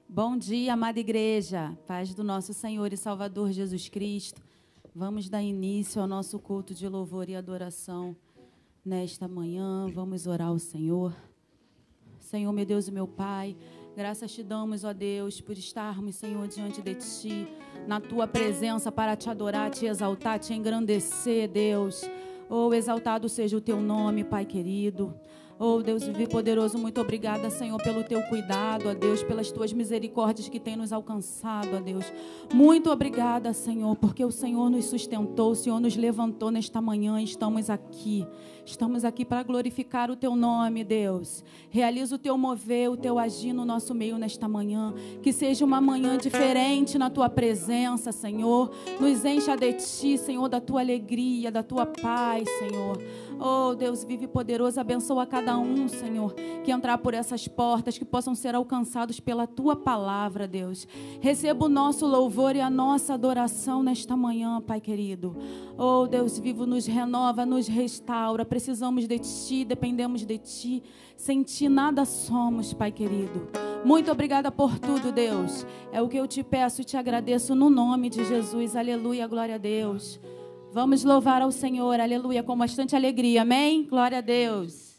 Bom dia, amada igreja, paz do nosso Senhor e Salvador Jesus Cristo. Vamos dar início ao nosso culto de louvor e adoração nesta manhã. Vamos orar ao Senhor. Senhor, meu Deus e meu Pai, graças te damos, ó Deus, por estarmos, Senhor, diante de Ti, na Tua presença para Te adorar, Te exaltar, Te engrandecer, Deus. Oh, exaltado seja o Teu nome, Pai querido. Oh, Deus vivo poderoso, muito obrigada, Senhor, pelo Teu cuidado, ó Deus, pelas Tuas misericórdias que tem nos alcançado, ó Deus. Muito obrigada, Senhor, porque o Senhor nos sustentou, o Senhor nos levantou nesta manhã. Estamos aqui para glorificar o Teu nome, Deus. Realiza o Teu mover, o Teu agir no nosso meio nesta manhã. Que seja uma manhã diferente na Tua presença, Senhor. Nos encha de Ti, Senhor, da Tua alegria, da Tua paz, Senhor. Oh, Deus vive poderoso, abençoa cada um, Senhor, que entrar por essas portas, que possam ser alcançados pela Tua palavra, Deus. Receba o nosso louvor e a nossa adoração nesta manhã, Pai querido. Oh, Deus vivo, nos renova, nos restaura. Precisamos de Ti, dependemos de Ti. Sem Ti nada somos, Pai querido. Muito obrigada por tudo, Deus. É o que eu te peço e te agradeço no nome de Jesus. Aleluia, glória a Deus. Vamos louvar ao Senhor, aleluia, com bastante alegria, amém? Glória a Deus.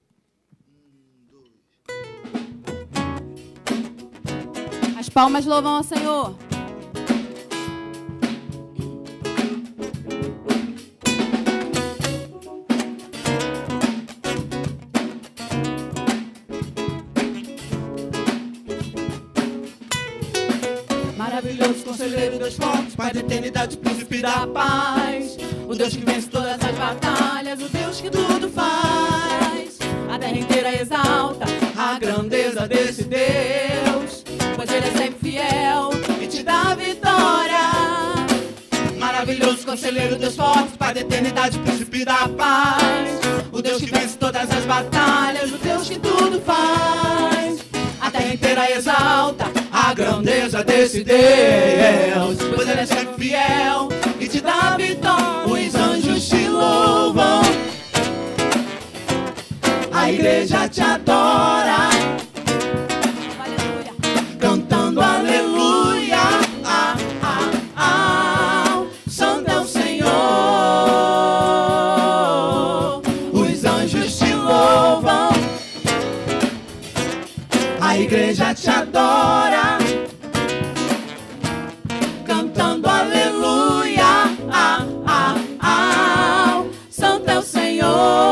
As palmas louvam ao Senhor. Maravilhoso conselheiro, Deus forte, Pai da eternidade, príncipe da paz. O Deus que vence todas as batalhas, o Deus que tudo faz. A terra inteira exalta a grandeza desse Deus, pois Ele é sempre fiel e te dá vitória. Maravilhoso conselheiro, Deus forte, Pai da eternidade, príncipe da paz. O Deus que vence todas as batalhas, o Deus que tudo faz. A terra inteira exalta a grandeza desse Deus, pois Ele é sempre fiel e te dá vitória. Os anjos te louvam, a igreja te adora, cantando aleluia. Santo é o Senhor. Os anjos te louvam, a igreja te adora, cantando aleluia. Santo é o Senhor.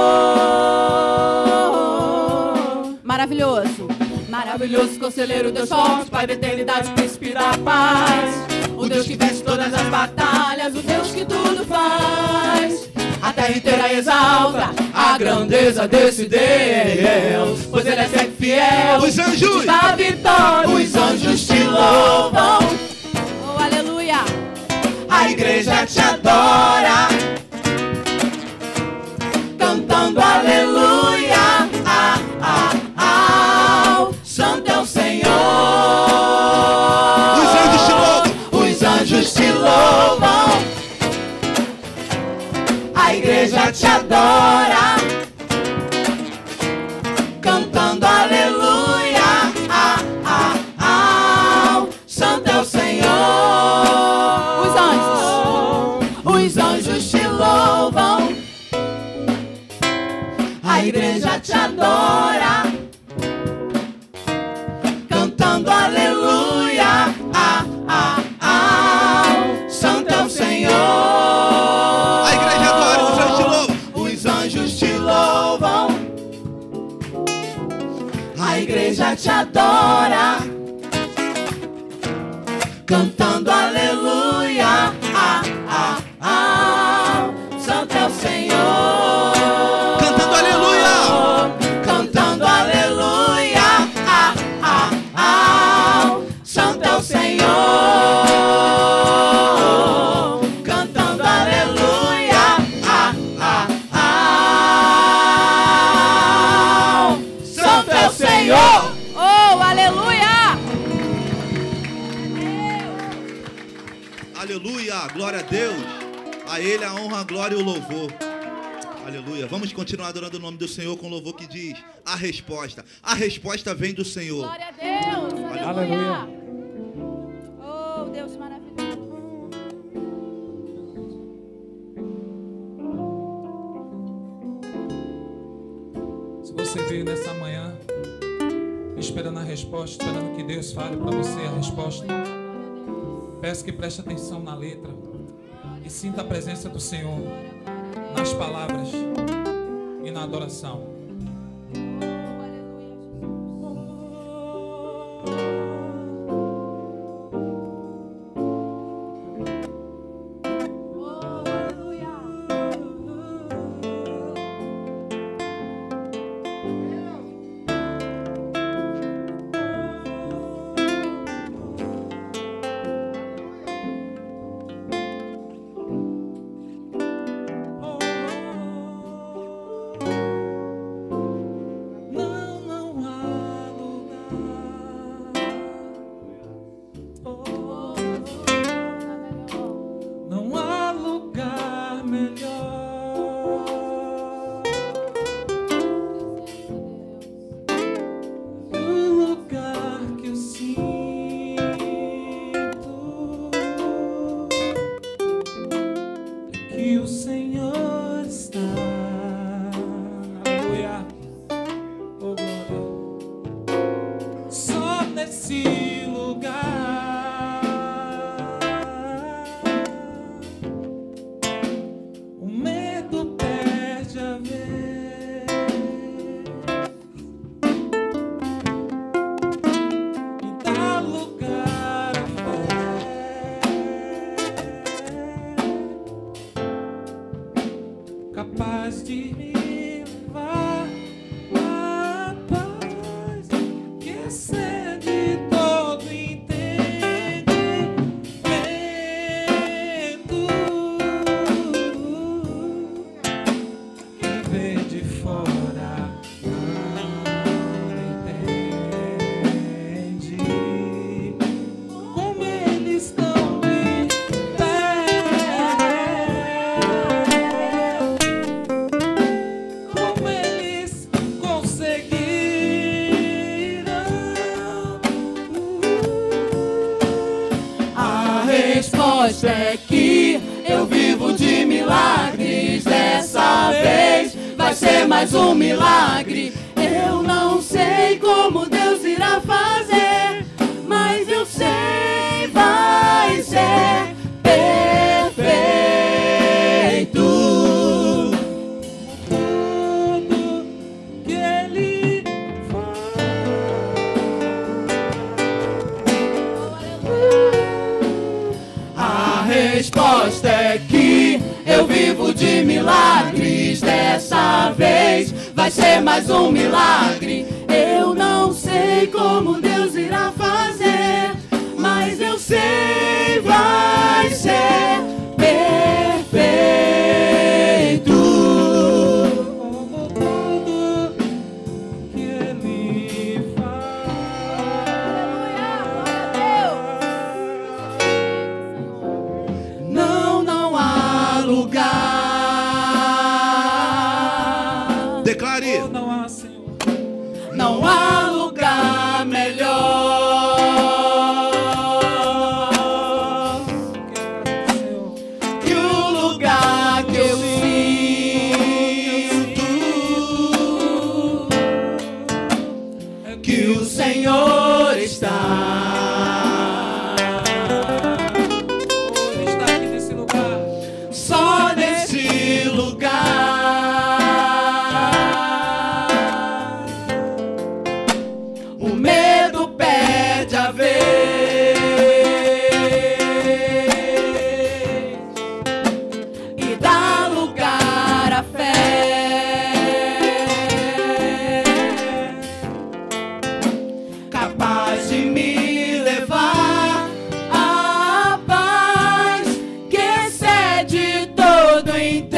Maravilhoso. Maravilhoso conselheiro, Deus forte, Pai da eternidade, príncipe da paz. O Deus que vence todas as batalhas, o Deus que tudo faz. A terra inteira exalta a grandeza desse Deus, pois Ele é sempre fiel. Os anjos da vitória. Os anjos te louvam, Oh, aleluia. a igreja te adora, cantando aleluia. Santo é o Senhor. Os anjos te louvam, os anjos te louvam, a igreja te adora, cantando aleluia. Santo é o Senhor. Os anjos te louvam, a igreja te adora, cantando aleluia. Santo é o Senhor. a igreja adora, os anjos te louvam. Os anjos te louvam, a igreja te adora, cantando aleluia. Santo é o Senhor. Cantando aleluia. Cantando aleluia. Santo é o Senhor. Cantando aleluia. Santo é o Senhor. Oh, aleluia. Aleluia, glória a Deus. A Ele a honra, a glória e o louvor. Aleluia. Vamos continuar adorando o nome do Senhor com louvor que diz: a resposta. A resposta vem do Senhor. Glória a Deus. Aleluia. Oh, Deus maravilhoso. Se você veio nessa manhã esperando a resposta, esperando que Deus fale para você a resposta, peço que preste atenção na letra e sinta a presença do Senhor nas palavras e na adoração. Capaz de me levar a paz que excede todo entendimento, quem vê de fora não entende como eles estão de pé. É que eu vivo de milagres. Dessa vez vai ser mais um milagre. Eu não sei como Deus irá fazer, mas eu sei, vai ser perfeito. Tudo que Ele faz. A resposta é que eu vivo de milagres. Dessa vez vai ser mais um milagre. Eu não sei como Deus irá fazer, mas eu sei, vai ser perfeito. Como tudo que Ele faz. Não há lugar. Declare. Não há, Senhor. Não há lugar melhor que o lugar que eu sinto que o Senhor está. Ele está aqui nesse lugar. Só nesse lugar. O medo perde a vez e dá lugar à fé, capaz de me levar à paz que excede todo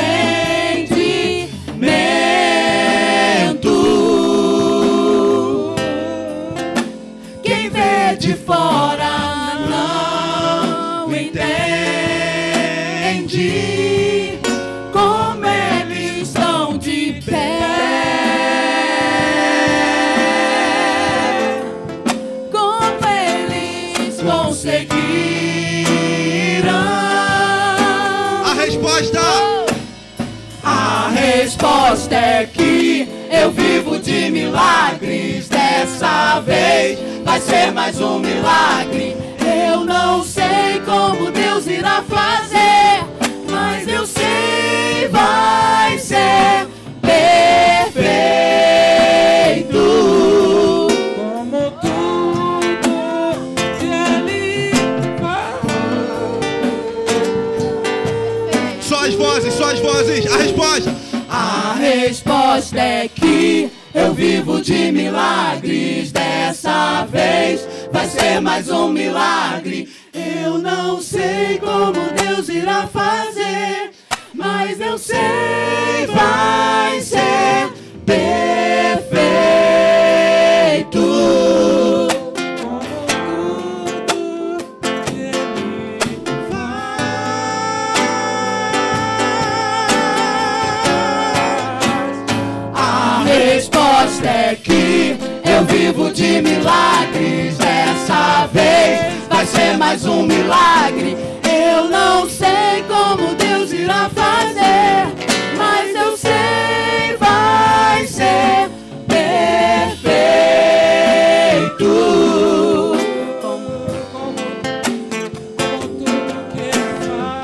entendimento. Quem vê de fora não entende como eles estão eu vivo de milagres. Dessa vez vai ser mais um milagre. Eu não sei como Deus irá fazer, mas eu sei, vai ser perfeito. Como tudo que Ele faz. Só as vozes, a resposta. A resposta é que eu vivo de milagres. Dessa vez vai ser mais um milagre. Eu não sei como Deus irá fazer, mas eu sei, vai ser perfeito. A resposta é que eu vivo de milagres. Dessa vez vai ser mais um milagre. Eu não sei como Deus irá fazer, mas eu sei, vai ser perfeito. Como tudo que Ele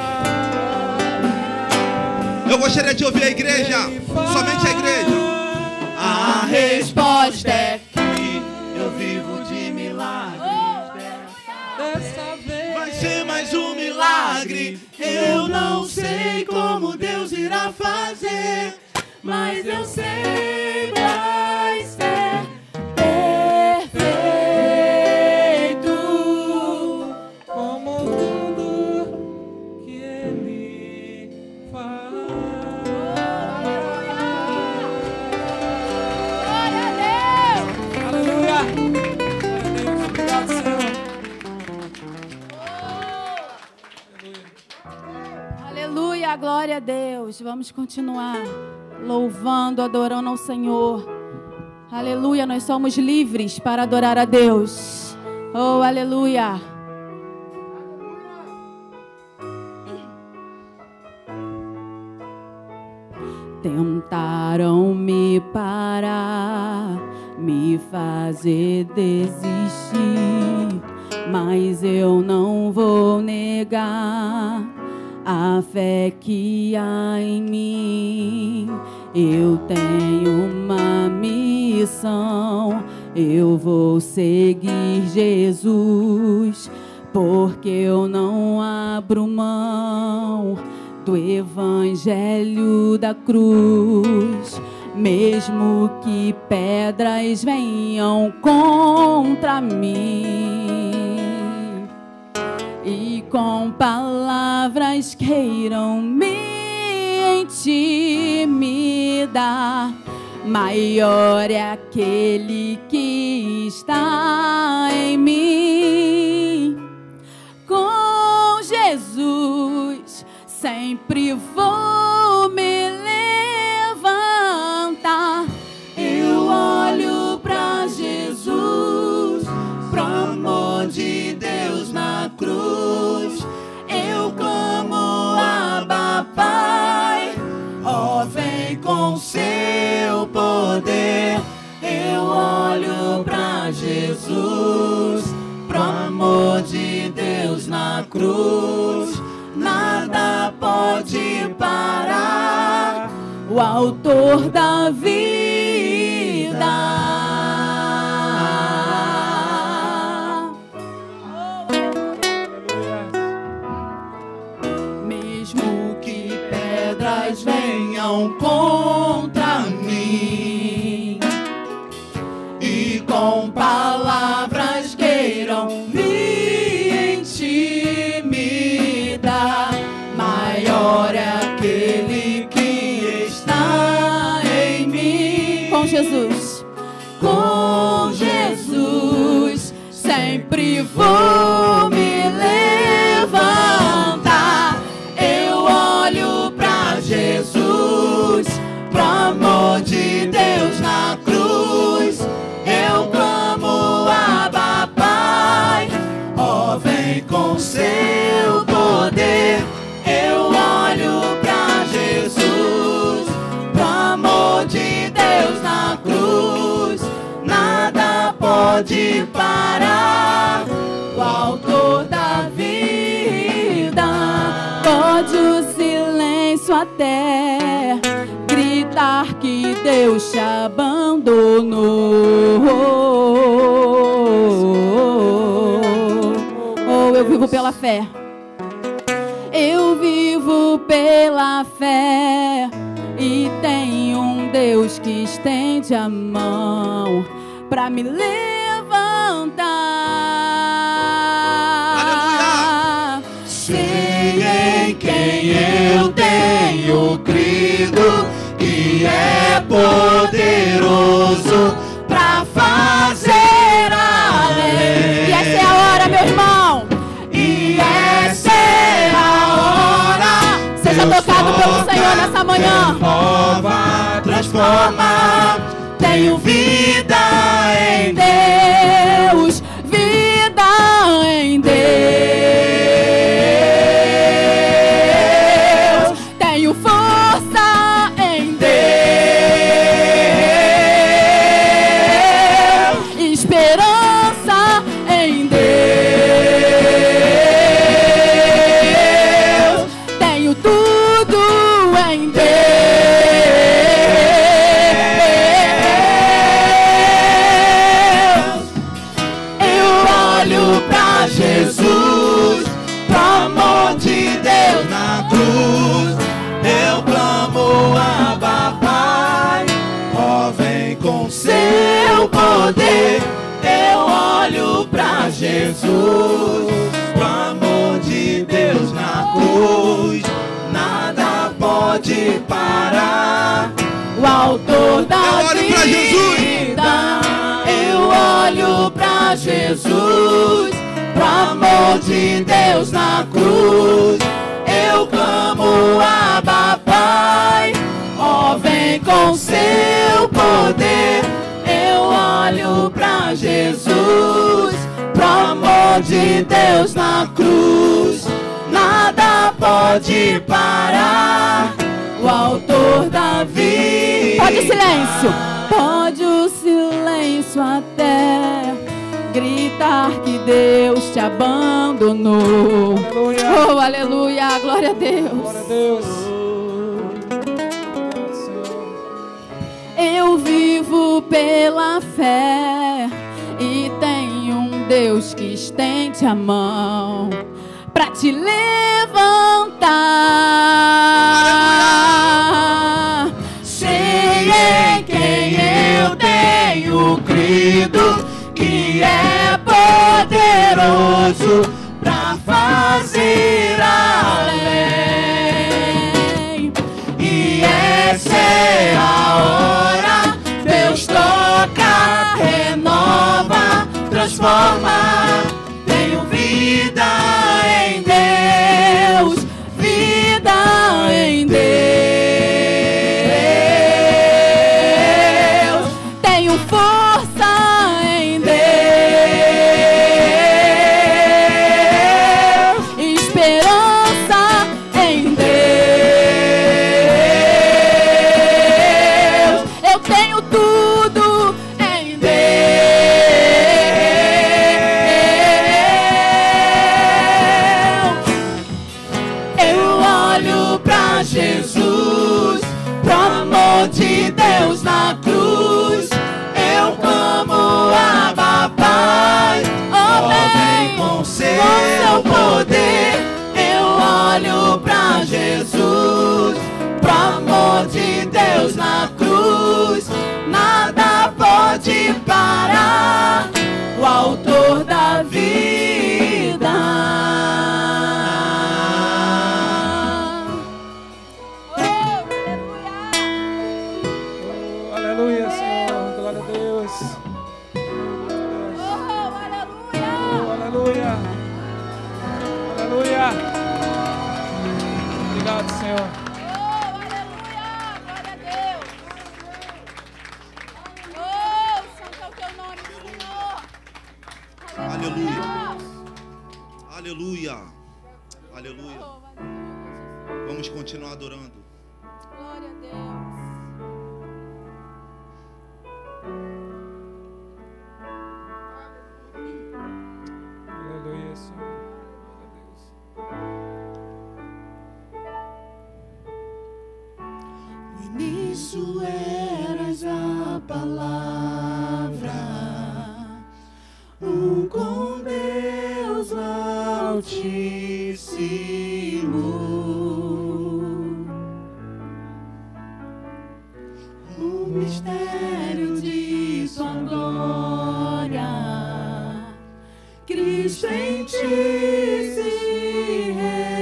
faz. Eu gostaria de ouvir a igreja, somente a igreja. A resposta é que eu vivo de milagres. Dessa vez Vai ser mais um milagre. Eu não sei como Deus irá fazer, mas eu sei, vai ser perfeito. como tudo que Ele faz. Aleluia! Deus, obrigado, Senhor. Aleluia, glória a Deus. Vamos continuar louvando, adorando ao Senhor. Aleluia, nós somos livres para adorar a Deus. Oh, aleluia. Tentaram me parar, me fazer desistir, mas eu não vou negar a fé que há em mim. Eu tenho uma missão, eu vou seguir Jesus, porque eu não abro mão do evangelho da cruz. Mesmo que pedras venham contra mim e com palavras queiram me intimidar, maior é aquele que está em mim. Com Jesus sempre vou me levantar. Eu olho pra Jesus, pro amor de Deus na cruz. Eu clamo, Abba, Pai, ó, vem com seu poder. Eu olho pra Jesus, pro amor de Deus na cruz. Nada pode parar o autor da vida. Mesmo que pedras venham contra mim e com palavras queiram me intimidar, maior é aquele que está em mim. Com Jesus, com Jesus, sempre vou me levantar. Eu olho pra Jesus, pro amor de Deus na cruz. Eu clamo, Abba, Pai, ó, vem com seu poder. Eu olho pra Jesus, pro amor de Deus na pode parar o autor da vida. Pode o silêncio até gritar que Deus te abandonou. Oh, eu vivo pela fé. Eu vivo pela fé e tenho um Deus que estende a mão pra me levantar. Aleluia! Sei em quem eu tenho crido, que é poderoso pra fazer além. E essa é a hora, meu irmão. E essa é a hora. Seja tocado pelo Senhor nessa manhã. Renova, transforma. Tenho vida em Deus, vida em Deus. Tenho força em Deus, esperança em Deus. Tenho tudo em Deus. Jesus, pro amor de Deus na cruz, eu clamo Abba Pai, ó vem com seu poder. Eu olho pra Jesus, pro amor de Deus na cruz, nada pode parar o autor da vida. Eu olho pra Jesus, pro amor de Deus na cruz, eu clamo Abba Pai, ó vem com seu poder. Eu olho pra Jesus, pro amor de Deus na cruz, nada pode parar o autor da vida. Pode o silêncio, pode o silêncio até gritar que Deus te abandonou. Aleluia. Oh, aleluia, glória a Deus. Glória a Deus. Eu vivo pela fé e tenho um Deus que estende a mão pra te levantar. Sei em quem eu tenho crido, que é poderoso pra fazer além. E essa é a hora. Deus toca, renova, transforma. Tenho vida em Deus, vida em Deus. Tenho força em Deus, esperança em Deus. Eu tenho tudo em Deus. Eu olho pra Jesus, pro amor de Deus na cruz, eu clamo Abba Pai, ó vem com seu poder. Eu olho pra Jesus, pro amor de Deus na cruz, nada pode parar o autor da vida. Aleluia, Senhor. Glória a Deus. Aleluia. Aleluia. Obrigado, Senhor. Aleluia. Aleluia. Aleluia. Vamos continuar adorando. Glória a Deus. isso eras a palavra, com Deus Altíssimo. O mistério de sua glória, Cristo em ti se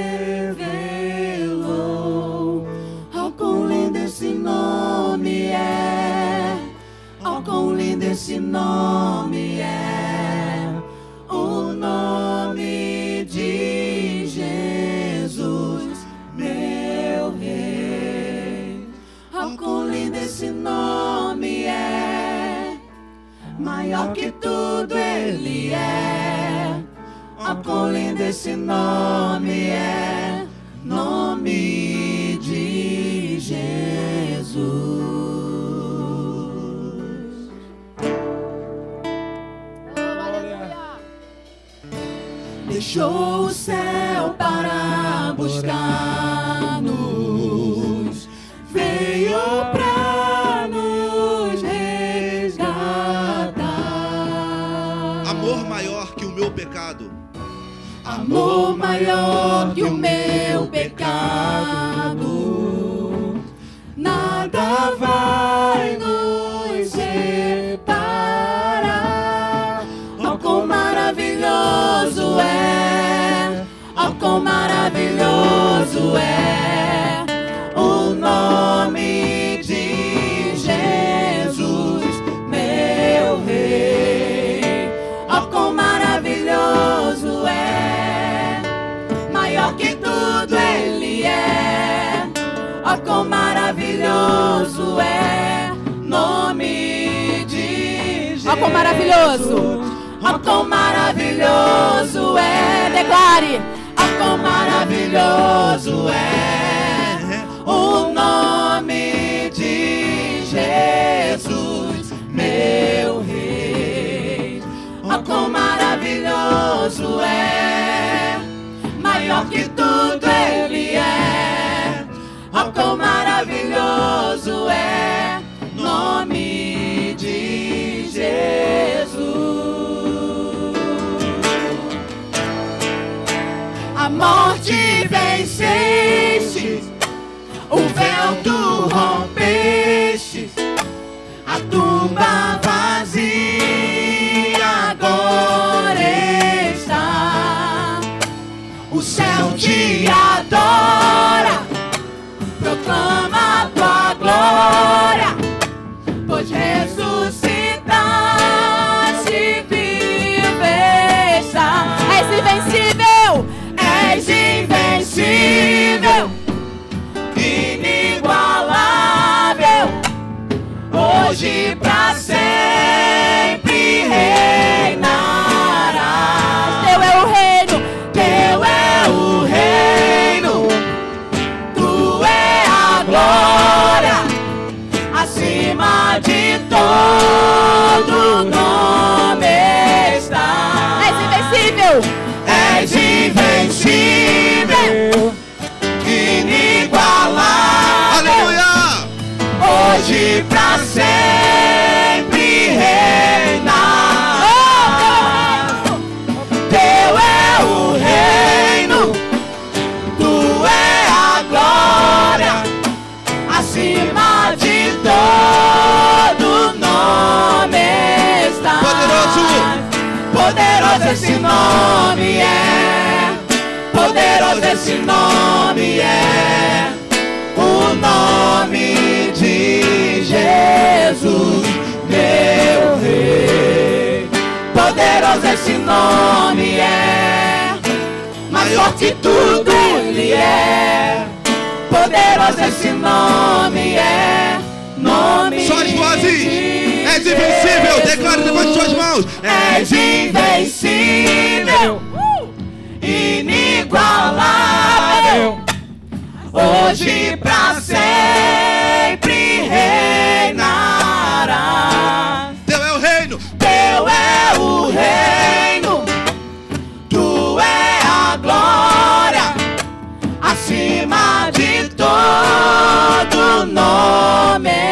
revelou. Oh, quão lindo esse nome é! Oh, quão lindo esse nome é! O nome de Jesus, meu Rei. Oh, quão lindo esse nome é! Maior que tudo Ele é. Oh, quão lindo esse nome é, nome de Jesus. Deixou o céu para buscar-nos, veio para nos resgatar. Amor maior que o meu pecado. Amor maior que o meu pecado, nada vai nos separar. Oh, quão maravilhoso é! Oh, quão maravilhoso é o nome de Jesus, meu Rei. Oh, quão maravilhoso é! Maior que tudo Ele é. Oh, quão maravilhoso é nome de Jesus. Ó, quão maravilhoso! Oh, quão maravilhoso é! Declare! Oh, quão maravilhoso é o nome de Jesus, meu Rei. Oh, quão maravilhoso é! Maior que tudo Ele é. Oh, quão maravilhoso é nome de Jesus. A morte venceste, o véu tu rompeste, a tumba vazia agora está. O céu te adora, proclama a tua glória, pois ressuscitaste, vive está. És invencível! És invencível, inigualável, hoje pra sempre reinarás. Teu é o reino! Teu é o reino, tu é a glória, acima de todo nome está. És invencível! És invencível, inigualável, Aleluia! hoje pra sempre reinar. Teu é o reino, tu é a glória, acima de todo nome está. Poderoso esse nome é, poderoso esse nome é, o nome de Jesus, meu Rei. Poderoso esse nome é, mais forte que tudo Ele é. Poderoso esse nome é, nome Só as vozes. És invencível. Declare debaixo de suas mãos. És invencível, inigualável, hoje pra sempre reinarás. Teu é o reino. Teu é o reino, tu é a glória, acima de todo nome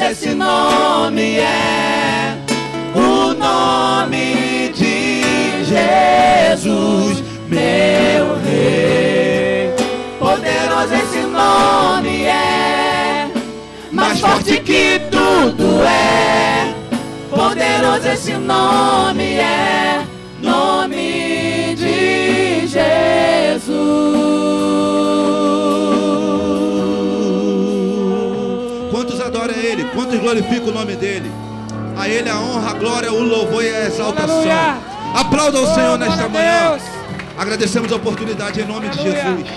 esse nome é o nome de Jesus, meu Rei. Poderoso esse nome é, mais forte que tudo é. Poderoso esse nome é, nome de Jesus. Quantos adoram a Ele? Quantos glorificam o nome dEle? A Ele a honra, a glória, o louvor e a exaltação. Aleluia. Aplauda o Senhor glória nesta a manhã. Deus. Agradecemos a oportunidade em nome de Aleluia. Jesus.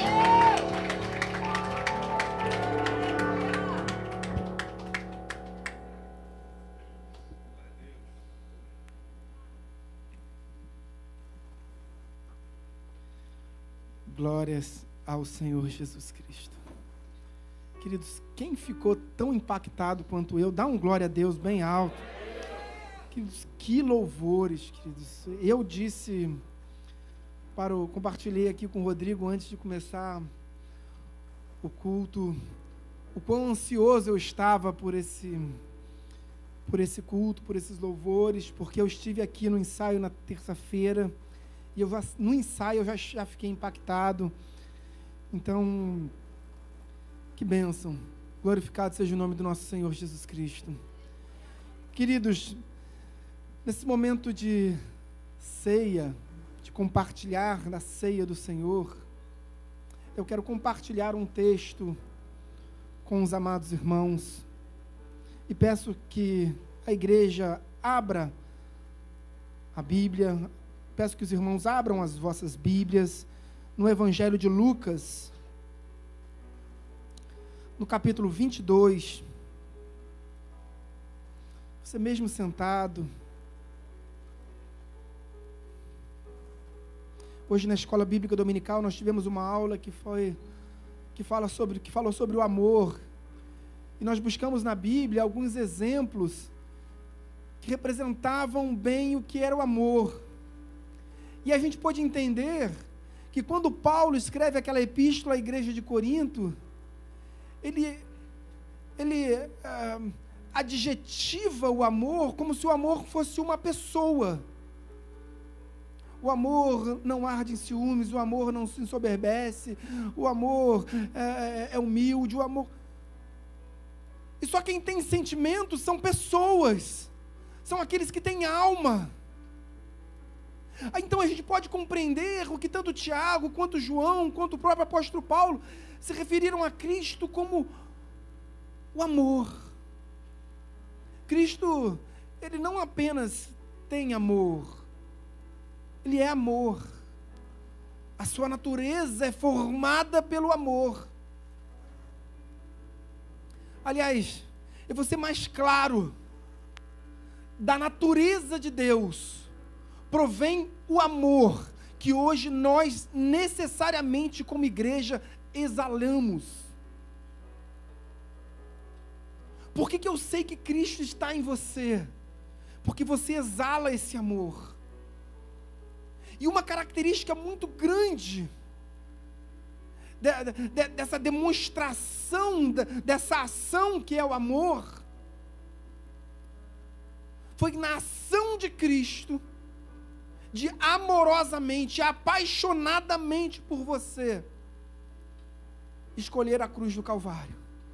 Glórias ao Senhor Jesus Cristo. Queridos, quem ficou tão impactado quanto eu, dá um glória a Deus bem alto. Queridos, que louvores, queridos. Eu disse, compartilhei aqui com o Rodrigo antes de começar o culto, o quão ansioso eu estava por esse culto, por esses louvores, porque eu estive aqui no ensaio na terça-feira, e no ensaio eu já fiquei impactado. Então, que bênção. Glorificado seja o nome do nosso Senhor Jesus Cristo. Queridos, nesse momento de ceia, de compartilhar da ceia do Senhor, eu quero compartilhar um texto com os amados irmãos. E peço que a igreja abra a Bíblia. Peço que os irmãos abram as vossas Bíblias no Evangelho de Lucas, no capítulo 22. Você mesmo sentado. Hoje na Escola Bíblica Dominical nós tivemos uma aula que falou sobre o amor. E nós buscamos na Bíblia alguns exemplos que representavam bem o que era o amor. E a gente pode entender que quando Paulo escreve aquela epístola à igreja de Corinto, ele adjetiva o amor como se o amor fosse uma pessoa. O amor não arde em ciúmes, o amor não se ensoberbece, o amor é humilde, o amor... E só quem tem sentimentos são pessoas, são aqueles que têm alma. Então a gente pode compreender o que tanto Tiago, quanto João, quanto o próprio apóstolo Paulo se referiram a Cristo como o amor. Cristo, ele não apenas tem amor, ele é amor. A sua natureza é formada pelo amor. Aliás, eu vou ser mais claro, da natureza de Deus provém o amor que hoje nós necessariamente como igreja exalamos. Por que eu sei que Cristo está em você? Porque você exala esse amor. E uma característica muito grande dessa demonstração, dessa ação que é o amor, foi na ação de Cristo, de amorosamente, apaixonadamente por você, escolher a cruz do Calvário.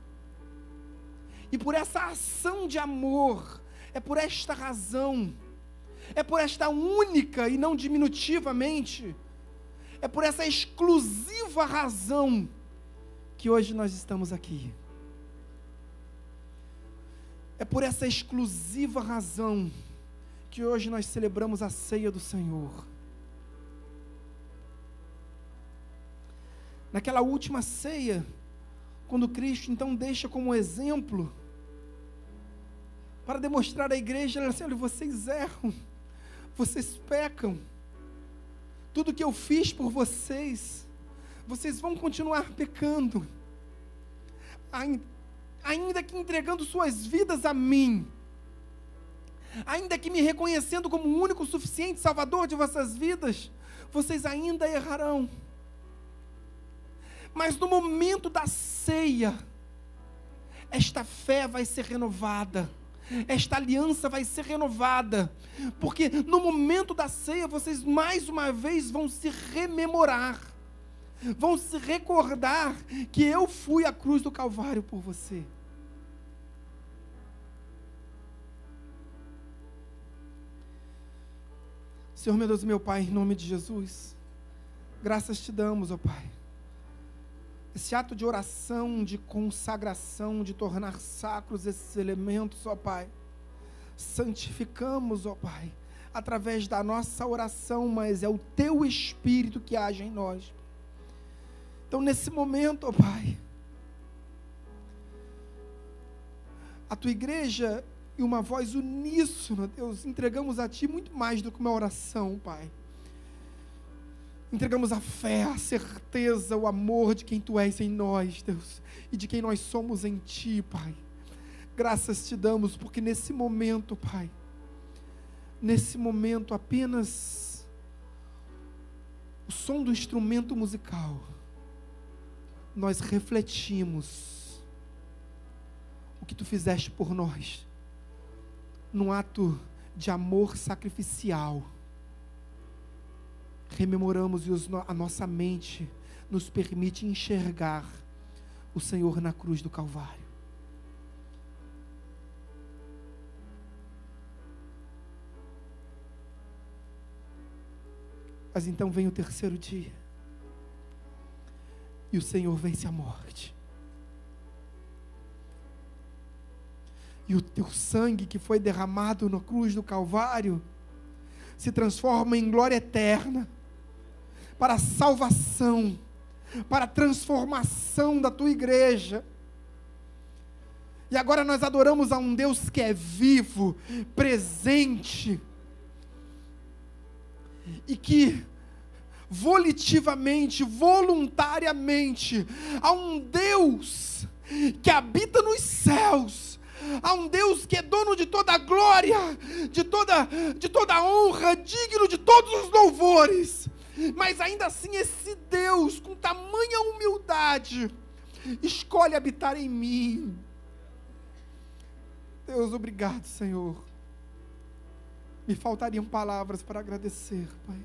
E por essa ação de amor, é por esta razão, é por esta única e não diminutivamente, é por essa exclusiva razão que hoje nós estamos aqui. É por essa exclusiva razão que hoje nós celebramos a ceia do Senhor. Naquela última ceia, quando Cristo então deixa como exemplo, para demonstrar à igreja, ele assim, olha, vocês erram, vocês pecam, tudo que eu fiz por vocês, vocês vão continuar pecando, ainda que entregando suas vidas a mim, ainda que me reconhecendo como o único suficiente Salvador de vossas vidas, vocês ainda errarão. Mas no momento da ceia, esta fé vai ser renovada. Esta aliança vai ser renovada, porque no momento da ceia vocês mais uma vez vão se rememorar, vão se recordar que eu fui à cruz do Calvário por você. Senhor, meu Deus e meu Pai, em nome de Jesus, graças te damos, ó Pai. Esse ato de oração, de consagração, de tornar sacros esses elementos, ó Pai. Santificamos, ó Pai, através da nossa oração, mas é o Teu Espírito que age em nós. Então, nesse momento, ó Pai, a Tua igreja e uma voz uníssona, Deus, entregamos a Ti muito mais do que uma oração, Pai. Entregamos a fé, a certeza, o amor de quem Tu és em nós, Deus, e de quem nós somos em Ti, Pai. Graças te damos, porque nesse momento, Pai, nesse momento apenas o som do instrumento musical, nós refletimos o que Tu fizeste por nós, num ato de amor sacrificial. Rememoramos e a nossa mente nos permite enxergar o Senhor na cruz do Calvário. Mas então vem o terceiro dia e o Senhor vence a morte. E o Teu sangue que foi derramado na cruz do Calvário se transforma em glória eterna, para a salvação, para a transformação da Tua igreja. E agora nós adoramos a um Deus que é vivo, presente, e que volitivamente, voluntariamente, a um Deus que habita nos céus, a um Deus que é dono de toda a glória, de toda a honra, digno de todos os louvores, mas ainda assim esse Deus, com tamanha humildade, escolhe habitar em mim. Deus, obrigado, Senhor. Me faltariam palavras para agradecer, Pai.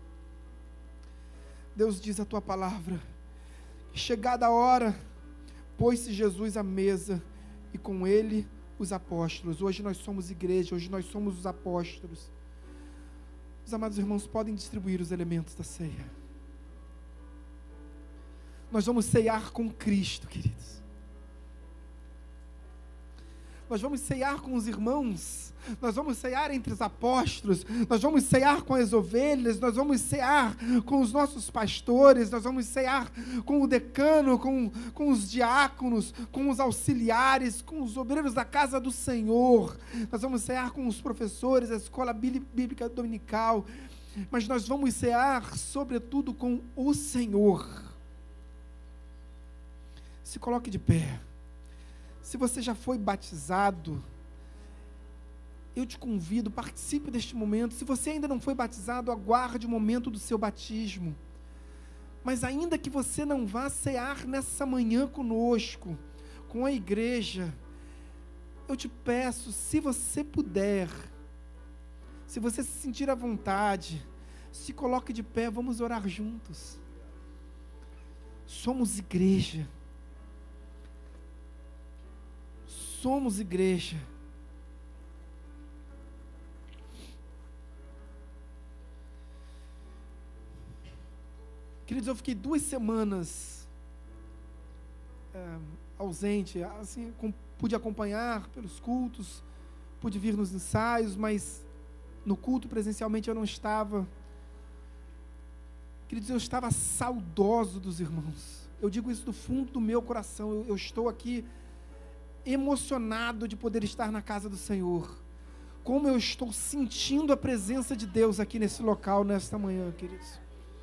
Deus, diz a Tua palavra, chegada a hora, pôs-se Jesus à mesa, e com Ele os apóstolos. Hoje nós somos igreja, hoje nós somos os apóstolos. Os amados irmãos podem distribuir os elementos da ceia. Nós vamos ceiar com Cristo, queridos. Nós vamos ceiar com os irmãos, nós vamos ceiar entre os apóstolos, nós vamos ceiar com as ovelhas, nós vamos ceiar com os nossos pastores, nós vamos ceiar com o decano, com os diáconos, com os auxiliares, com os obreiros da casa do Senhor, nós vamos ceiar com os professores, a escola bíblica dominical, mas nós vamos ceiar sobretudo com o Senhor. Se coloque de pé. Se você já foi batizado, eu te convido, participe deste momento. Se você ainda não foi batizado, aguarde o momento do seu batismo. Mas ainda que você não vá cear nessa manhã conosco, com a igreja, eu te peço, se você puder, se você se sentir à vontade, se coloque de pé, vamos orar juntos. Somos igreja. Somos igreja. Queridos, eu fiquei 2 semanas ausente, assim, pude acompanhar pelos cultos, pude vir nos ensaios, mas no culto presencialmente eu não estava. Queridos, eu estava saudoso dos irmãos. Eu digo isso do fundo do meu coração. Eu estou aqui emocionado de poder estar na casa do Senhor. Como eu estou sentindo a presença de Deus aqui nesse local, nesta manhã, queridos.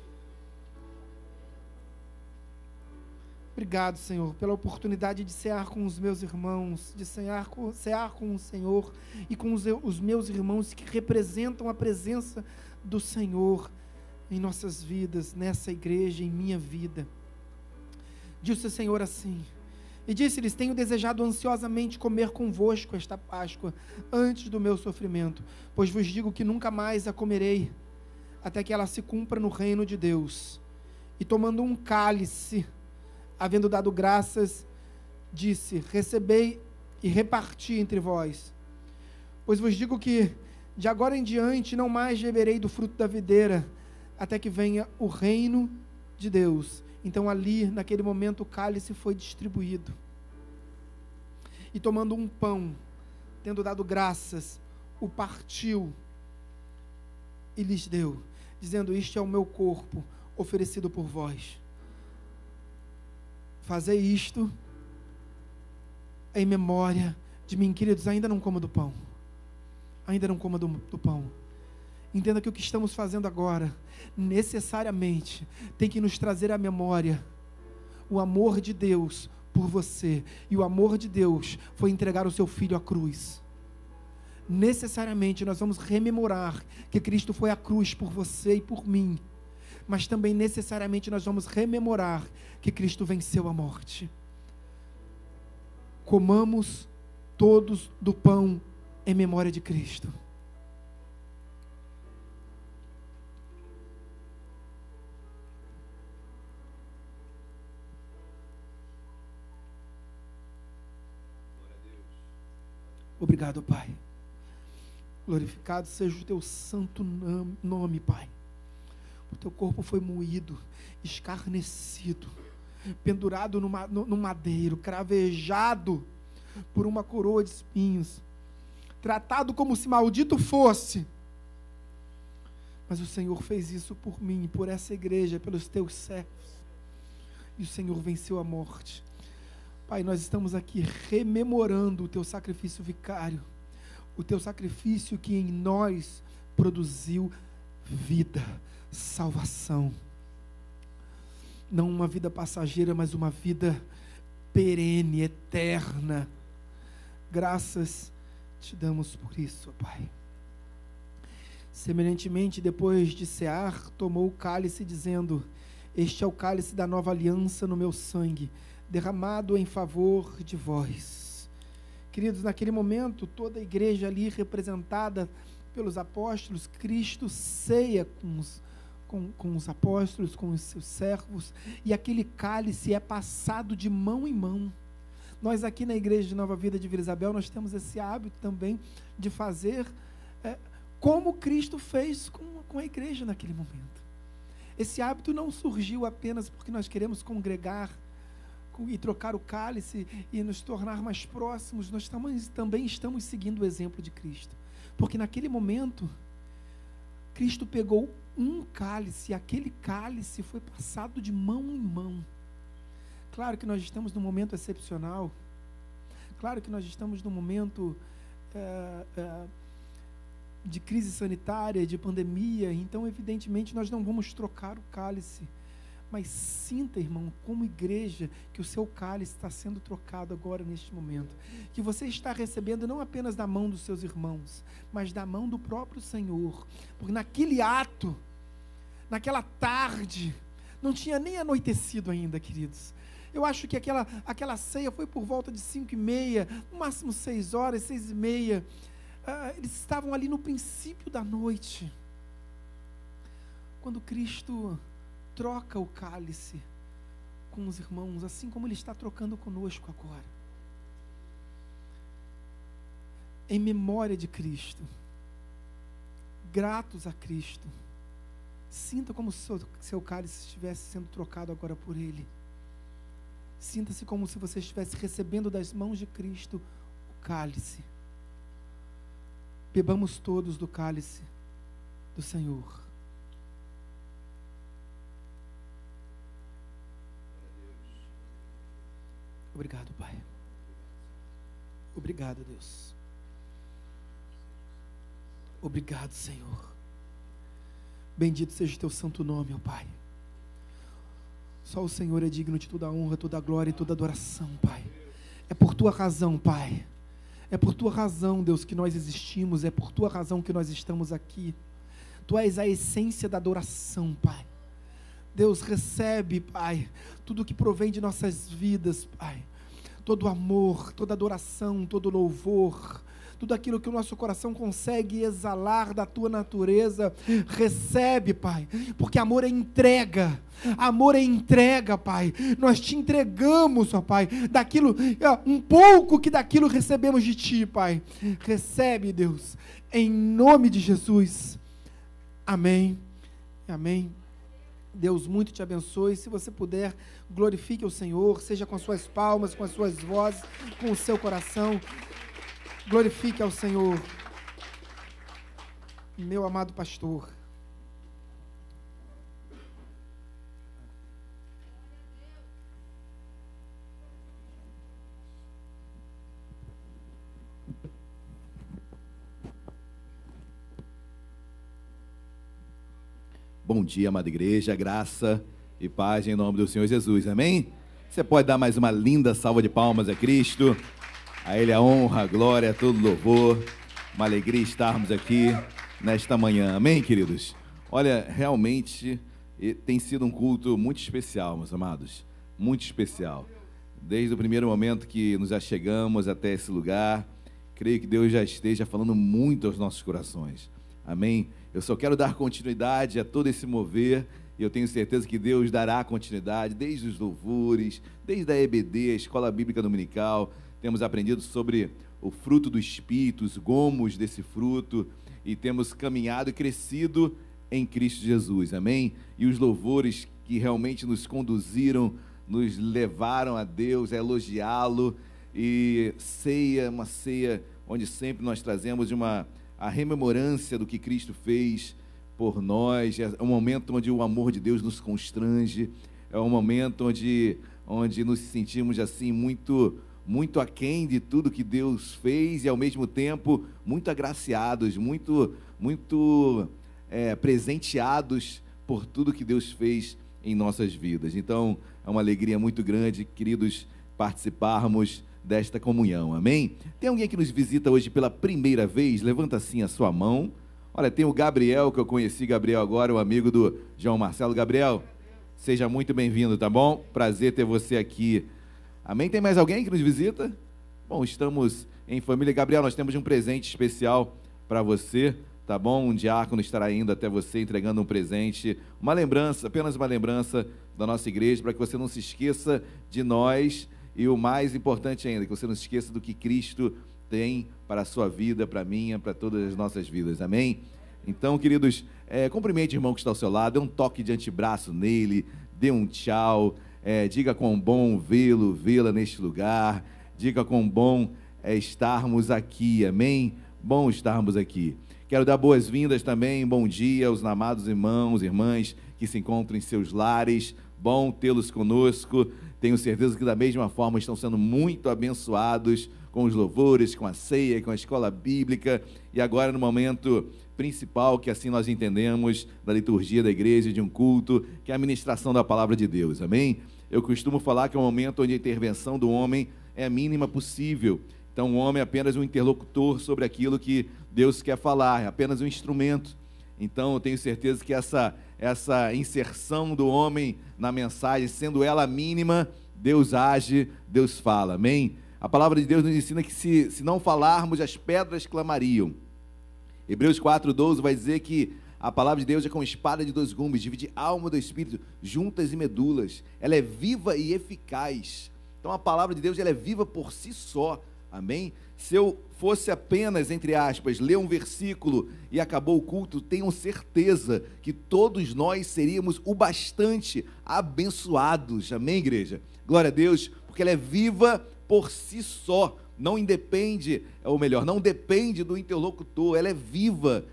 Obrigado, Senhor, pela oportunidade de cear com os meus irmãos, de cear com o Senhor e com os meus irmãos que representam a presença do Senhor em nossas vidas, nessa igreja, em minha vida. Diz o Senhor assim: E disse-lhes: tenho desejado ansiosamente comer convosco esta Páscoa, antes do meu sofrimento, pois vos digo que nunca mais a comerei, até que ela se cumpra no reino de Deus. E tomando um cálice, havendo dado graças, disse: recebei e reparti entre vós. Pois vos digo que, de agora em diante, não mais beberei do fruto da videira, até que venha o reino de Deus. Então ali, naquele momento, o cálice foi distribuído. E tomando um pão, tendo dado graças, o partiu e lhes deu, dizendo: isto é o meu corpo, oferecido por vós. Fazei isto em memória de mim. Queridos, ainda não coma do pão. Ainda não coma do pão. Entenda que o que estamos fazendo agora, necessariamente, tem que nos trazer à memória o amor de Deus por você. E o amor de Deus foi entregar o seu Filho à cruz. Necessariamente nós vamos rememorar que Cristo foi à cruz por você e por mim. Mas também necessariamente nós vamos rememorar que Cristo venceu a morte. Comamos todos do pão em memória de Cristo. Obrigado, Pai. Glorificado seja o teu santo nome, Pai. O teu corpo foi moído, escarnecido, pendurado no madeiro, cravejado por uma coroa de espinhos, tratado como se maldito fosse. Mas o Senhor fez isso por mim, por essa igreja, pelos teus servos. E o Senhor venceu a morte. Pai, nós estamos aqui rememorando o teu sacrifício vicário, o teu sacrifício que em nós produziu vida, salvação. Não uma vida passageira, mas uma vida perene, eterna. Graças te damos por isso, Pai. Semelhantemente, depois de cear, tomou o cálice, dizendo: este é o cálice da nova aliança no meu sangue, derramado em favor de vós. Queridos, naquele momento, toda a igreja ali representada pelos apóstolos, Cristo ceia com os apóstolos, com os seus servos, e aquele cálice é passado de mão em mão. Nós aqui na Igreja de Nova Vida de Vila Isabel, nós temos esse hábito também de fazer como Cristo fez com a igreja naquele momento. Esse hábito não surgiu apenas porque nós queremos congregar e trocar o cálice e nos tornar mais próximos. Nós também estamos seguindo o exemplo de Cristo, porque naquele momento Cristo pegou um cálice e aquele cálice foi passado de mão em mão. Claro que nós estamos num momento excepcional, claro que nós estamos num momento de crise sanitária, de pandemia, então evidentemente nós não vamos trocar o cálice. Mas sinta, irmão, como igreja, que o seu cálice está sendo trocado agora, neste momento. Que você está recebendo não apenas da mão dos seus irmãos, mas da mão do próprio Senhor. Porque naquele ato, naquela tarde, não tinha nem anoitecido ainda, queridos. Eu acho que aquela ceia foi por volta de 5h30, no máximo 6 horas, 6h30. Eles estavam ali no princípio da noite. Quando Cristo troca o cálice com os irmãos, assim como Ele está trocando conosco agora, em memória de Cristo, gratos a Cristo. Sinta como se seu cálice estivesse sendo trocado agora por Ele. Sinta-se como se você estivesse recebendo das mãos de Cristo o cálice. Bebamos todos do cálice do Senhor. Obrigado, Pai. Obrigado, Deus. Obrigado, Senhor. Bendito seja o teu santo nome, ó Pai. Só o Senhor é digno de toda a honra, toda a glória e toda a adoração, Pai. É por tua razão, Pai. É por tua razão, Deus, que nós existimos. É por tua razão que nós estamos aqui. Tu és a essência da adoração, Pai. Deus, recebe, Pai, tudo que provém de nossas vidas, Pai. todo amor, toda adoração, todo louvor, tudo aquilo que o nosso coração consegue exalar da tua natureza, recebe, Pai, porque amor é entrega, Pai, nós te entregamos, ó Pai, daquilo, um pouco que daquilo recebemos de ti, Pai, recebe, Deus, em nome de Jesus, amém, amém. Deus muito te abençoe. Se você puder, glorifique o Senhor, seja com as suas palmas, com as suas vozes, com o seu coração. Glorifique ao Senhor, meu amado pastor. Bom dia, amada igreja, graça e paz em nome do Senhor Jesus, amém? Você pode dar mais uma linda salva de palmas a Cristo, a Ele a honra, a glória, todo louvor, uma alegria estarmos aqui nesta manhã, amém, queridos? Olha, realmente tem sido um culto muito especial, meus amados, muito especial. Desde o primeiro momento que nos achegamos até esse lugar, creio que Deus já esteja falando muito aos nossos corações, amém? Eu só quero dar continuidade a todo esse mover, e eu tenho certeza que Deus dará continuidade, desde os louvores, desde a EBD, a Escola Bíblica Dominical, temos aprendido sobre o fruto do Espírito, os gomos desse fruto, e temos caminhado e crescido em Cristo Jesus, amém? E os louvores que realmente nos conduziram, nos levaram a Deus, a elogiá-lo, e ceia, uma ceia onde sempre nós trazemos a rememorância do que Cristo fez por nós, é um momento onde o amor de Deus nos constrange, é um momento onde nos sentimos assim muito aquém de tudo que Deus fez e ao mesmo tempo muito agraciados, muito presenteados por tudo que Deus fez em nossas vidas. Então é uma alegria muito grande, queridos, participarmos desta comunhão, amém? Tem alguém que nos visita hoje pela primeira vez? Levanta assim a sua mão. Olha, tem o Gabriel, que eu conheci Gabriel agora, o amigo do João Marcelo. Gabriel, seja muito bem-vindo, tá bom? Prazer ter você aqui, amém? Tem mais alguém que nos visita? Bom, estamos em família. Gabriel, nós temos um presente especial para você, tá bom? Um diácono estará indo até você, entregando um presente, uma lembrança, apenas uma lembrança da nossa igreja, para que você não se esqueça de nós. E o mais importante ainda, que você não se esqueça do que Cristo tem para a sua vida, para a minha, para todas as nossas vidas, amém? Então, queridos, cumprimente o irmão que está ao seu lado, dê um toque de antebraço nele, dê um tchau, diga quão bom vê-la neste lugar, diga quão bom estarmos aqui, amém? Bom estarmos aqui. Quero dar boas-vindas também, bom dia aos amados irmãos, irmãs que se encontram em seus lares, bom tê-los conosco. Tenho certeza que da mesma forma estão sendo muito abençoados com os louvores, com a ceia, com a escola bíblica, e agora no momento principal, que assim nós entendemos, da liturgia da igreja, de um culto, que é a ministração da palavra de Deus, amém? Eu costumo falar que é um momento onde a intervenção do homem é a mínima possível. Então o homem é apenas um interlocutor sobre aquilo que Deus quer falar, é apenas um instrumento. Então eu tenho certeza que essa inserção do homem na mensagem, sendo ela mínima, Deus age, Deus fala, amém? A palavra de Deus nos ensina que se não falarmos, as pedras clamariam. Hebreus 4:12 vai dizer que a palavra de Deus é como espada de dois gumes, divide alma do espírito, juntas e medulas. Ela é viva e eficaz. Então a palavra de Deus, ela é viva por si só, amém? Se eu fosse apenas, entre aspas, ler um versículo e acabou o culto, tenham certeza que todos nós seríamos o bastante abençoados, amém, igreja? Glória a Deus, porque ela é viva por si só, não independe, ou melhor, não depende do interlocutor, ela é viva,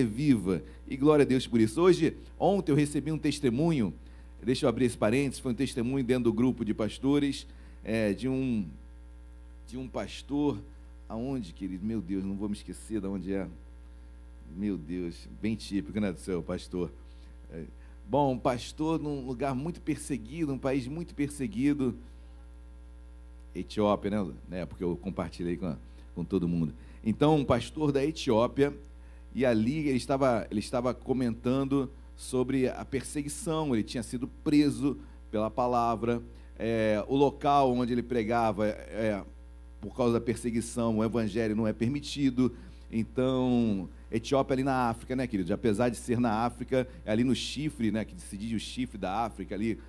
e glória a Deus por isso. Ontem eu recebi um testemunho, deixa eu abrir esse parênteses, foi um testemunho dentro do grupo de pastores, de um pastor, aonde, querido? Meu Deus, não vou me esquecer de onde é. Meu Deus, bem típico, né, do seu pastor. Bom, um pastor num lugar muito perseguido, um país muito perseguido, Etiópia, né? Porque eu compartilhei com todo mundo. Então, um pastor da Etiópia, e ali ele estava comentando sobre a perseguição. Ele tinha sido preso pela palavra, o local onde ele pregava, por causa da perseguição, o evangelho não é permitido. Então, Etiópia ali na África, né, queridos? Apesar de ser na África, é ali no chifre, né, que se diz o chifre da África ali,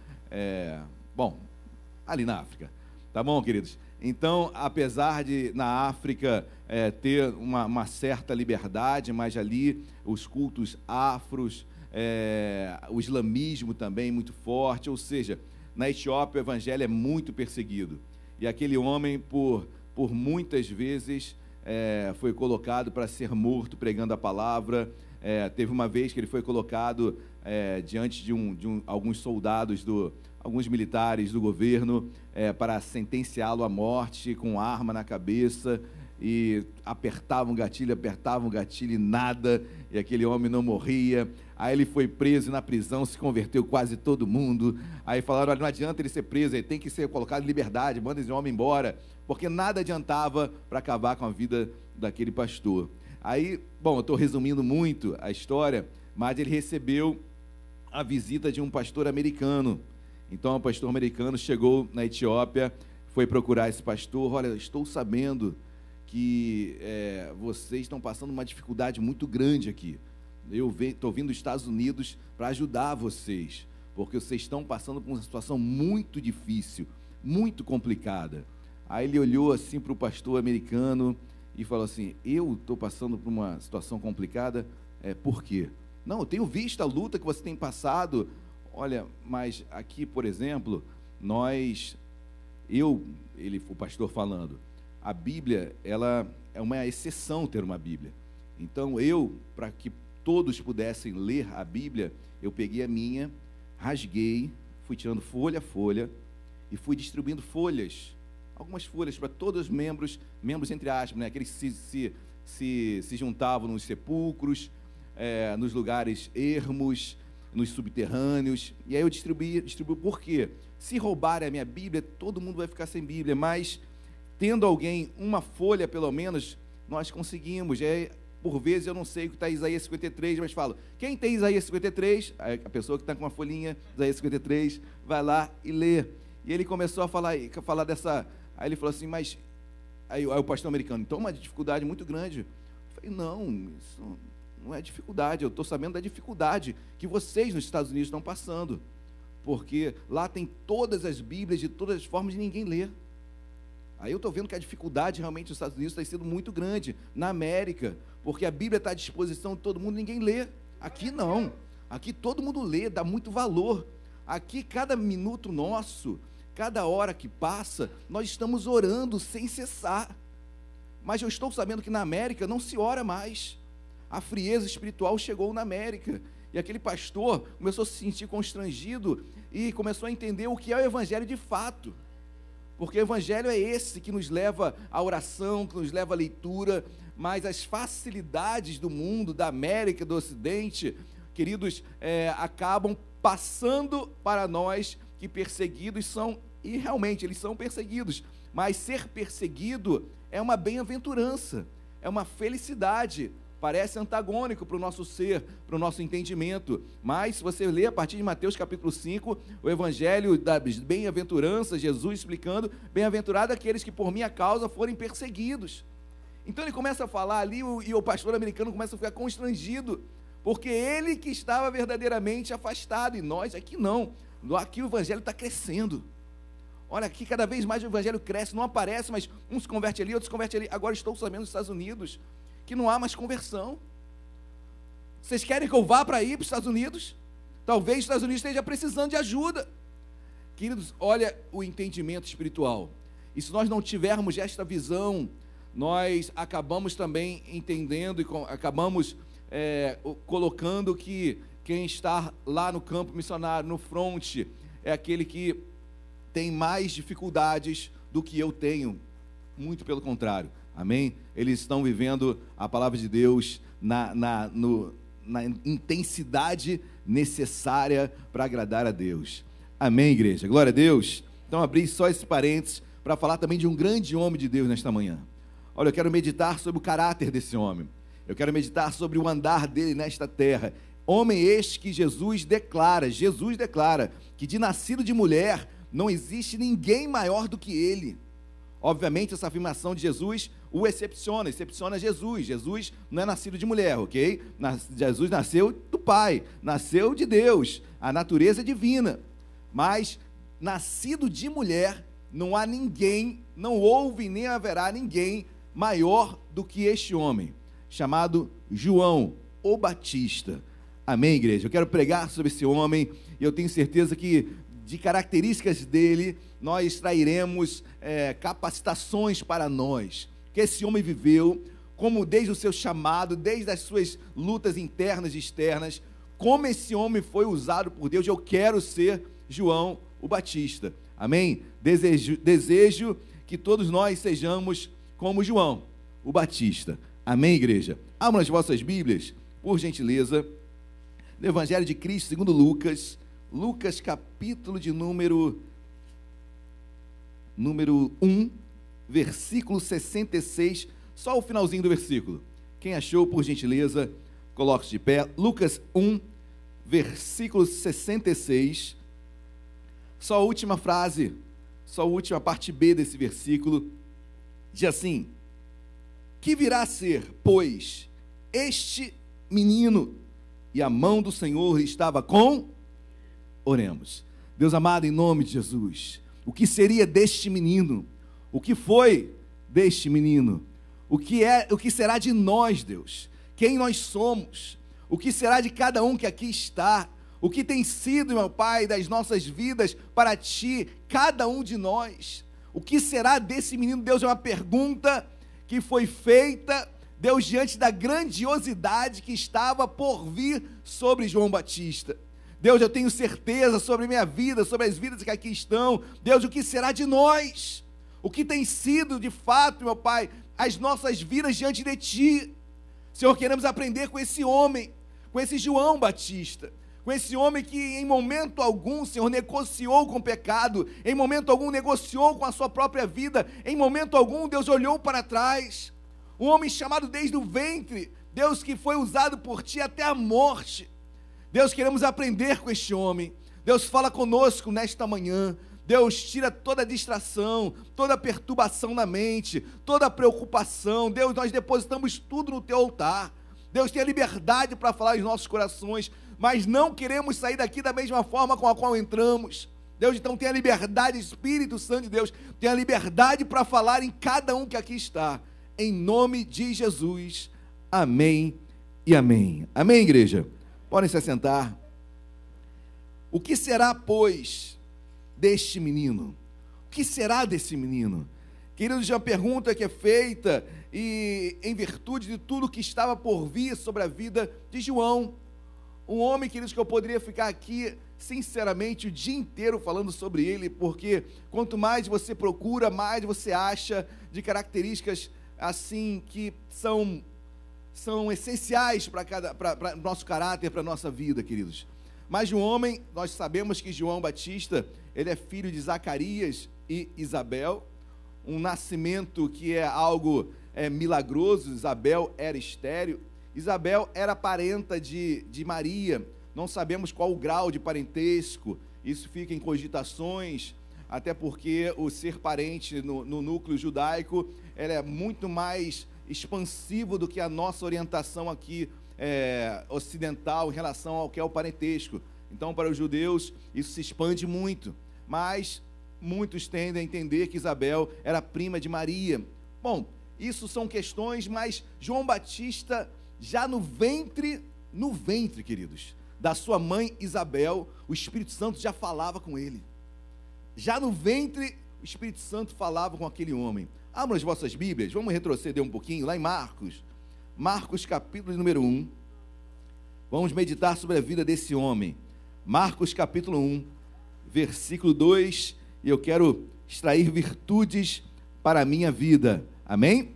ali na África. Tá bom, queridos? Então, apesar de na África ter uma certa liberdade, mas ali os cultos afros, o islamismo também muito forte, ou seja, na Etiópia o evangelho é muito perseguido. E aquele homem, por muitas vezes, foi colocado para ser morto pregando a palavra. Teve uma vez que ele foi colocado diante de alguns soldados, alguns militares do governo, para sentenciá-lo à morte com arma na cabeça, e apertavam o gatilho e nada, e aquele homem não morria. Aí ele foi preso, e na prisão se converteu quase todo mundo. Aí falaram: olha, não adianta ele ser preso, ele tem que ser colocado em liberdade, manda esse homem embora, porque nada adiantava para acabar com a vida daquele pastor. Aí, bom, eu estou resumindo muito a história, mas ele recebeu a visita de um pastor americano. Então, o pastor americano chegou na Etiópia, foi procurar esse pastor: olha, estou sabendo que vocês estão passando uma dificuldade muito grande aqui. Eu estou vindo dos Estados Unidos para ajudar vocês, porque vocês estão passando por uma situação muito difícil, muito complicada. Aí ele olhou assim para o pastor americano e falou assim: eu estou passando por uma situação complicada? Por quê? Não, eu tenho visto a luta que você tem passado. Olha, mas aqui, por exemplo, o pastor falando, a Bíblia, ela é uma exceção ter uma Bíblia. Então para que todos pudessem ler a Bíblia, eu peguei a minha, rasguei, fui tirando folha a folha e fui distribuindo folhas, algumas folhas para todos os membros entre aspas, né, aqueles que se juntavam nos sepulcros, nos lugares ermos, nos subterrâneos. E aí eu distribuo por quê? Se roubarem a minha Bíblia, todo mundo vai ficar sem Bíblia, mas tendo alguém uma folha pelo menos, nós conseguimos. Por vezes eu não sei o que está em Isaías 53, mas falo: quem tem Isaías 53? Aí a pessoa que está com uma folhinha, Isaías 53, vai lá e lê. E ele começou a falar dessa. Aí ele falou assim: mas. Aí o pastor americano: então, uma dificuldade muito grande. Eu falei: não, isso não é dificuldade, eu estou sabendo da dificuldade que vocês nos Estados Unidos estão passando, porque lá tem todas as Bíblias de todas as formas e ninguém lê. Aí eu estou vendo que a dificuldade realmente nos Estados Unidos está sendo muito grande, na América, porque a Bíblia está à disposição de todo mundo, ninguém lê. Aqui não, aqui todo mundo lê, dá muito valor. Aqui cada minuto nosso, cada hora que passa, nós estamos orando sem cessar. Mas eu estou sabendo que na América não se ora mais. A frieza espiritual chegou na América, e aquele pastor começou a se sentir constrangido e começou a entender o que é o evangelho de fato, porque o evangelho é esse que nos leva à oração, que nos leva à leitura. Mas as facilidades do mundo, da América, do Ocidente, queridos, acabam passando para nós que perseguidos são, e realmente eles são perseguidos, mas ser perseguido é uma bem-aventurança, é uma felicidade. Parece antagônico para o nosso ser, para o nosso entendimento, mas se você ler a partir de Mateus capítulo 5, o evangelho das bem-aventuranças, Jesus explicando: bem-aventurado aqueles que por minha causa forem perseguidos. Então ele começa a falar ali, e o pastor americano começa a ficar constrangido, porque ele que estava verdadeiramente afastado, e nós aqui não. Aqui o evangelho está crescendo. Olha, aqui cada vez mais o evangelho cresce, não aparece, mas um se converte ali, outro se converte ali. Agora estou sabendo nos Estados Unidos que não há mais conversão. Vocês querem que eu vá para ir para os Estados Unidos? Talvez os Estados Unidos esteja precisando de ajuda. Queridos, olha o entendimento espiritual. E se nós não tivermos esta visão, nós acabamos também entendendo e acabamos colocando que quem está lá no campo missionário, no fronte, é aquele que tem mais dificuldades do que eu tenho. Muito pelo contrário. Amém? Eles estão vivendo a palavra de Deus na intensidade necessária para agradar a Deus. Amém, igreja? Glória a Deus. Então, abri só esse parênteses para falar também de um grande homem de Deus nesta manhã. Olha, eu quero meditar sobre o caráter desse homem. Eu quero meditar sobre o andar dele nesta terra. Homem este que Jesus declara que de nascido de mulher não existe ninguém maior do que ele. Obviamente, essa afirmação de Jesus o excepciona Jesus. Jesus não é nascido de mulher, ok? Jesus nasceu do Pai, nasceu de Deus, a natureza é divina. Mas, nascido de mulher, não há ninguém, não houve nem haverá ninguém maior do que este homem, chamado João, o Batista. Amém, igreja? Eu quero pregar sobre esse homem, e eu tenho certeza que de características dele, nós extrairemos capacitações para nós, que esse homem viveu, como desde o seu chamado, desde as suas lutas internas e externas, como esse homem foi usado por Deus. Eu quero ser João o Batista, amém? Desejo que todos nós sejamos como João o Batista, amém, igreja? Abram as vossas Bíblias, por gentileza, no Evangelho de Cristo segundo Lucas capítulo de número 1, versículo 66, só o finalzinho do versículo. Quem achou, por gentileza, coloque-se de pé. Lucas 1, versículo 66, só a última frase, só a última parte B desse versículo, diz assim: que virá a ser, pois, este menino, e a mão do Senhor estava com... Oremos. Deus amado, em nome de Jesus, o que seria deste menino? O que foi deste menino? O que será de nós, Deus? Quem nós somos? O que será de cada um que aqui está? O que tem sido, meu Pai, das nossas vidas para Ti, cada um de nós? O que será desse menino? Deus, é uma pergunta que foi feita, Deus, diante da grandiosidade que estava por vir sobre João Batista. Deus, eu tenho certeza sobre a minha vida, sobre as vidas que aqui estão. Deus, o que será de nós? O que tem sido, de fato, meu Pai, as nossas vidas diante de Ti? Senhor, queremos aprender com esse homem, com esse João Batista, com esse homem que em momento algum, Senhor, negociou com o pecado, em momento algum negociou com a sua própria vida, em momento algum, Deus, olhou para trás. Um homem chamado desde o ventre, Deus, que foi usado por Ti até a morte. Deus, queremos aprender com este homem. Deus, fala conosco nesta manhã. Deus, tira toda a distração, toda a perturbação na mente, toda a preocupação. Deus, nós depositamos tudo no Teu altar. Deus, tenha liberdade para falar em nossos corações, mas não queremos sair daqui da mesma forma com a qual entramos. Deus, então tenha liberdade, Espírito Santo de Deus, tenha liberdade para falar em cada um que aqui está. Em nome de Jesus. Amém e amém. Amém, igreja? Podem se assentar. O que será, pois, deste menino? O que será desse menino? Queridos, uma pergunta que é feita e em virtude de tudo que estava por vir sobre a vida de João. Um homem, queridos, que eu poderia ficar aqui, sinceramente, o dia inteiro falando sobre ele, porque quanto mais você procura, mais você acha de características assim que são essenciais para o nosso caráter, para a nossa vida, queridos. Mas de um homem, nós sabemos que João Batista, ele é filho de Zacarias e Isabel, um nascimento que é algo milagroso. Isabel era estéril, Isabel era parenta de Maria, não sabemos qual o grau de parentesco, isso fica em cogitações, até porque o ser parente no núcleo judaico, ele é muito mais expansivo do que a nossa orientação aqui ocidental em relação ao que é o parentesco. Então, para os judeus, isso se expande muito, mas muitos tendem a entender que Isabel era prima de Maria. Bom, isso são questões, mas João Batista, já no ventre, queridos, da sua mãe Isabel, o Espírito Santo já falava com ele. Já no ventre, o Espírito Santo falava com aquele homem. Abram as vossas Bíblias, vamos retroceder um pouquinho, lá em Marcos capítulo número 1, vamos meditar sobre a vida desse homem. Marcos capítulo 1, versículo 2, e eu quero extrair virtudes para a minha vida, amém?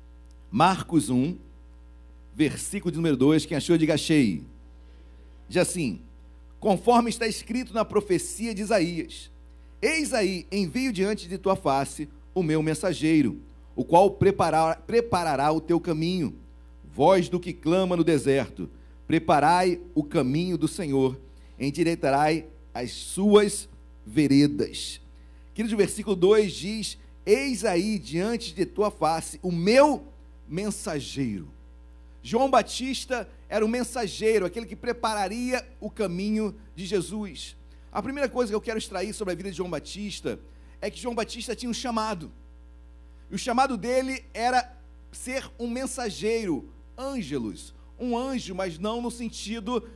Marcos 1, versículo de número 2, quem achou, diga achei. Diz assim: conforme está escrito na profecia de Isaías: eis aí, envio diante de tua face o meu mensageiro, o qual preparará o teu caminho. Voz do que clama no deserto: preparai o caminho do Senhor, endireitai as suas veredas. Queridos, o versículo 2 diz: eis aí diante de tua face o meu mensageiro. João Batista era o mensageiro, aquele que prepararia o caminho de Jesus. A primeira coisa que eu quero extrair sobre a vida de João Batista é que João Batista tinha um chamado. E o chamado dele era ser um mensageiro, ângelos, um anjo, mas não no sentido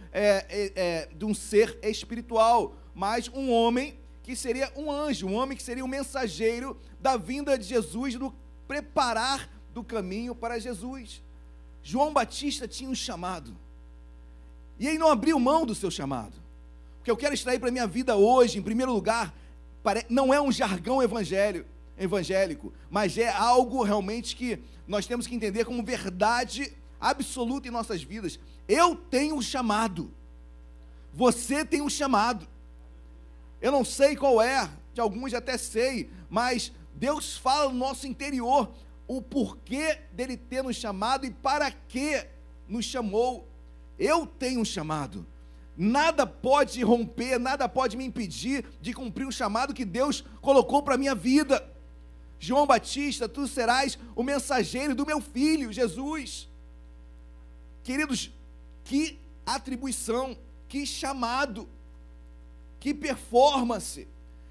de um ser espiritual, mas um homem que seria um anjo, um homem que seria um mensageiro da vinda de Jesus, do preparar do caminho para Jesus. João Batista tinha um chamado, e ele não abriu mão do seu chamado. O que eu quero extrair para a minha vida hoje, em primeiro lugar, não é um jargão evangélico, mas é algo realmente que nós temos que entender como verdade absoluta em nossas vidas. Eu tenho um chamado, você tem um chamado. Eu não sei qual é, de alguns até sei, mas Deus fala no nosso interior o porquê dele ter nos chamado e para que nos chamou. Eu tenho um chamado. Nada pode romper, nada pode me impedir de cumprir o chamado que Deus colocou para a minha vida. João Batista, tu serás o mensageiro do meu filho, Jesus. Queridos, que atribuição, que chamado, que performance,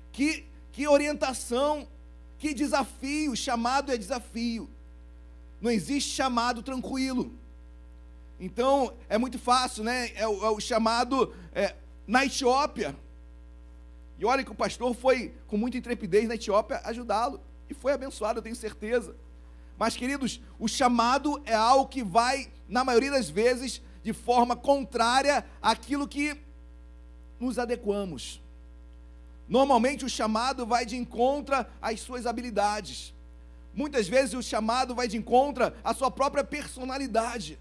que orientação, que desafio. Chamado é desafio. Não existe chamado tranquilo. Então, é muito fácil, né? É o chamado na Etiópia. E olha que o pastor foi com muita intrepidez na Etiópia ajudá-lo. E foi abençoado, eu tenho certeza. Mas, queridos, o chamado é algo que vai, na maioria das vezes, de forma contrária àquilo que nos adequamos. Normalmente o chamado vai de encontro às suas habilidades. Muitas vezes o chamado vai de encontro à sua própria personalidade.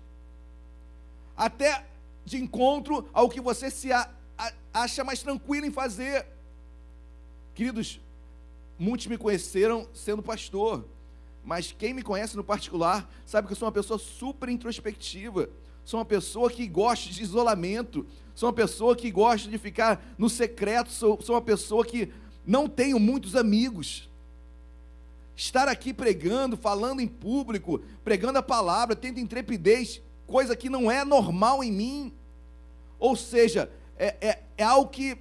Até de encontro ao que você se acha mais tranquilo em fazer. Queridos, muitos me conheceram sendo pastor, mas quem me conhece no particular sabe que eu sou uma pessoa super introspectiva, sou uma pessoa que gosta de isolamento, sou uma pessoa que gosta de ficar no secreto, sou uma pessoa que não tenho muitos amigos. Estar aqui pregando, falando em público, pregando a palavra, tendo intrepidez, coisa que não é normal em mim. Ou seja, é algo que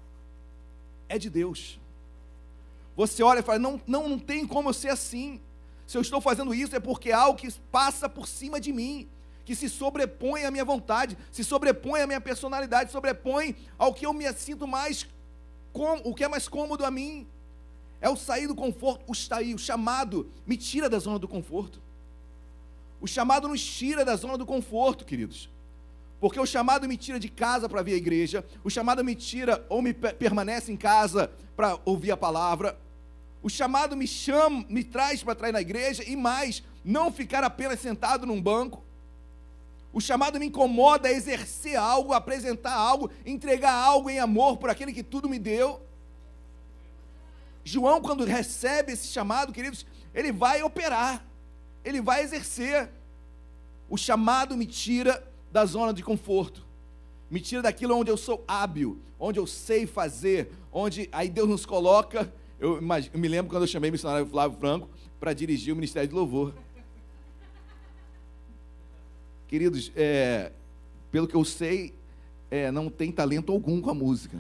é de Deus. Você olha e fala, não tem como eu ser assim. Se eu estou fazendo isso é porque é algo que passa por cima de mim, que se sobrepõe à minha vontade, se sobrepõe à minha personalidade, sobrepõe ao que eu me sinto mais, o que é mais cômodo a mim. É o sair do conforto, o chamado me tira da zona do conforto. O chamado nos tira da zona do conforto, queridos. Porque o chamado me tira de casa para vir à igreja, o chamado me tira ou me permanece em casa para ouvir a palavra. O chamado me traz para trás na igreja e mais, não ficar apenas sentado num banco. O chamado me incomoda a exercer algo, apresentar algo, entregar algo em amor por aquele que tudo me deu. João, quando recebe esse chamado, queridos, ele vai operar, ele vai exercer. O chamado me tira da zona de conforto, me tira daquilo onde eu sou hábil, onde eu sei fazer, onde aí Deus nos coloca. Eu me lembro quando eu chamei o missionário Flávio Franco para dirigir o Ministério de Louvor. Queridos, pelo que eu sei, não tem talento algum com a música.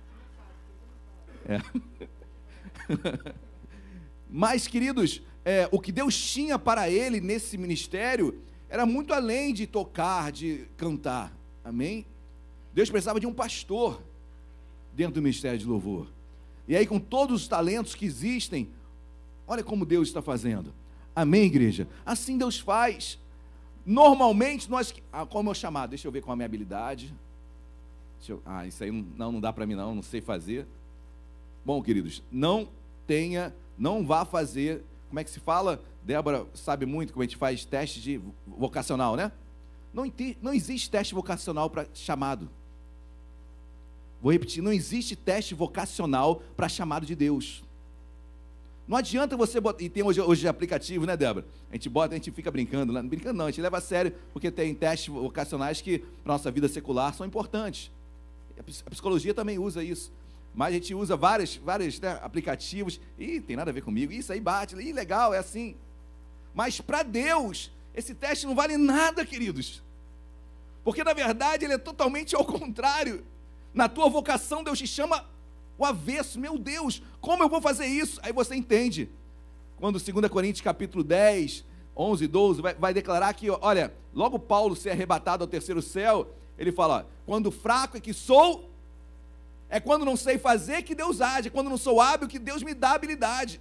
Mas, queridos, o que Deus tinha para ele nesse ministério era muito além de tocar, de cantar. Amém? Deus precisava de um pastor dentro do Ministério de Louvor. E aí, com todos os talentos que existem, olha como Deus está fazendo. Amém, igreja? Assim Deus faz. Normalmente, qual é o meu chamado? Deixa eu ver qual é a minha habilidade. Isso aí não dá para mim não sei fazer. Bom, queridos, não vá fazer, como é que se fala? Débora sabe muito como a gente faz teste de vocacional, né? Não existe teste vocacional para chamado. Vou repetir, não existe teste vocacional para chamado de Deus. Não adianta você botar, e tem hoje aplicativo, né, Débora? A gente fica brincando, não, a gente leva a sério, porque tem testes vocacionais que, para a nossa vida secular, são importantes. A psicologia também usa isso. mas a gente usa vários né, aplicativos, e tem nada a ver comigo, isso aí bate, e legal, é assim. Mas para Deus, esse teste não vale nada, queridos. Porque na verdade ele é totalmente ao contrário. Na tua vocação Deus te chama o avesso. Meu Deus, como eu vou fazer isso? Aí você entende. Quando 2 Coríntios capítulo 10, 11 e 12 vai declarar que, olha, logo Paulo ser arrebatado ao terceiro céu, ele fala, ó, quando fraco é que sou, é quando não sei fazer que Deus age, é quando não sou hábil que Deus me dá habilidade.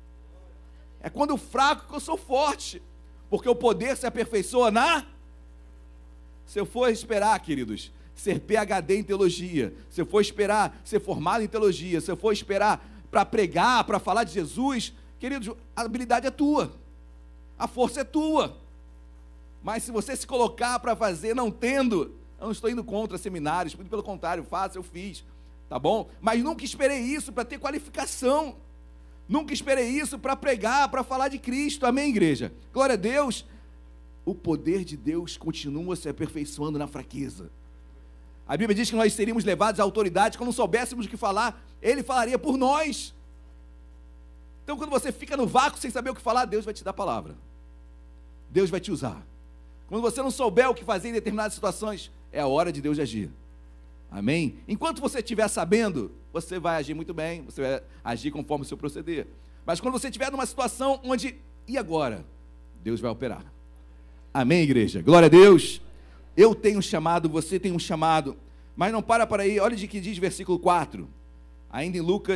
É quando fraco que eu sou forte, porque o poder se aperfeiçoa Se eu for esperar, queridos, ser PhD em teologia, se eu for esperar ser formado em teologia, se eu for esperar para pregar, para falar de Jesus, queridos, a habilidade é tua, a força é tua, mas se você se colocar para fazer não tendo, eu não estou indo contra seminários, muito pelo contrário, faço, eu fiz, tá bom? Mas nunca esperei isso para ter qualificação, nunca esperei isso para pregar, para falar de Cristo, amém, igreja? Glória a Deus. O poder de Deus continua se aperfeiçoando na fraqueza. A Bíblia diz que nós seríamos levados à autoridade, quando não soubéssemos o que falar, Ele falaria por nós. Então quando você fica no vácuo sem saber o que falar, Deus vai te dar a palavra, Deus vai te usar. Quando você não souber o que fazer em determinadas situações, é a hora de Deus agir, amém? Enquanto você estiver sabendo, você vai agir muito bem, você vai agir conforme o seu proceder, mas quando você estiver numa situação onde, e agora? Deus vai operar, amém, igreja? Glória a Deus. Eu tenho um chamado, você tem um chamado, mas não para aí, olha de que diz versículo 4, ainda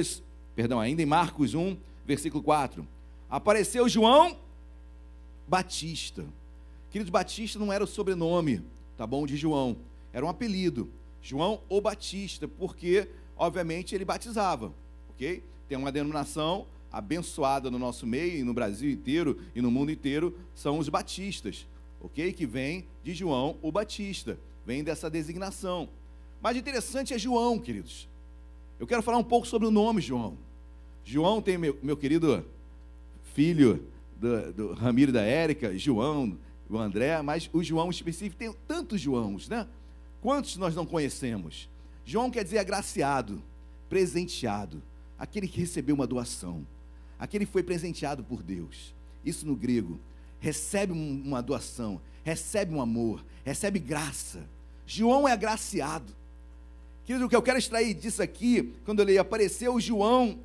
em Marcos 1, versículo 4, apareceu João Batista. Queridos, Batista não era o sobrenome, tá bom, de João, era um apelido, João o Batista, porque, obviamente, ele batizava, ok? Tem uma denominação abençoada no nosso meio, e no Brasil inteiro, e no mundo inteiro, são os batistas, ok? Que vem de João o Batista, vem dessa designação. Mas interessante é João, queridos. Eu quero falar um pouco sobre o nome João. João tem meu querido filho do Ramiro e da Érica, João, o André, mas o João específico, tem tantos Joãos, né? Quantos nós não conhecemos? João quer dizer agraciado, presenteado, aquele que recebeu uma doação, aquele que foi presenteado por Deus. Isso no grego, recebe uma doação, recebe um amor, recebe graça. João é agraciado. Querido, o que eu quero extrair disso aqui, quando eu leio, apareceu João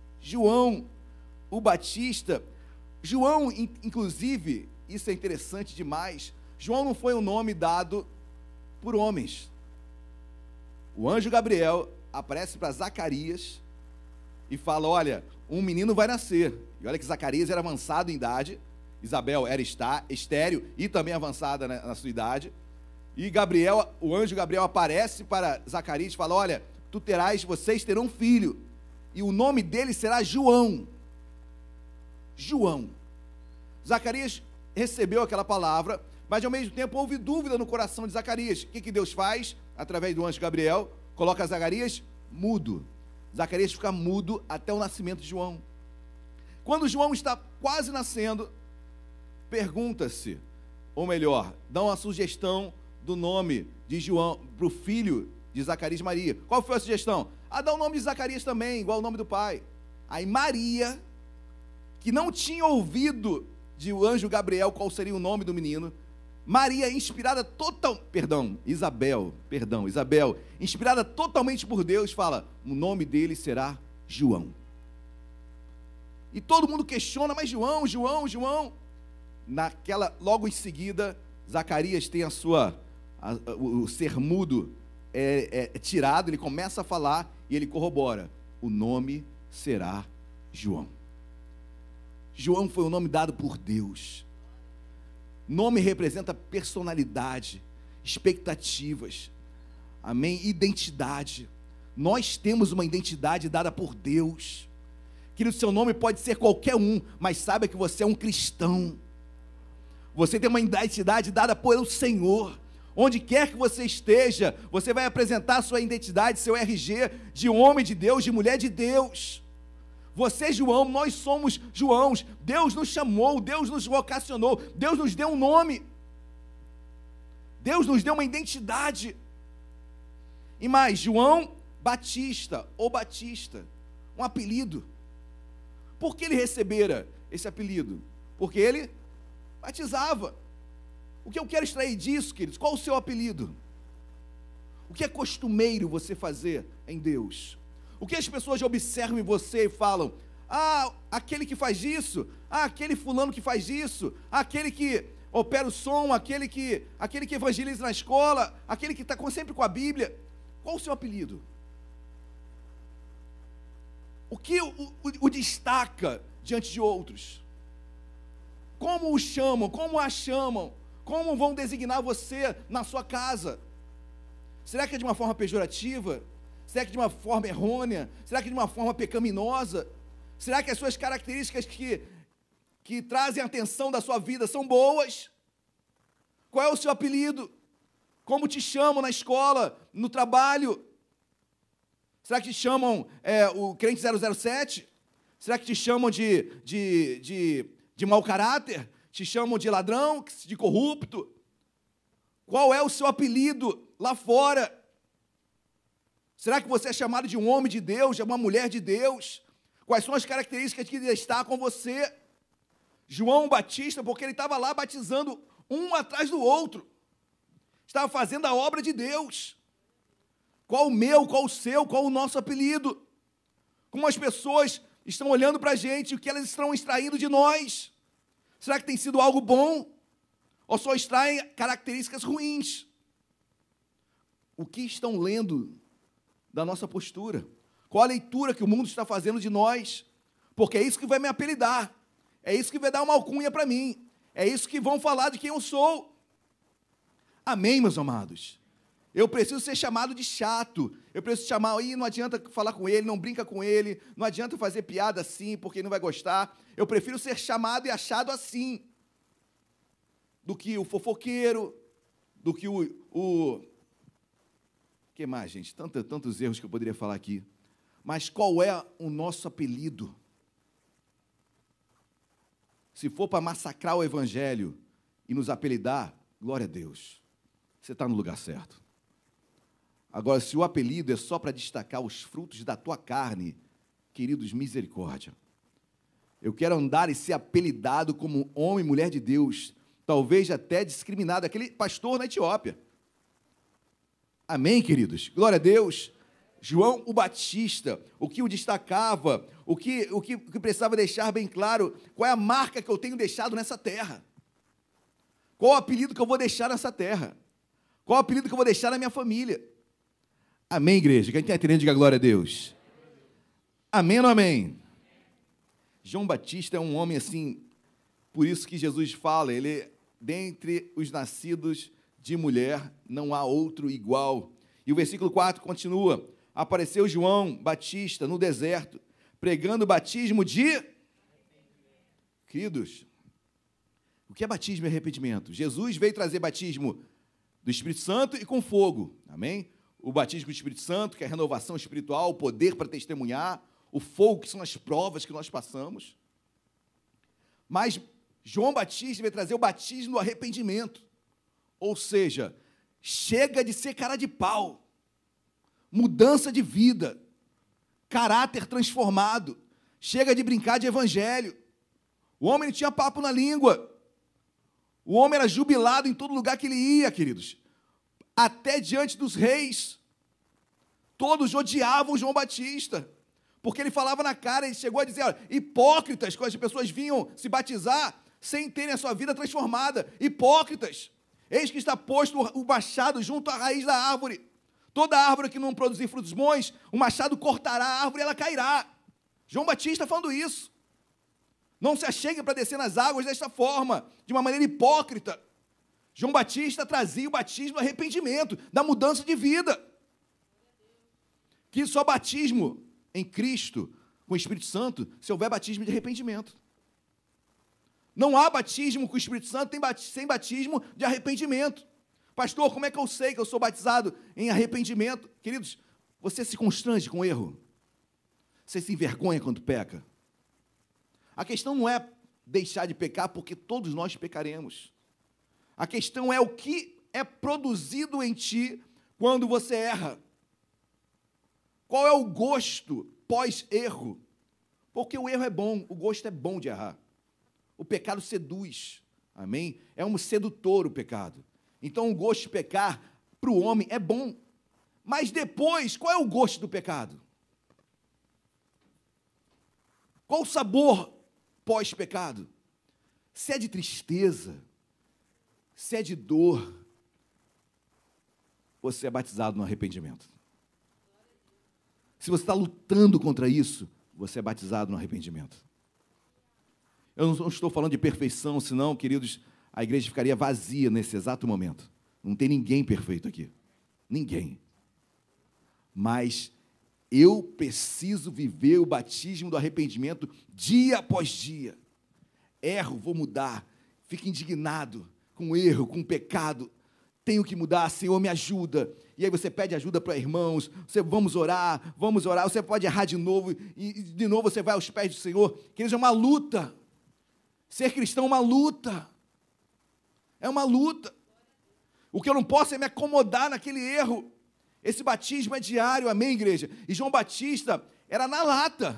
o Batista. João, inclusive, isso é interessante demais, João não foi um nome dado por homens. O anjo Gabriel aparece para Zacarias e fala, olha, um menino vai nascer. E olha que Zacarias era avançado em idade, Isabel era estéril e também avançada na sua idade. E o anjo Gabriel aparece para Zacarias e fala, olha, vocês terão um filho, e o nome dele será João. João. Zacarias recebeu aquela palavra, mas ao mesmo tempo houve dúvida no coração de Zacarias. O que Deus faz? Através do anjo Gabriel, coloca Zacarias mudo. Zacarias fica mudo até o nascimento de João. Quando João está quase nascendo, pergunta-se, ou melhor, dá uma sugestão do nome de João para o filho de Zacarias, Maria. Qual foi a sugestão? Dá o nome de Zacarias também, igual o nome do pai. Aí Maria, que não tinha ouvido de o anjo Gabriel qual seria o nome do menino, Maria, inspirada Isabel, inspirada totalmente por Deus, fala, o nome dele será João. E todo mundo questiona, mas João, logo em seguida, Zacarias tem o ser mudo tirado, ele começa a falar e ele corrobora, o nome será João. João foi um nome dado por Deus. Nome representa personalidade, expectativas, amém? Identidade. Nós temos uma identidade dada por Deus. Querido, seu nome pode ser qualquer um, mas saiba que você é um cristão. Você tem uma identidade dada pelo Senhor. Onde quer que você esteja, você vai apresentar sua identidade, seu RG, de homem de Deus, de mulher de Deus. Você, João, nós somos Joãos. Deus nos chamou, Deus nos vocacionou, Deus nos deu um nome. Deus nos deu uma identidade. E mais, João Batista ou Batista, um apelido. Por que ele recebera esse apelido? Porque ele batizava. O que eu quero extrair disso, queridos? Qual o seu apelido? O que é costumeiro você fazer em Deus? O que as pessoas observam em você e falam: ah, aquele que faz isso, ah, aquele fulano que faz isso, aquele que opera o som, aquele que evangeliza na escola, aquele que está sempre com a Bíblia. Qual o seu apelido? O que o destaca diante de outros? Como o chamam? Como a chamam? Como vão designar você na sua casa? Será que é de uma forma pejorativa? Será que é de uma forma errônea? Será que é de uma forma pecaminosa? Será que as suas características que trazem a atenção da sua vida são boas? Qual é o seu apelido? Como te chamam na escola, no trabalho? Será que te chamam o crente 007? Será que te chamam de mau caráter? Te chamam de ladrão, de corrupto? Qual é o seu apelido lá fora? Será que você é chamado de um homem de Deus, de uma mulher de Deus? Quais são as características que destacam você? João Batista, porque ele estava lá batizando um atrás do outro. Estava fazendo a obra de Deus. Qual o meu, qual o seu, qual o nosso apelido? Como as pessoas estão olhando para a gente, o que elas estão extraindo de nós? Será que tem sido algo bom? Ou só extraem características ruins? O que estão lendo da nossa postura? Qual a leitura que o mundo está fazendo de nós? Porque é isso que vai me apelidar. É isso que vai dar uma alcunha para mim. É isso que vão falar de quem eu sou. Amém, meus amados? Eu preciso ser chamado de chato. Eu preciso chamar, não adianta falar com ele, não brinca com ele, não adianta fazer piada assim, porque ele não vai gostar. Eu prefiro ser chamado e achado assim, do que o fofoqueiro, do que o que mais, gente? Tantos erros que eu poderia falar aqui. Mas qual é o nosso apelido? Se for para massacrar o evangelho e nos apelidar, glória a Deus, você está no lugar certo. Agora, se o apelido é só para destacar os frutos da tua carne, queridos, misericórdia. Eu quero andar e ser apelidado como homem e mulher de Deus, talvez até discriminado, aquele pastor na Etiópia. Amém, queridos? Glória a Deus. João o Batista, o que o destacava, o que precisava deixar bem claro, qual é a marca que eu tenho deixado nessa terra? Qual o apelido que eu vou deixar nessa terra? Qual o apelido que eu vou deixar na minha família? Amém, igreja? Quem está entendendo, diga glória a Deus. Amém ou não amém? João Batista é um homem assim, por isso que Jesus fala, ele, dentre os nascidos de mulher, não há outro igual. E o versículo 4 continua: apareceu João Batista no deserto, pregando o batismo de... Queridos, o que é batismo e arrependimento? Jesus veio trazer batismo do Espírito Santo e com fogo, amém? O batismo do Espírito Santo, que é a renovação espiritual, o poder para testemunhar, o fogo, que são as provas que nós passamos. Mas João Batista veio trazer o batismo do arrependimento, ou seja, chega de ser cara de pau, mudança de vida, caráter transformado, chega de brincar de evangelho. O homem não tinha papo na língua, o homem era jubilado em todo lugar que ele ia, queridos, até diante dos reis. Todos odiavam João Batista, porque ele falava na cara, ele chegou a dizer, olha, hipócritas, quando as pessoas vinham se batizar, sem terem a sua vida transformada, hipócritas, eis que está posto o machado junto à raiz da árvore, toda árvore que não produzir frutos bons, o machado cortará a árvore e ela cairá. João Batista falando isso. Não se achegue para descer nas águas desta forma, de uma maneira hipócrita. João Batista trazia o batismo do arrependimento, da mudança de vida. Que só batismo em Cristo, com o Espírito Santo, se houver batismo de arrependimento. Não há batismo com o Espírito Santo sem batismo de arrependimento. Pastor, como é que eu sei que eu sou batizado em arrependimento? Queridos, você se constrange com o erro? Você se envergonha quando peca? A questão não é deixar de pecar, porque todos nós pecaremos. A questão é o que é produzido em ti quando você erra. Qual é o gosto pós-erro? Porque o erro é bom, o gosto é bom de errar. O pecado seduz, amém? É um sedutor o pecado. Então, o gosto de pecar para o homem é bom. Mas depois, qual é o gosto do pecado? Qual o sabor pós-pecado? Se é de tristeza, se é de dor, você é batizado no arrependimento. Se você está lutando contra isso, você é batizado no arrependimento. Eu não estou falando de perfeição, senão, queridos, a igreja ficaria vazia nesse exato momento. Não tem ninguém perfeito aqui. Ninguém. Mas eu preciso viver o batismo do arrependimento dia após dia. Erro, vou mudar. Fico indignado com o erro, com o pecado. Tenho que mudar, Senhor, me ajuda. E aí você pede ajuda para irmãos, vamos orar, você pode errar de novo, e de novo você vai aos pés do Senhor. Queridos, é uma luta. Ser cristão é uma luta. É uma luta. O que eu não posso é me acomodar naquele erro. Esse batismo é diário, amém, igreja? E João Batista era na lata.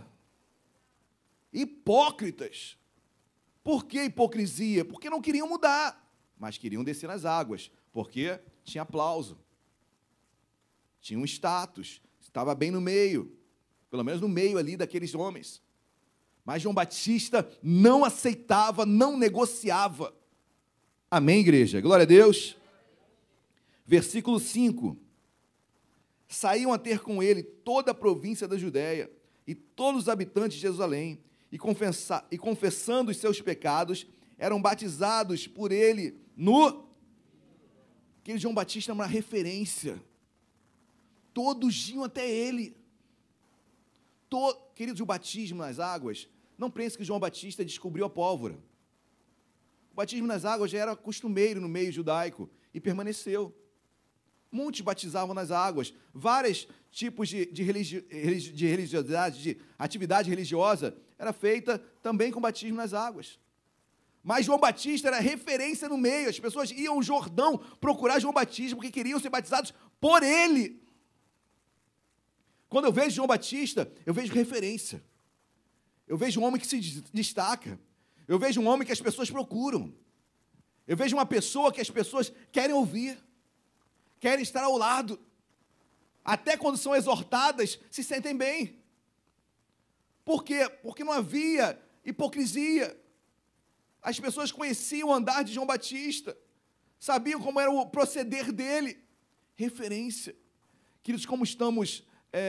Hipócritas. Por que hipocrisia? Porque não queriam mudar, mas queriam descer nas águas, porque tinha aplauso, tinha um status, estava bem no meio, pelo menos no meio ali daqueles homens. Mas João Batista não aceitava, não negociava. Amém, igreja? Glória a Deus. Versículo 5. Saíam a ter com ele toda a província da Judéia e todos os habitantes de Jerusalém, e confessando os seus pecados, eram batizados por ele no... Aquele João Batista era uma referência. Todos iam até ele. Queridos, o batismo nas águas, não pense que João Batista descobriu a pólvora. O batismo nas águas já era costumeiro no meio judaico e permaneceu. Muitos batizavam nas águas. Vários tipos de religiosidade, de atividade religiosa, era feita também com batismo nas águas. Mas João Batista era referência no meio. As pessoas iam ao Jordão procurar João Batista porque queriam ser batizados por ele. Quando eu vejo João Batista, eu vejo referência. Eu vejo um homem que se destaca. Eu vejo um homem que as pessoas procuram. Eu vejo uma pessoa que as pessoas querem ouvir, querem estar ao lado. Até quando são exortadas, se sentem bem. Por quê? Porque não havia hipocrisia. As pessoas conheciam o andar de João Batista, sabiam como era o proceder dele. Referência. Queridos, como estamos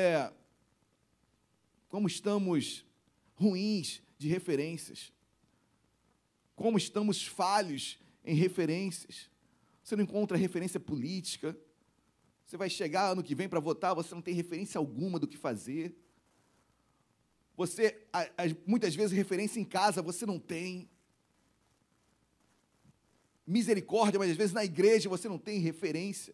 ruins de referências. Como estamos falhos em referências. Você não encontra referência política. Você vai chegar ano que vem para votar, você não tem referência alguma do que fazer. Você, muitas vezes, referência em casa você não tem. Misericórdia, mas às vezes na igreja você não tem referência.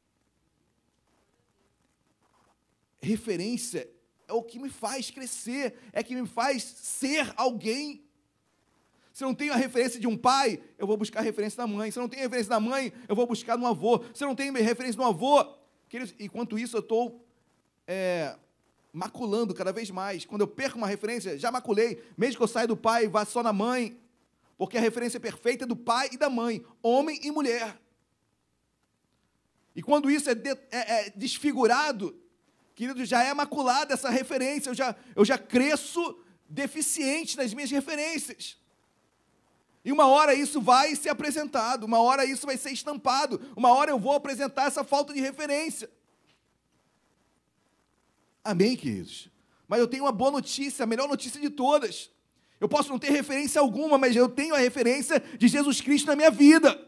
Referência é o que me faz crescer, é que me faz ser alguém. Se eu não tenho a referência de um pai, eu vou buscar a referência da mãe. Se eu não tenho a referência da mãe, eu vou buscar no avô. Se eu não tenho a referência do avô, queridos, enquanto isso eu estou maculando cada vez mais. Quando eu perco uma referência, já maculei, mesmo que eu saia do pai e vá só na mãe, porque a referência perfeita é do pai e da mãe, homem e mulher. E quando isso é desfigurado, querido, já é maculada essa referência, eu já cresço deficiente nas minhas referências. E uma hora isso vai ser apresentado, uma hora isso vai ser estampado, uma hora eu vou apresentar essa falta de referência. Amém, queridos? Mas eu tenho uma boa notícia, a melhor notícia de todas. Eu posso não ter referência alguma, mas eu tenho a referência de Jesus Cristo na minha vida,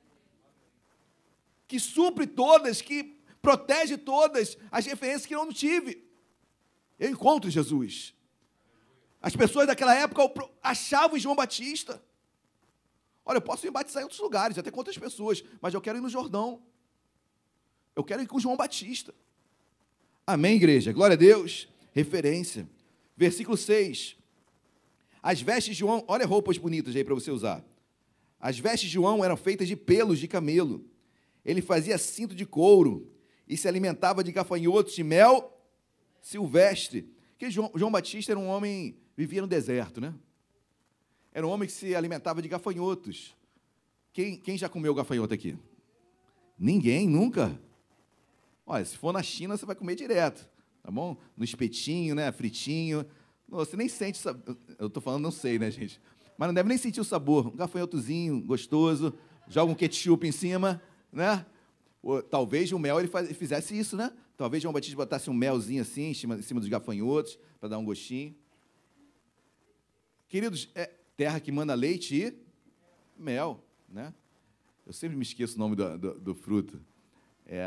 que supre todas, que protege todas as referências que eu não tive. Eu encontro Jesus. As pessoas daquela época achavam João Batista. Olha, eu posso me batizar em outros lugares, até com outras pessoas, mas eu quero ir no Jordão. Eu quero ir com João Batista. Amém, igreja? Glória a Deus. Referência. Versículo 6. As vestes de João, olha roupas bonitas aí para você usar. As vestes de João eram feitas de pelos de camelo. Ele fazia cinto de couro e se alimentava de gafanhotos de mel silvestre. Porque João Batista era um homem, vivia no deserto, né? Era um homem que se alimentava de gafanhotos. Quem já comeu gafanhoto aqui? Ninguém, nunca. Olha, se for na China, você vai comer direto, tá bom? No espetinho, né, fritinho. Você nem sente, eu estou falando, não sei, né, gente? Mas não deve nem sentir o sabor. Um gafanhotozinho gostoso, joga um ketchup em cima, né? Ou, talvez o mel ele fizesse isso, né? Talvez João Batista botasse um melzinho assim em cima dos gafanhotos, para dar um gostinho. Queridos, é terra que manda leite e mel, né? Eu sempre me esqueço o nome do fruto. É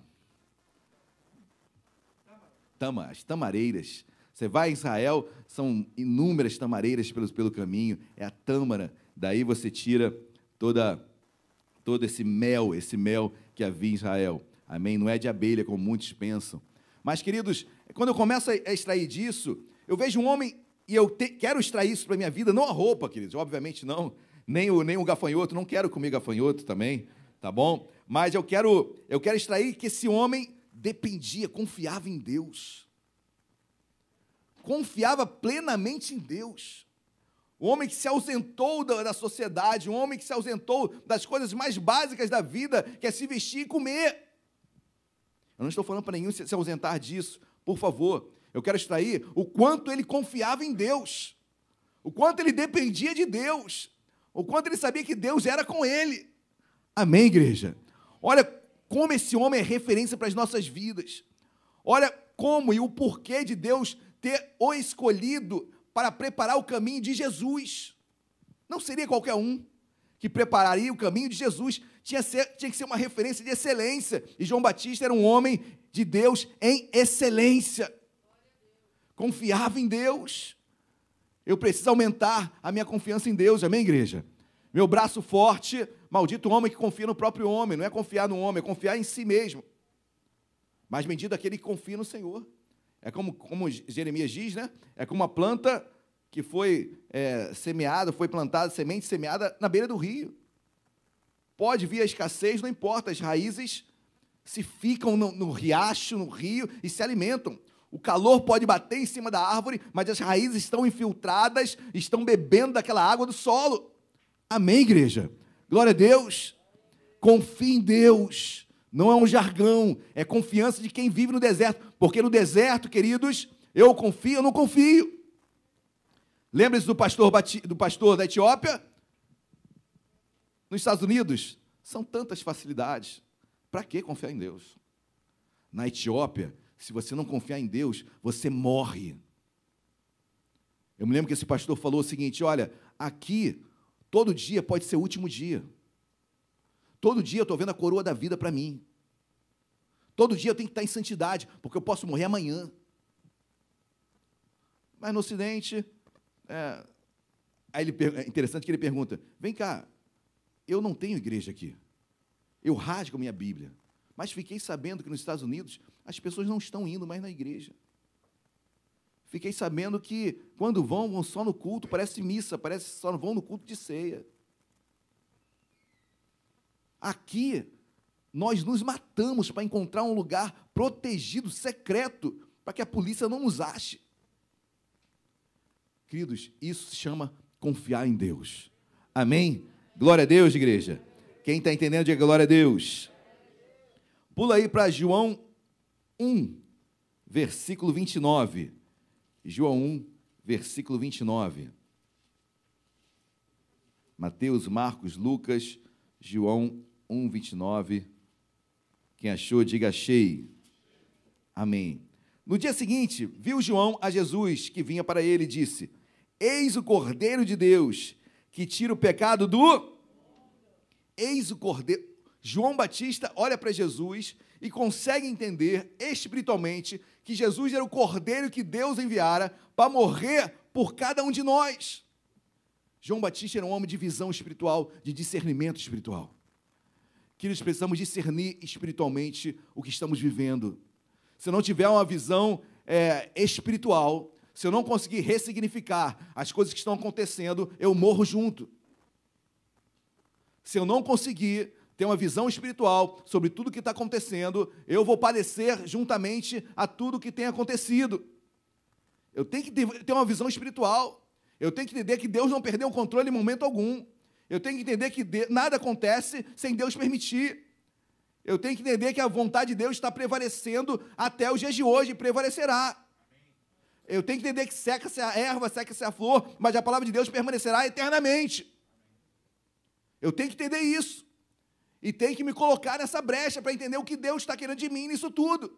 as tamareiras. Você vai em Israel, são inúmeras tamareiras pelo caminho, é a tâmara. Daí você tira todo esse mel que havia em Israel. Amém? Não é de abelha, como muitos pensam. Mas, queridos, quando eu começo a extrair disso, eu vejo um homem, e eu quero extrair isso para a minha vida, não a roupa, queridos, obviamente não, nem o gafanhoto, não quero comer gafanhoto também, tá bom? Mas eu quero extrair que esse homem dependia, confiava em Deus. Confiava plenamente em Deus. Um homem que se ausentou da sociedade, um homem que se ausentou das coisas mais básicas da vida, que é se vestir e comer. Eu não estou falando para nenhum se ausentar disso, por favor. Eu quero extrair o quanto ele confiava em Deus, o quanto ele dependia de Deus, o quanto ele sabia que Deus era com ele. Amém, igreja? Olha como esse homem é referência para as nossas vidas. Olha como e o porquê de Deus ter o escolhido para preparar o caminho de Jesus. Não seria qualquer um que prepararia o caminho de Jesus. Tinha que ser uma referência de excelência. E João Batista era um homem de Deus em excelência. Confiava em Deus. Eu preciso aumentar a minha confiança em Deus. Amém, igreja? Meu braço forte, maldito homem que confia no próprio homem. Não é confiar no homem, é confiar em si mesmo. Mas bendito aquele que confia no Senhor. É como Jeremias diz, né? É como uma planta que foi semeada, foi plantada, semente semeada na beira do rio. Pode vir a escassez, não importa, as raízes se ficam no riacho, no rio, e se alimentam. O calor pode bater em cima da árvore, mas as raízes estão infiltradas, estão bebendo daquela água do solo. Amém, igreja? Glória a Deus. Confie em Deus. Não é um jargão, é confiança de quem vive no deserto. Porque no deserto, queridos, eu confio, eu não confio. Lembra-se do pastor da Etiópia? Nos Estados Unidos, são tantas facilidades. Para que confiar em Deus? Na Etiópia, se você não confiar em Deus, você morre. Eu me lembro que esse pastor falou o seguinte, olha, aqui, todo dia pode ser o último dia. Todo dia eu estou vendo a coroa da vida para mim. Todo dia eu tenho que estar em santidade, porque eu posso morrer amanhã. Mas no Ocidente, é interessante que ele pergunta, vem cá, eu não tenho igreja aqui. Eu rasgo a minha Bíblia. Mas fiquei sabendo que nos Estados Unidos as pessoas não estão indo mais na igreja. Fiquei sabendo que quando vão só no culto, parece missa, parece só vão no culto de ceia. Aqui, nós nos matamos para encontrar um lugar protegido, secreto, para que a polícia não nos ache. Queridos, isso se chama confiar em Deus. Amém? Glória a Deus, igreja. Quem está entendendo, diga glória a Deus. Pula aí para João 1, versículo 29. João 1, versículo 29. Mateus, Marcos, Lucas, João 1, 29. Quem achou, diga achei. Amém. No dia seguinte, viu João a Jesus, que vinha para ele, e disse, eis o Cordeiro de Deus, que tira o pecado do... Eis o Cordeiro... João Batista olha para Jesus e consegue entender espiritualmente que Jesus era o Cordeiro que Deus enviara para morrer por cada um de nós. João Batista era um homem de visão espiritual, de discernimento espiritual. Que nós precisamos discernir espiritualmente o que estamos vivendo. Se eu não tiver uma visão espiritual, se eu não conseguir ressignificar as coisas que estão acontecendo, eu morro junto. Se eu não conseguir ter uma visão espiritual sobre tudo que está acontecendo, eu vou padecer juntamente a tudo que tem acontecido. Eu tenho que ter uma visão espiritual. Eu tenho que entender que Deus não perdeu o controle em momento algum. Eu tenho que entender que nada acontece sem Deus permitir. Eu tenho que entender que a vontade de Deus está prevalecendo até os dias de hoje e prevalecerá. Eu tenho que entender que seca-se a erva, seca-se a flor, mas a palavra de Deus permanecerá eternamente. Eu tenho que entender isso. E tenho que me colocar nessa brecha para entender o que Deus está querendo de mim nisso tudo.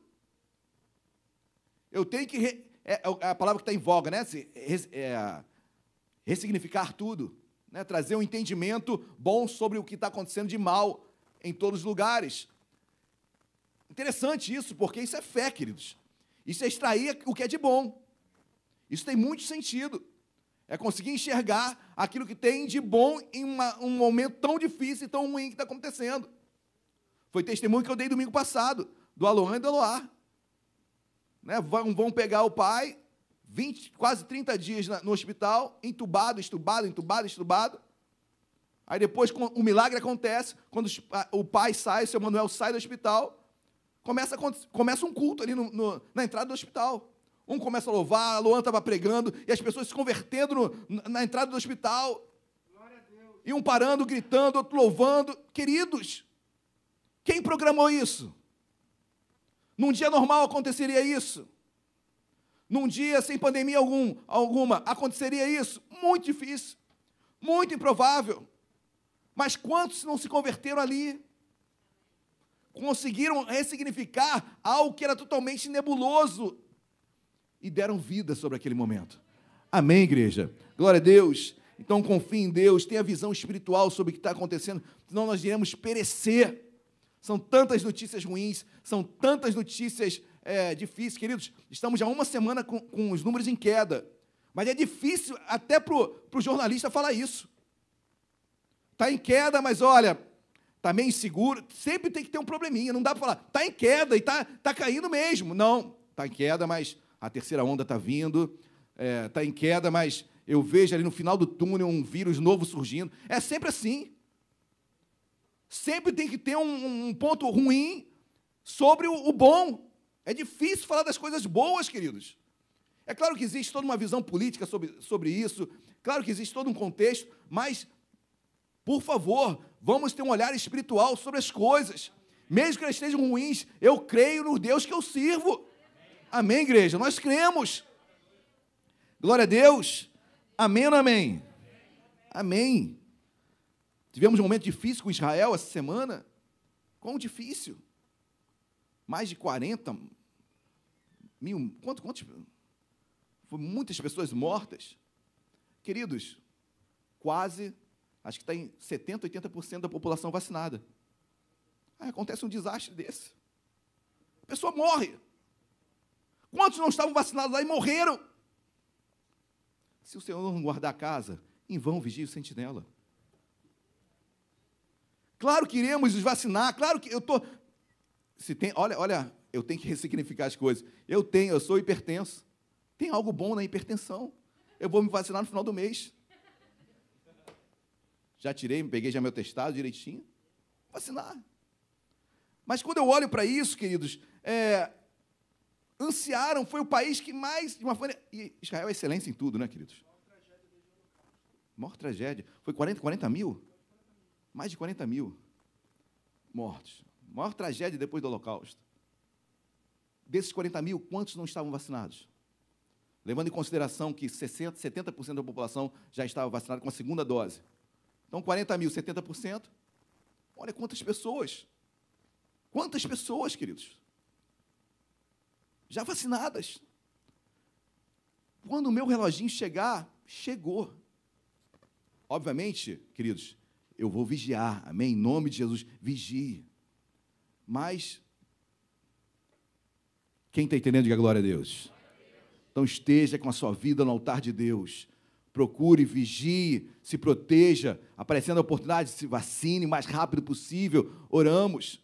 Eu tenho que... É a palavra que está em voga, né? Ressignificar tudo. Né? Trazer um entendimento bom sobre o que está acontecendo de mal em todos os lugares. Interessante isso, porque isso é fé, queridos. Isso é extrair o que é de bom. Isso tem muito sentido. É conseguir enxergar aquilo que tem de bom em um momento tão difícil e tão ruim que está acontecendo. Foi testemunho que eu dei domingo passado, do Aloan e do Aloar. Né? Vão pegar o pai, quase 30 dias no hospital, entubado. Aí depois o milagre acontece, quando o pai sai, o seu Manuel sai do hospital, começa um culto ali na entrada do hospital. Um começa a louvar, a Luan estava pregando, e as pessoas se convertendo na entrada do hospital. Glória a Deus. E um parando, gritando, outro louvando. Queridos, quem programou isso? Num dia normal aconteceria isso? Num dia sem pandemia alguma, aconteceria isso? Muito difícil, muito improvável. Mas quantos não se converteram ali? Conseguiram ressignificar algo que era totalmente nebuloso e deram vida sobre aquele momento. Amém, igreja? Glória a Deus. Então confie em Deus, tenha visão espiritual sobre o que está acontecendo, senão nós iremos perecer. São tantas notícias ruins, são tantas notícias difíceis. Queridos, estamos já uma semana com os números em queda, mas é difícil até para o jornalista falar isso. Está em queda, mas olha, está meio inseguro, sempre tem que ter um probleminha, não dá para falar, está em queda e está caindo mesmo. Não, está em queda, mas a terceira onda está vindo, está em queda, mas eu vejo ali no final do túnel um vírus novo surgindo. É sempre assim. Sempre tem que ter um ponto ruim sobre o bom. É difícil falar das coisas boas, queridos. É claro que existe toda uma visão política sobre isso, claro que existe todo um contexto, mas, por favor, vamos ter um olhar espiritual sobre as coisas. Mesmo que elas estejam ruins, eu creio no Deus que eu sirvo. Amém, igreja? Nós cremos. Glória a Deus. Amém ou não amém? Amém. Tivemos um momento difícil com Israel essa semana. Quão difícil? Mais de 40 mil. Quantos? Foram muitas pessoas mortas. Queridos, quase, acho que está em 70%, 80% da população vacinada. Aí acontece um desastre desse. A pessoa morre. Quantos não estavam vacinados lá e morreram? Se o Senhor não guardar a casa, em vão vigia o sentinela. Claro que iremos os vacinar, claro que eu estou... Olha, eu tenho que ressignificar as coisas. Eu sou hipertenso. Tem algo bom na hipertensão. Eu vou me vacinar no final do mês. Já peguei já meu testado direitinho. Vacinar. Mas quando eu olho para isso, queridos, ansiaram, foi o país que mais, de uma maneira... E Israel é excelência em tudo, né, queridos? Maior tragédia. Foi 40 mil? Mais de 40 mil mortos. Maior tragédia depois do Holocausto. Desses 40 mil, quantos não estavam vacinados? Levando em consideração que 70% da população já estava vacinada com a segunda dose. Então, 40 mil, 70%. Olha quantas pessoas. Quantas pessoas, queridos? Já vacinadas. Quando o meu reloginho chegar, chegou. Obviamente, queridos, eu vou vigiar, amém? Em nome de Jesus, vigie. Mas, quem está entendendo, diga glória a Deus. Então, esteja com a sua vida no altar de Deus. Procure, vigie, se proteja. Aparecendo a oportunidade, se vacine o mais rápido possível. Oramos.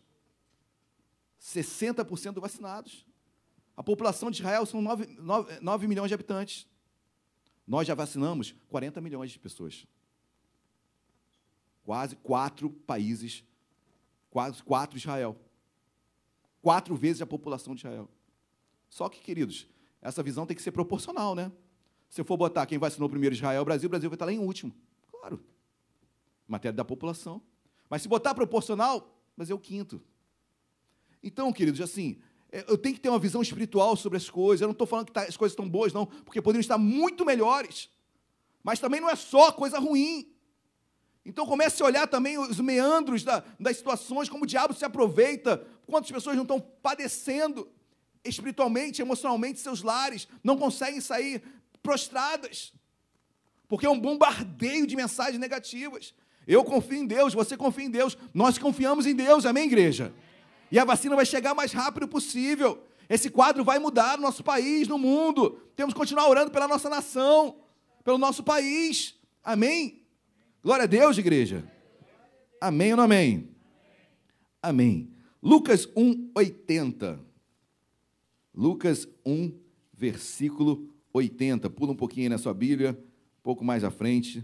60% vacinados. A população de Israel são 9 milhões de habitantes. Nós já vacinamos 40 milhões de pessoas. Quase 4 países quatro Israel. 4 vezes a população de Israel. Só que, queridos, essa visão tem que ser proporcional, né? Se eu for botar quem vacinou primeiro Israel, o Brasil vai estar lá em último. Claro. Matéria da população. Mas se botar proporcional, mas é o 5º. Então, queridos, assim, eu tenho que ter uma visão espiritual sobre as coisas. Eu não estou falando que as coisas estão boas, não, porque poderiam estar muito melhores. Mas também não é só coisa ruim. Então comece a olhar também os meandros das situações, como o diabo se aproveita, quantas pessoas não estão padecendo espiritualmente, emocionalmente, seus lares, não conseguem sair prostradas, porque é um bombardeio de mensagens negativas. Eu confio em Deus, você confia em Deus, nós confiamos em Deus, amém, igreja? E a vacina vai chegar o mais rápido possível. Esse quadro vai mudar no nosso país, no mundo. Temos que continuar orando pela nossa nação, pelo nosso país, amém? Glória a Deus, igreja. Amém ou não amém? Amém. Lucas 1:80. Lucas 1, versículo 80. Pula um pouquinho aí na sua Bíblia, um pouco mais à frente.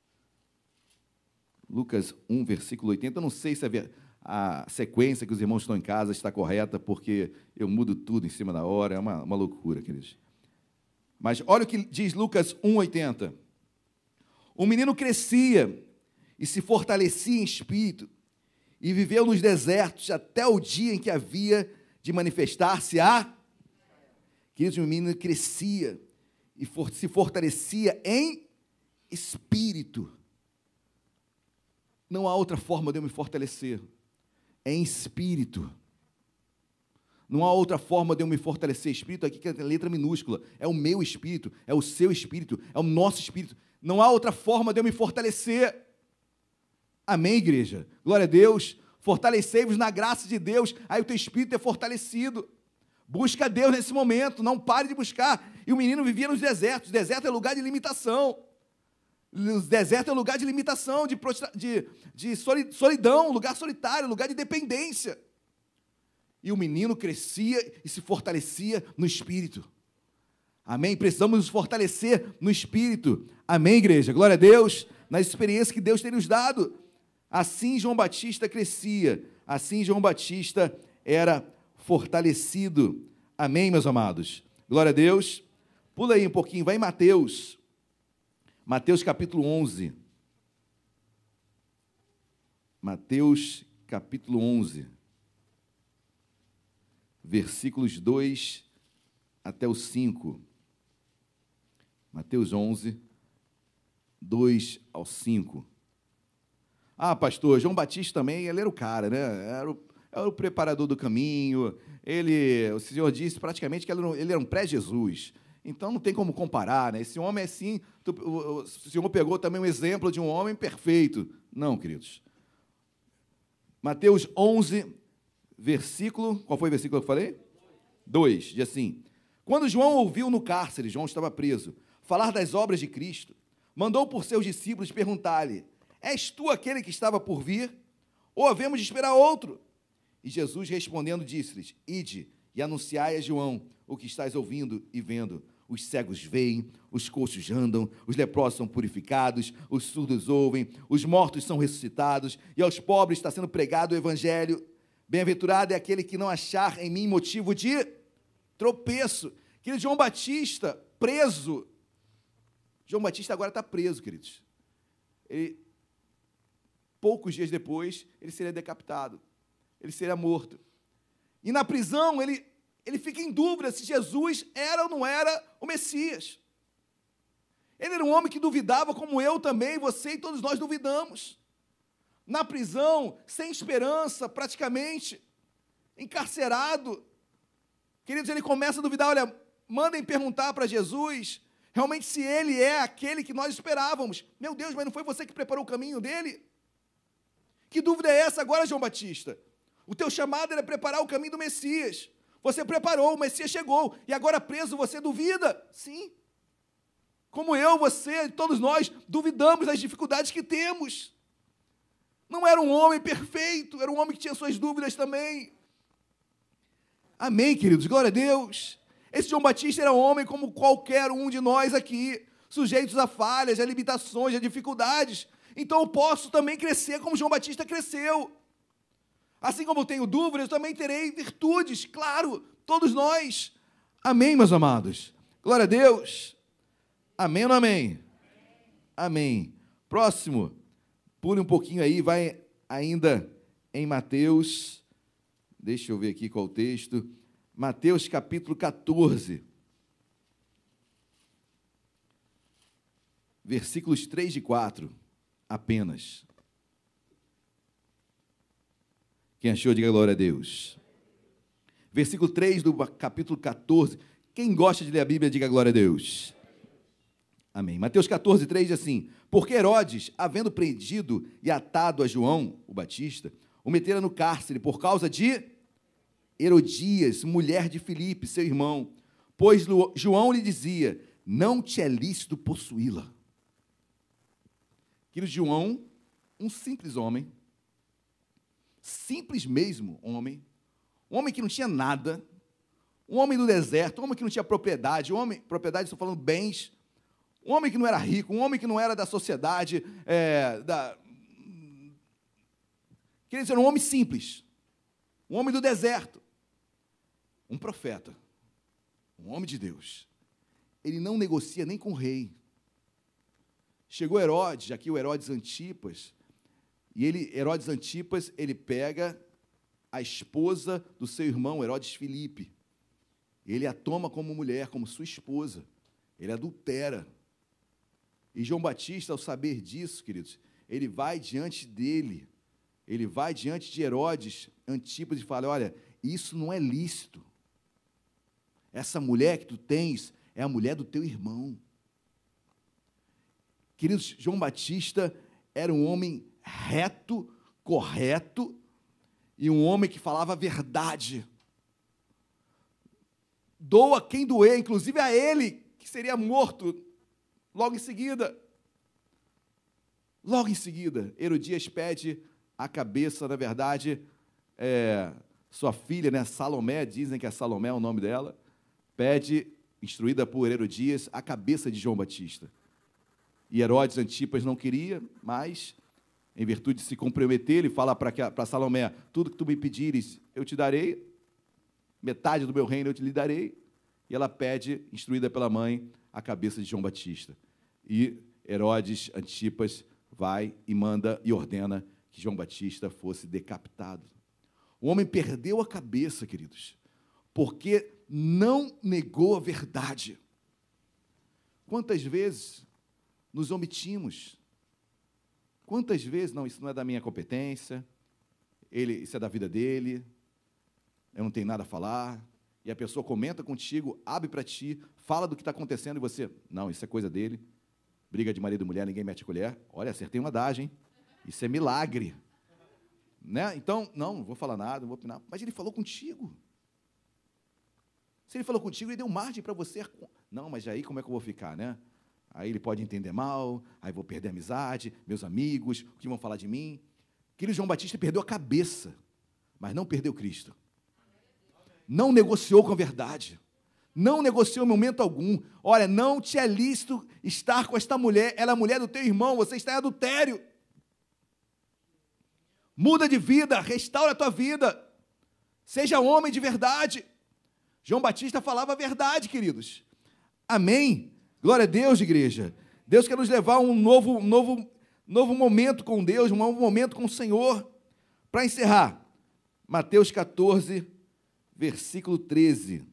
Lucas 1, versículo 80. Eu não sei se a sequência que os irmãos estão em casa está correta, porque eu mudo tudo em cima da hora. É uma loucura, queridos. Mas olha o que diz Lucas 1:80. O menino crescia e se fortalecia em espírito e viveu nos desertos até o dia em que havia de manifestar-se a... Queridos, o menino crescia e se fortalecia em espírito. Não há outra forma de eu me fortalecer. É em espírito. Não há outra forma de eu me fortalecer. Espírito aqui que é letra minúscula. É o meu espírito, é o seu espírito, é o nosso espírito. Não há outra forma de eu me fortalecer. Amém, igreja? Glória a Deus. Fortalecei-vos na graça de Deus. Aí o teu espírito é fortalecido. Busca Deus nesse momento. Não pare de buscar. E o menino vivia nos desertos. O deserto é lugar de limitação. O deserto é lugar de limitação, de solidão, lugar solitário, lugar de dependência. E o menino crescia e se fortalecia no espírito. Amém? Precisamos nos fortalecer no espírito. Amém, igreja? Glória a Deus, nas experiências que Deus tem nos dado. Assim João Batista crescia, assim João Batista era fortalecido. Amém, meus amados? Glória a Deus. Pula aí um pouquinho, vai em Mateus. Mateus capítulo 11. Mateus capítulo 11. Versículos 2 até o 5. Mateus 11, 2 ao 5. Ah, pastor, João Batista também, ele era o cara, né? Era o preparador do caminho. O Senhor disse praticamente que ele era um pré-Jesus. Então não tem como comparar, né? Esse homem é assim. O Senhor pegou também um exemplo de um homem perfeito. Não, queridos. Mateus 11, versículo. Qual foi o versículo que eu falei? 2. Diz assim: quando João ouviu no cárcere, João estava preso, falar das obras de Cristo, mandou por seus discípulos perguntar-lhe: és tu aquele que estava por vir? Ou havemos de esperar outro? E Jesus respondendo disse-lhes: ide e anunciai a João o que estás ouvindo e vendo. Os cegos veem, os coxos andam, os leprosos são purificados, os surdos ouvem, os mortos são ressuscitados, e aos pobres está sendo pregado o evangelho. Bem-aventurado é aquele que não achar em mim motivo de tropeço. Querido, João Batista, preso. João Batista agora está preso, queridos. Poucos dias depois, ele seria decapitado. Ele seria morto. E na prisão, ele fica em dúvida se Jesus era ou não era o Messias. Ele era um homem que duvidava, como eu também, você e todos nós duvidamos. Na prisão, sem esperança, praticamente, encarcerado. Queridos, ele começa a duvidar, olha, mandem perguntar para Jesus, realmente se ele é aquele que nós esperávamos. Meu Deus, mas não foi você que preparou o caminho dele? Que dúvida é essa agora, João Batista? O teu chamado era preparar o caminho do Messias. Você preparou, o Messias chegou, e agora preso você duvida? Sim. Como eu, você, todos nós, duvidamos das dificuldades que temos. Não era um homem perfeito, era um homem que tinha suas dúvidas também. Amém, queridos? Glória a Deus. Esse João Batista era um homem como qualquer um de nós aqui, sujeitos a falhas, a limitações, a dificuldades. Então eu posso também crescer como João Batista cresceu. Assim como eu tenho dúvidas, eu também terei virtudes, claro, todos nós. Amém, meus amados? Glória a Deus. Amém ou não amém? Amém. Próximo, pule um pouquinho aí, vai ainda em Mateus, deixa eu ver aqui qual o texto, Mateus capítulo 14, versículos 3 e 4, apenas. Quem achou, diga glória a Deus. Versículo 3 do capítulo 14. Quem gosta de ler a Bíblia, diga glória a Deus. Amém. Mateus 14, 3 diz assim: porque Herodes, havendo prendido e atado a João, o Batista, o metera no cárcere por causa de Herodias, mulher de Filipe, seu irmão, pois João lhe dizia: não te é lícito possuí-la. Querido, João, um simples homem, simples mesmo homem, um homem que não tinha nada, um homem do deserto, um homem que não tinha propriedade, propriedade, estou falando bens, um homem que não era rico, um homem que não era da sociedade, quer dizer, um homem simples, um homem do deserto, um profeta, um homem de Deus. Ele não negocia nem com o rei. Chegou Herodes, aqui o Herodes Antipas, e Herodes Antipas, ele pega a esposa do seu irmão, Herodes Filipe. Ele a toma como mulher, como sua esposa. Ele adultera. E João Batista, ao saber disso, queridos, ele vai diante dele, ele vai diante de Herodes Antipas e fala: olha, isso não é lícito. Essa mulher que tu tens é a mulher do teu irmão. Queridos, João Batista era um homem reto, correto, e um homem que falava a verdade. Doa quem doer, inclusive a ele, que seria morto logo em seguida. Logo em seguida, Herodias pede a cabeça, na verdade, sua filha, né, Salomé, dizem que é Salomé é o nome dela, pede, instruída por Herodias, a cabeça de João Batista. E Herodes Antipas não queria, mas, em virtude de se comprometer, ele fala para Salomé: tudo que tu me pedires, eu te darei, metade do meu reino eu te lhe darei. E ela pede, instruída pela mãe, a cabeça de João Batista. E Herodes Antipas vai e manda e ordena que João Batista fosse decapitado. O homem perdeu a cabeça, queridos, porque não negou a verdade. Quantas vezes nos omitimos? Quantas vezes, não, isso não é da minha competência, isso é da vida dele, eu não tenho nada a falar, e a pessoa comenta contigo, abre para ti, fala do que está acontecendo, e você, não, isso é coisa dele, briga de marido e mulher, ninguém mete colher, olha, acertei uma adagem, hein? Isso é milagre, né? Então, não vou falar nada, não vou opinar, mas ele falou contigo. Se ele falou contigo, ele deu margem para você, não, mas aí como é que eu vou ficar, né? Aí ele pode entender mal, aí vou perder a amizade, meus amigos, o que vão falar de mim? Aquele João Batista perdeu a cabeça, mas não perdeu Cristo. Não negociou com a verdade. Não negociou em momento algum. Olha, não te é lícito estar com esta mulher, ela é a mulher do teu irmão, você está em adultério. Muda de vida, restaura a tua vida. Seja homem de verdade. João Batista falava a verdade, queridos. Amém? Glória a Deus, igreja. Deus quer nos levar a um novo momento com Deus, um novo momento com o Senhor. Para encerrar, Mateus 14, versículo 13.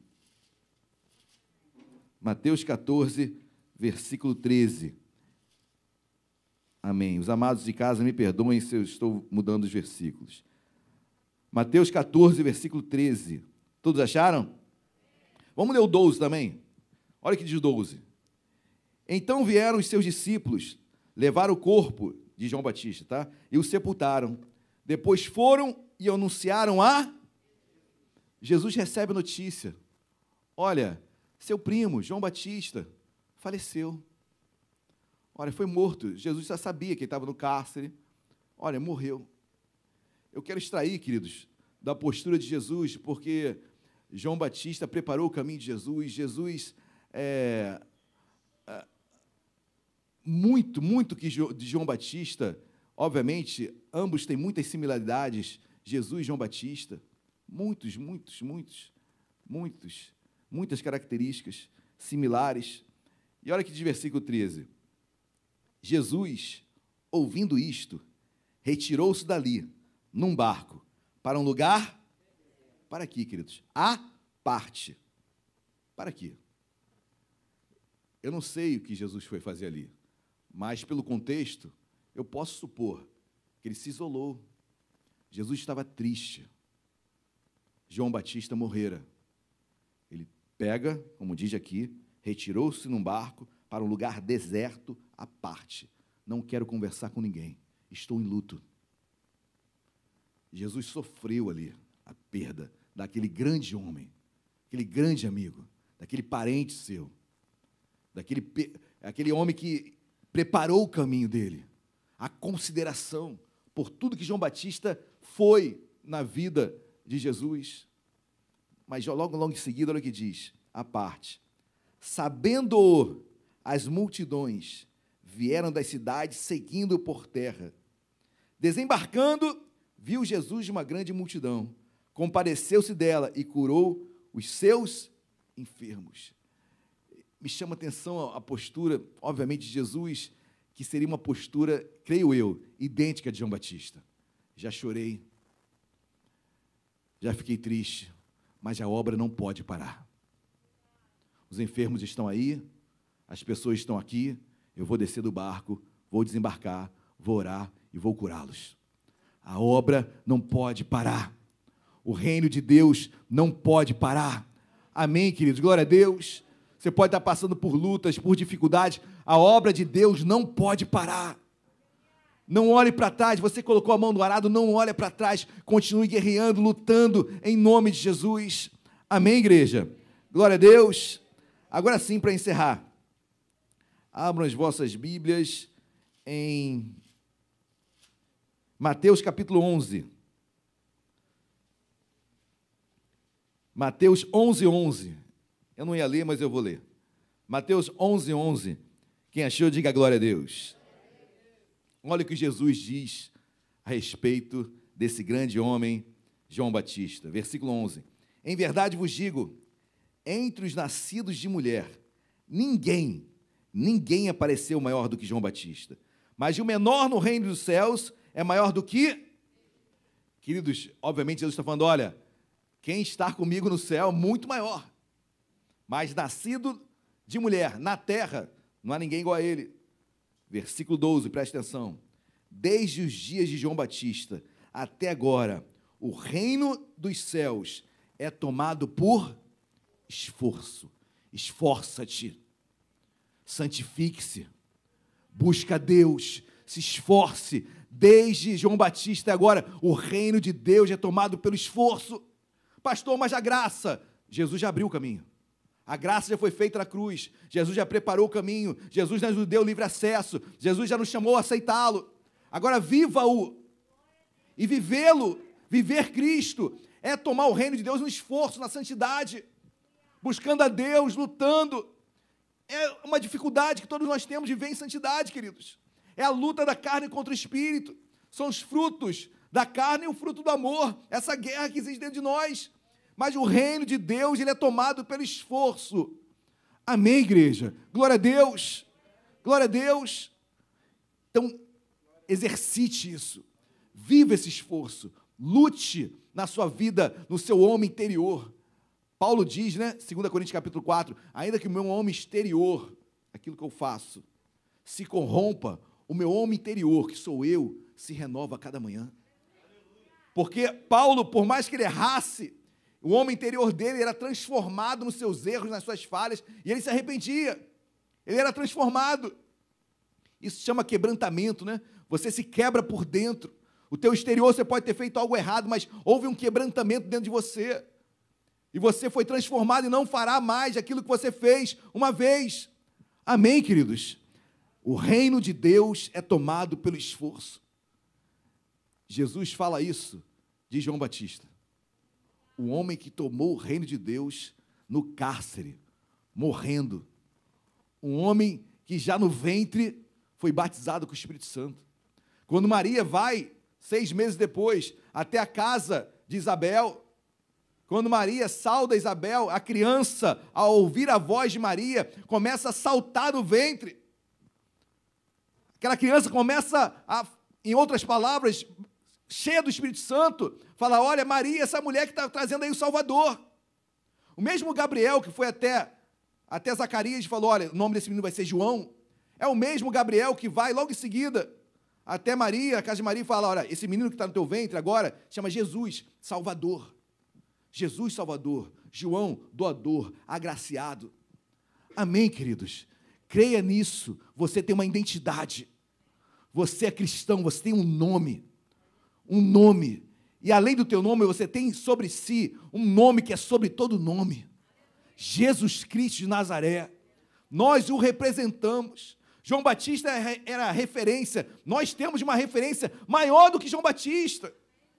Mateus 14, versículo 13. Amém. Os amados de casa me perdoem se eu estou mudando os versículos. Mateus 14, versículo 13. Todos acharam? Vamos ler o 12 também. Olha o que diz o 12. Então vieram os seus discípulos, levaram o corpo de João Batista, tá? E o sepultaram. Depois foram e anunciaram a... Jesus recebe notícia. Olha, seu primo, João Batista, faleceu. Olha, foi morto. Jesus já sabia que ele estava no cárcere. Olha, morreu. Eu quero extrair, queridos, da postura de Jesus, porque João Batista preparou o caminho de Jesus. Jesus muito que de João Batista, obviamente, ambos têm muitas similaridades. Jesus e João Batista, muitas características similares. E olha que diz versículo 13. Jesus, ouvindo isto, retirou-se dali, num barco, para um lugar, para aqui, queridos, à parte. Para quê? Eu não sei o que Jesus foi fazer ali, mas pelo contexto, eu posso supor que ele se isolou. Jesus estava triste. João Batista morrera. Ele pega, como diz aqui, retirou-se num barco para um lugar deserto à parte. Não quero conversar com ninguém. Estou em luto. Jesus sofreu ali a perda daquele grande homem, aquele grande amigo, daquele parente seu, aquele homem que preparou o caminho dele, a consideração por tudo que João Batista foi na vida de Jesus. Mas logo em seguida, olha o que diz, a parte. Sabendo as multidões, vieram das cidades seguindo por terra. Desembarcando, viu Jesus uma grande multidão, compadeceu-se dela e curou os seus enfermos. Me chama a atenção a postura, obviamente, de Jesus, que seria uma postura, creio eu, idêntica de João Batista. Já chorei, já fiquei triste, mas a obra não pode parar. Os enfermos estão aí, as pessoas estão aqui, eu vou descer do barco, vou desembarcar, vou orar e vou curá-los. A obra não pode parar. O reino de Deus não pode parar. Amém, queridos? Glória a Deus. Você pode estar passando por lutas, por dificuldades. A obra de Deus não pode parar. Não olhe para trás. Você colocou a mão no arado, não olhe para trás. Continue guerreando, lutando em nome de Jesus. Amém, igreja? Glória a Deus. Agora sim, para encerrar. Abram as vossas Bíblias em Mateus capítulo 11. Mateus 11:11. Eu não ia ler, mas eu vou ler. Mateus 11:11. Quem achou, diga glória a Deus. Olha o que Jesus diz a respeito desse grande homem, João Batista. Versículo 11. Em verdade vos digo, entre os nascidos de mulher, ninguém apareceu maior do que João Batista. Mas o menor no reino dos céus é maior do que... Queridos, obviamente Jesus está falando, olha, quem está comigo no céu é muito maior. Mas nascido de mulher, na terra, não há ninguém igual a ele. Versículo 12, preste atenção. Desde os dias de João Batista até agora, o reino dos céus é tomado por esforço. Esforça-te. Santifique-se. Busca Deus. Se esforce. Desde João Batista agora, o reino de Deus é tomado pelo esforço. Pastor, mas a graça, Jesus já abriu o caminho. A graça já foi feita na cruz. Jesus já preparou o caminho. Jesus já nos deu livre acesso. Jesus já nos chamou a aceitá-lo. Agora viva-o. E vivê-lo, viver Cristo, é tomar o reino de Deus no esforço, na santidade. Buscando a Deus, lutando. É uma dificuldade que todos nós temos de viver em santidade, queridos. É a luta da carne contra o Espírito. São os frutos da carne e o fruto do amor. Essa guerra que existe dentro de nós. Mas o reino de Deus, ele é tomado pelo esforço. Amém, igreja? Glória a Deus. Glória a Deus. Então, exercite isso. Viva esse esforço. Lute na sua vida, no seu homem interior. Paulo diz, né, 2 Coríntios capítulo 4, ainda que o meu homem exterior, aquilo que eu faço, se corrompa, o meu homem interior, que sou eu, se renova a cada manhã. Porque Paulo, por mais que ele errasse, o homem interior dele era transformado nos seus erros, nas suas falhas, e ele se arrependia. Ele era transformado. Isso se chama quebrantamento, né? Você se quebra por dentro. O teu exterior, você pode ter feito algo errado, mas houve um quebrantamento dentro de você. E você foi transformado e não fará mais aquilo que você fez uma vez. Amém, queridos? O reino de Deus é tomado pelo esforço. Jesus fala isso de João Batista. O homem que tomou o reino de Deus no cárcere, morrendo. Um homem que já no ventre foi batizado com o Espírito Santo. Quando Maria vai 6 meses depois, até a casa de Isabel. Quando Maria sauda Isabel, a criança, ao ouvir a voz de Maria, começa a saltar no ventre. Aquela criança começa a, em outras palavras, cheia do Espírito Santo, fala: olha, Maria, essa mulher que está trazendo aí o Salvador. O mesmo Gabriel que foi até Zacarias e falou: olha, o nome desse menino vai ser João. É o mesmo Gabriel que vai logo em seguida até Maria, a casa de Maria, e fala: olha, esse menino que está no teu ventre agora chama Jesus, Salvador. Jesus, Salvador. João, doador, agraciado. Amém, queridos? Creia nisso. Você tem uma identidade. Você é cristão, você tem um nome. Um nome. E além do teu nome, você tem sobre si um nome que é sobre todo nome. Jesus Cristo de Nazaré. Nós o representamos. João Batista era a referência. Nós temos uma referência maior do que João Batista.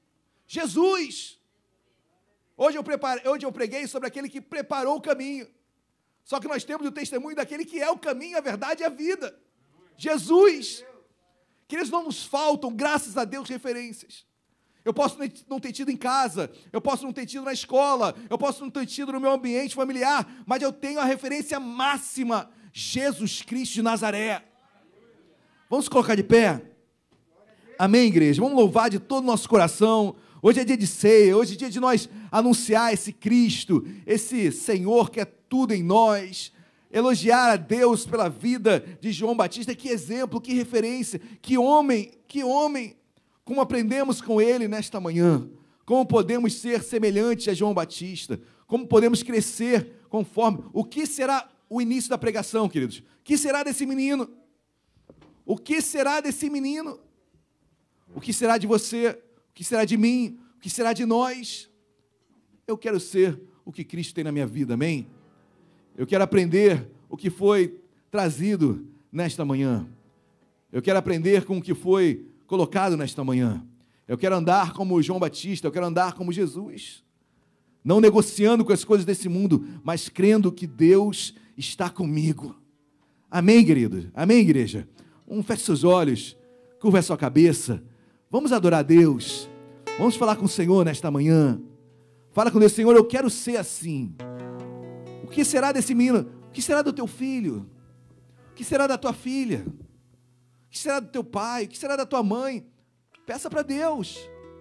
Jesus. Hoje eu preguei sobre aquele que preparou o caminho. Só que nós temos o testemunho daquele que é o caminho, a verdade e a vida. Jesus. Queridos, não nos faltam, graças a Deus, referências. Eu posso não ter tido em casa, eu posso não ter tido na escola, eu posso não ter tido no meu ambiente familiar, mas eu tenho a referência máxima, Jesus Cristo de Nazaré. Vamos colocar de pé? Amém, igreja? Vamos louvar de todo o nosso coração. Hoje é dia de ceia, hoje é dia de nós anunciar esse Cristo, esse Senhor que é tudo em nós. Elogiar a Deus pela vida de João Batista. Que exemplo, que referência, que homem, como aprendemos com ele nesta manhã, como podemos ser semelhantes a João Batista, como podemos crescer conforme. O que será o início da pregação, queridos? O que será desse menino? O que será desse menino? O que será de você? O que será de mim? O que será de nós? Eu quero ser o que Cristo tem na minha vida, amém? Eu quero aprender o que foi trazido nesta manhã. Eu quero aprender com o que foi colocado nesta manhã. Eu quero andar como João Batista, eu quero andar como Jesus. Não negociando com as coisas desse mundo, mas crendo que Deus está comigo. Amém, querido? Amém, igreja? Feche seus olhos, curva a sua cabeça. Vamos adorar a Deus. Vamos falar com o Senhor nesta manhã. Fala com Deus: Senhor, eu quero ser assim. O que será desse menino? O que será do teu filho? O que será da tua filha? O que será do teu pai? O que será da tua mãe? Peça para Deus.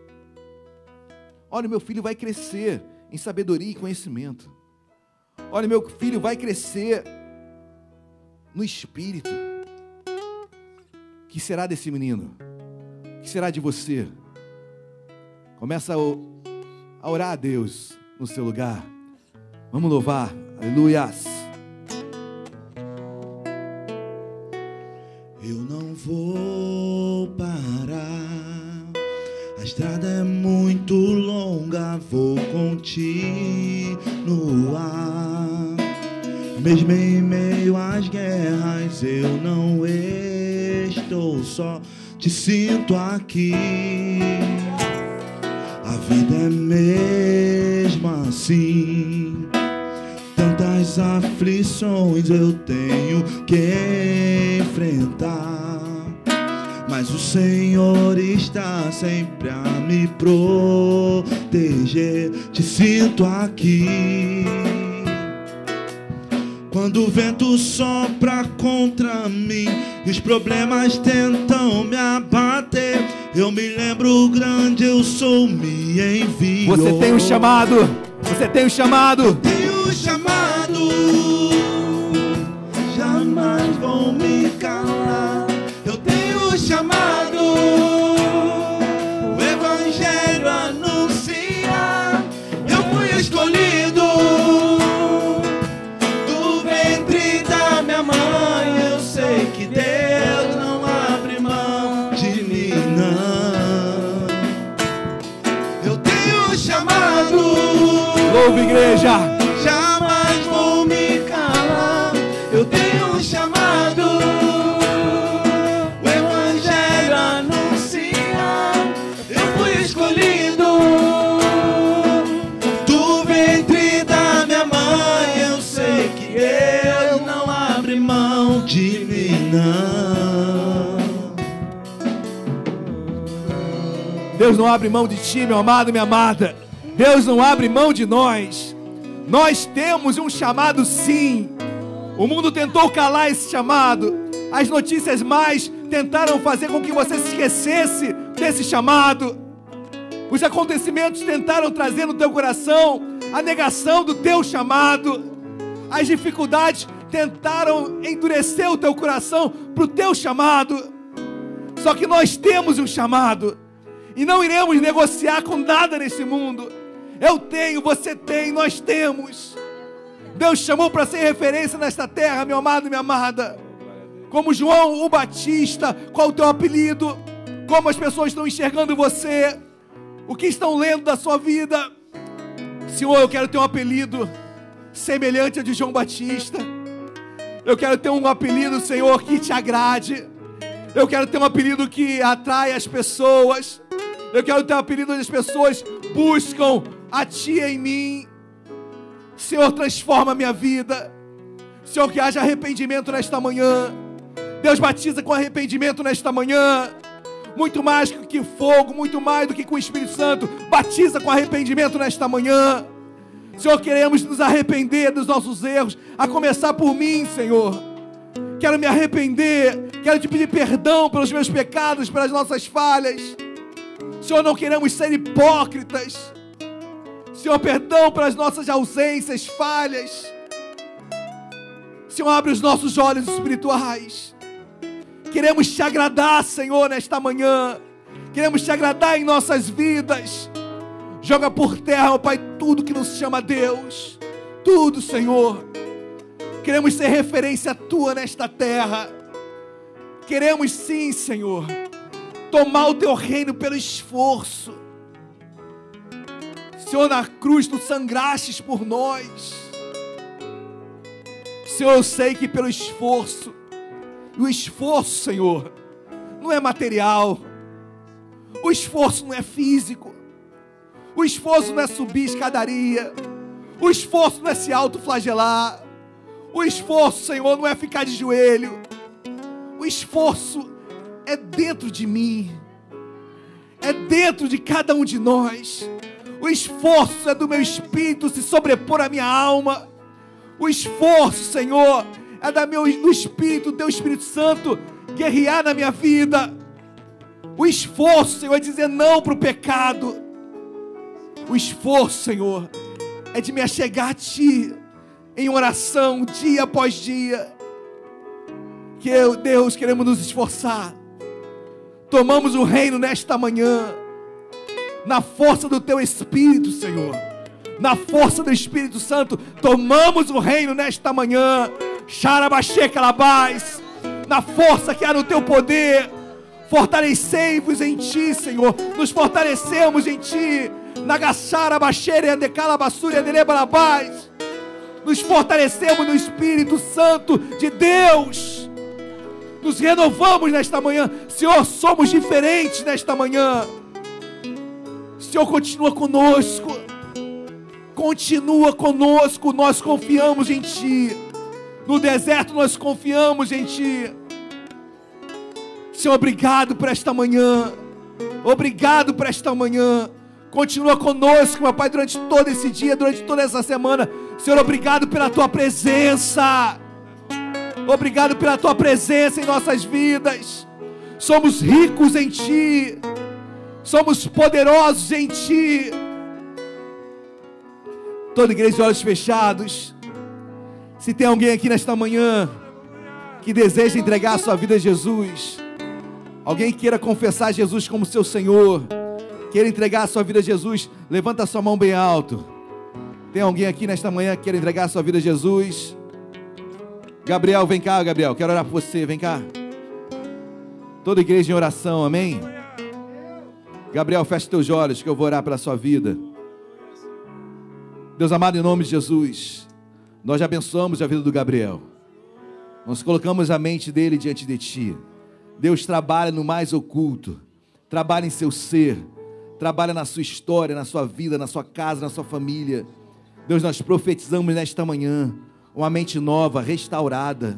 Olha, meu filho vai crescer em sabedoria e conhecimento. Olha, meu filho vai crescer no espírito. O que será desse menino? O que será de você? Começa a orar a Deus no seu lugar. Vamos louvar. Aleluias. Eu não vou parar, a estrada é muito longa, vou continuar. Mesmo em meio às guerras, eu não estou só, te sinto aqui. A vida é mesmo assim, tantas aflições eu tenho que enfrentar, mas o Senhor está sempre a me proteger. Te sinto aqui. Quando o vento sopra contra mim e os problemas tentam me abater, eu me lembro grande, eu sou, me enviou. Você tem um chamado. Você tem um chamado. Tenho um chamado. Jamais vou me calar. Eu tenho um chamado. O evangelho anunciar. Eu fui escolhido do ventre da minha mãe. Eu sei que Deus não abre mão de mim, não. Eu tenho um chamado. Louve, igreja. Jamais vou me calar. Eu tenho um chamado. O evangelho anuncia. Eu fui escolhido do ventre da minha mãe. Eu sei que Deus não abre mão de mim, não. Deus não abre mão de ti, meu amado, minha amada. Deus não abre mão de nós. Nós temos um chamado, sim. O mundo tentou calar esse chamado. As notícias mais tentaram fazer com que você se esquecesse desse chamado. Os acontecimentos tentaram trazer no teu coração a negação do teu chamado. As dificuldades tentaram endurecer o teu coração para o teu chamado. Só que nós temos um chamado e não iremos negociar com nada nesse mundo. Eu tenho, você tem, nós temos. Deus chamou para ser referência nesta terra, meu amado e minha amada. Como João o Batista, qual o teu apelido? Como as pessoas estão enxergando você? O que estão lendo da sua vida? Senhor, eu quero ter um apelido semelhante ao de João Batista. Eu quero ter um apelido, Senhor, que te agrade. Eu quero ter um apelido que atrai as pessoas. Eu quero ter um apelido onde as pessoas buscam a Ti em mim. Senhor, transforma a minha vida. Senhor, que haja arrependimento nesta manhã. Deus, batiza com arrependimento nesta manhã. Muito mais do que fogo, muito mais do que com o Espírito Santo. Batiza com arrependimento nesta manhã. Senhor, queremos nos arrepender dos nossos erros, a começar por mim, Senhor. Quero me arrepender, quero te pedir perdão pelos meus pecados, pelas nossas falhas. Senhor, não queremos ser hipócritas. Senhor, perdão pelas nossas ausências, falhas. Senhor, abre os nossos olhos espirituais. Queremos te agradar, Senhor, nesta manhã. Queremos te agradar em nossas vidas. Joga por terra, ó Pai, tudo que nos chama Deus. Tudo, Senhor. Queremos ser referência tua nesta terra. Queremos sim, Senhor, tomar o teu reino pelo esforço. Senhor, na cruz tu sangrastes por nós. Senhor, eu sei que pelo esforço, e o esforço, Senhor, não é material. O esforço não é físico. O esforço não é subir escadaria. O esforço não é se autoflagelar. O esforço, Senhor, não é ficar de joelho. O esforço é dentro de mim. É dentro de cada um de nós. O esforço é do meu espírito se sobrepor à minha alma. O esforço, Senhor, é do espírito, do teu Espírito Santo guerrear na minha vida. O esforço, Senhor, é dizer não para o pecado. O esforço, Senhor, é de me achegar a Ti em oração dia após dia. Que eu, Deus, queremos nos esforçar. Tomamos o reino nesta manhã, na força do Teu Espírito, Senhor. Na força do Espírito Santo, tomamos o reino nesta manhã. Xarabaxecalabás, na força que há no Teu poder. Fortalecei-vos em Ti, Senhor. Nos fortalecemos em Ti. Nagaxarabaxere, andecalabassure, andelebalabás. Nos fortalecemos no Espírito Santo de Deus. Nos renovamos nesta manhã. Senhor, somos diferentes nesta manhã. Senhor, continua conosco. Continua conosco. Nós confiamos em Ti. No deserto nós confiamos em Ti. Senhor, obrigado por esta manhã. Obrigado por esta manhã. Continua conosco, meu Pai, durante todo esse dia, durante toda essa semana. Senhor, obrigado pela Tua presença. Obrigado pela Tua presença em nossas vidas. Somos ricos em Ti. Somos poderosos em Ti. Toda igreja de olhos fechados. Se tem alguém aqui nesta manhã que deseja entregar a sua vida a Jesus, alguém queira confessar Jesus como seu Senhor, queira entregar a sua vida a Jesus, levanta a sua mão bem alto. Tem alguém aqui nesta manhã que queira entregar a sua vida a Jesus? Gabriel, vem cá, Gabriel, quero orar por você, vem cá. Toda igreja em oração, amém? Gabriel, fecha teus olhos que eu vou orar pela sua vida. Deus amado, em nome de Jesus, nós abençoamos a vida do Gabriel. Nós colocamos a mente dele diante de Ti. Deus, trabalha no mais oculto, trabalha em seu ser, trabalha na sua história, na sua vida, na sua casa, na sua família. Deus, nós profetizamos nesta manhã uma mente nova, restaurada.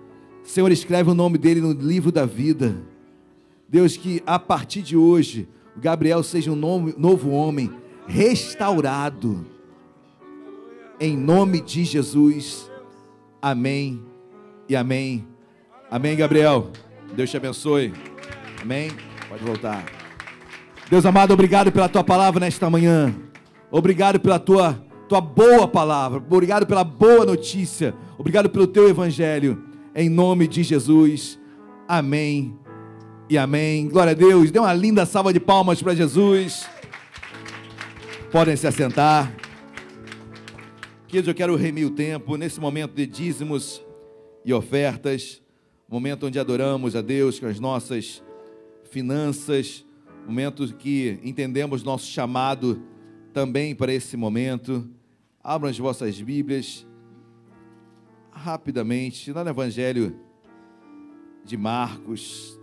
Senhor, escreve o nome dele no livro da vida. Deus, que a partir de hoje o Gabriel seja um novo homem, restaurado, em nome de Jesus. Amém e amém. Amém, Gabriel. Deus te abençoe. Amém. Pode voltar. Deus amado, obrigado pela tua palavra nesta manhã. Obrigado pela tua boa palavra. Obrigado pela boa notícia. Obrigado pelo teu evangelho. Em nome de Jesus. Amém e amém. Glória a Deus. Dê uma linda salva de palmas para Jesus. Podem se assentar. Queridos, eu quero remir o tempo nesse momento de dízimos e ofertas, momento onde adoramos a Deus com as nossas finanças, momento que entendemos nosso chamado também para esse momento. Abram as vossas Bíblias rapidamente, lá no Evangelho de Marcos,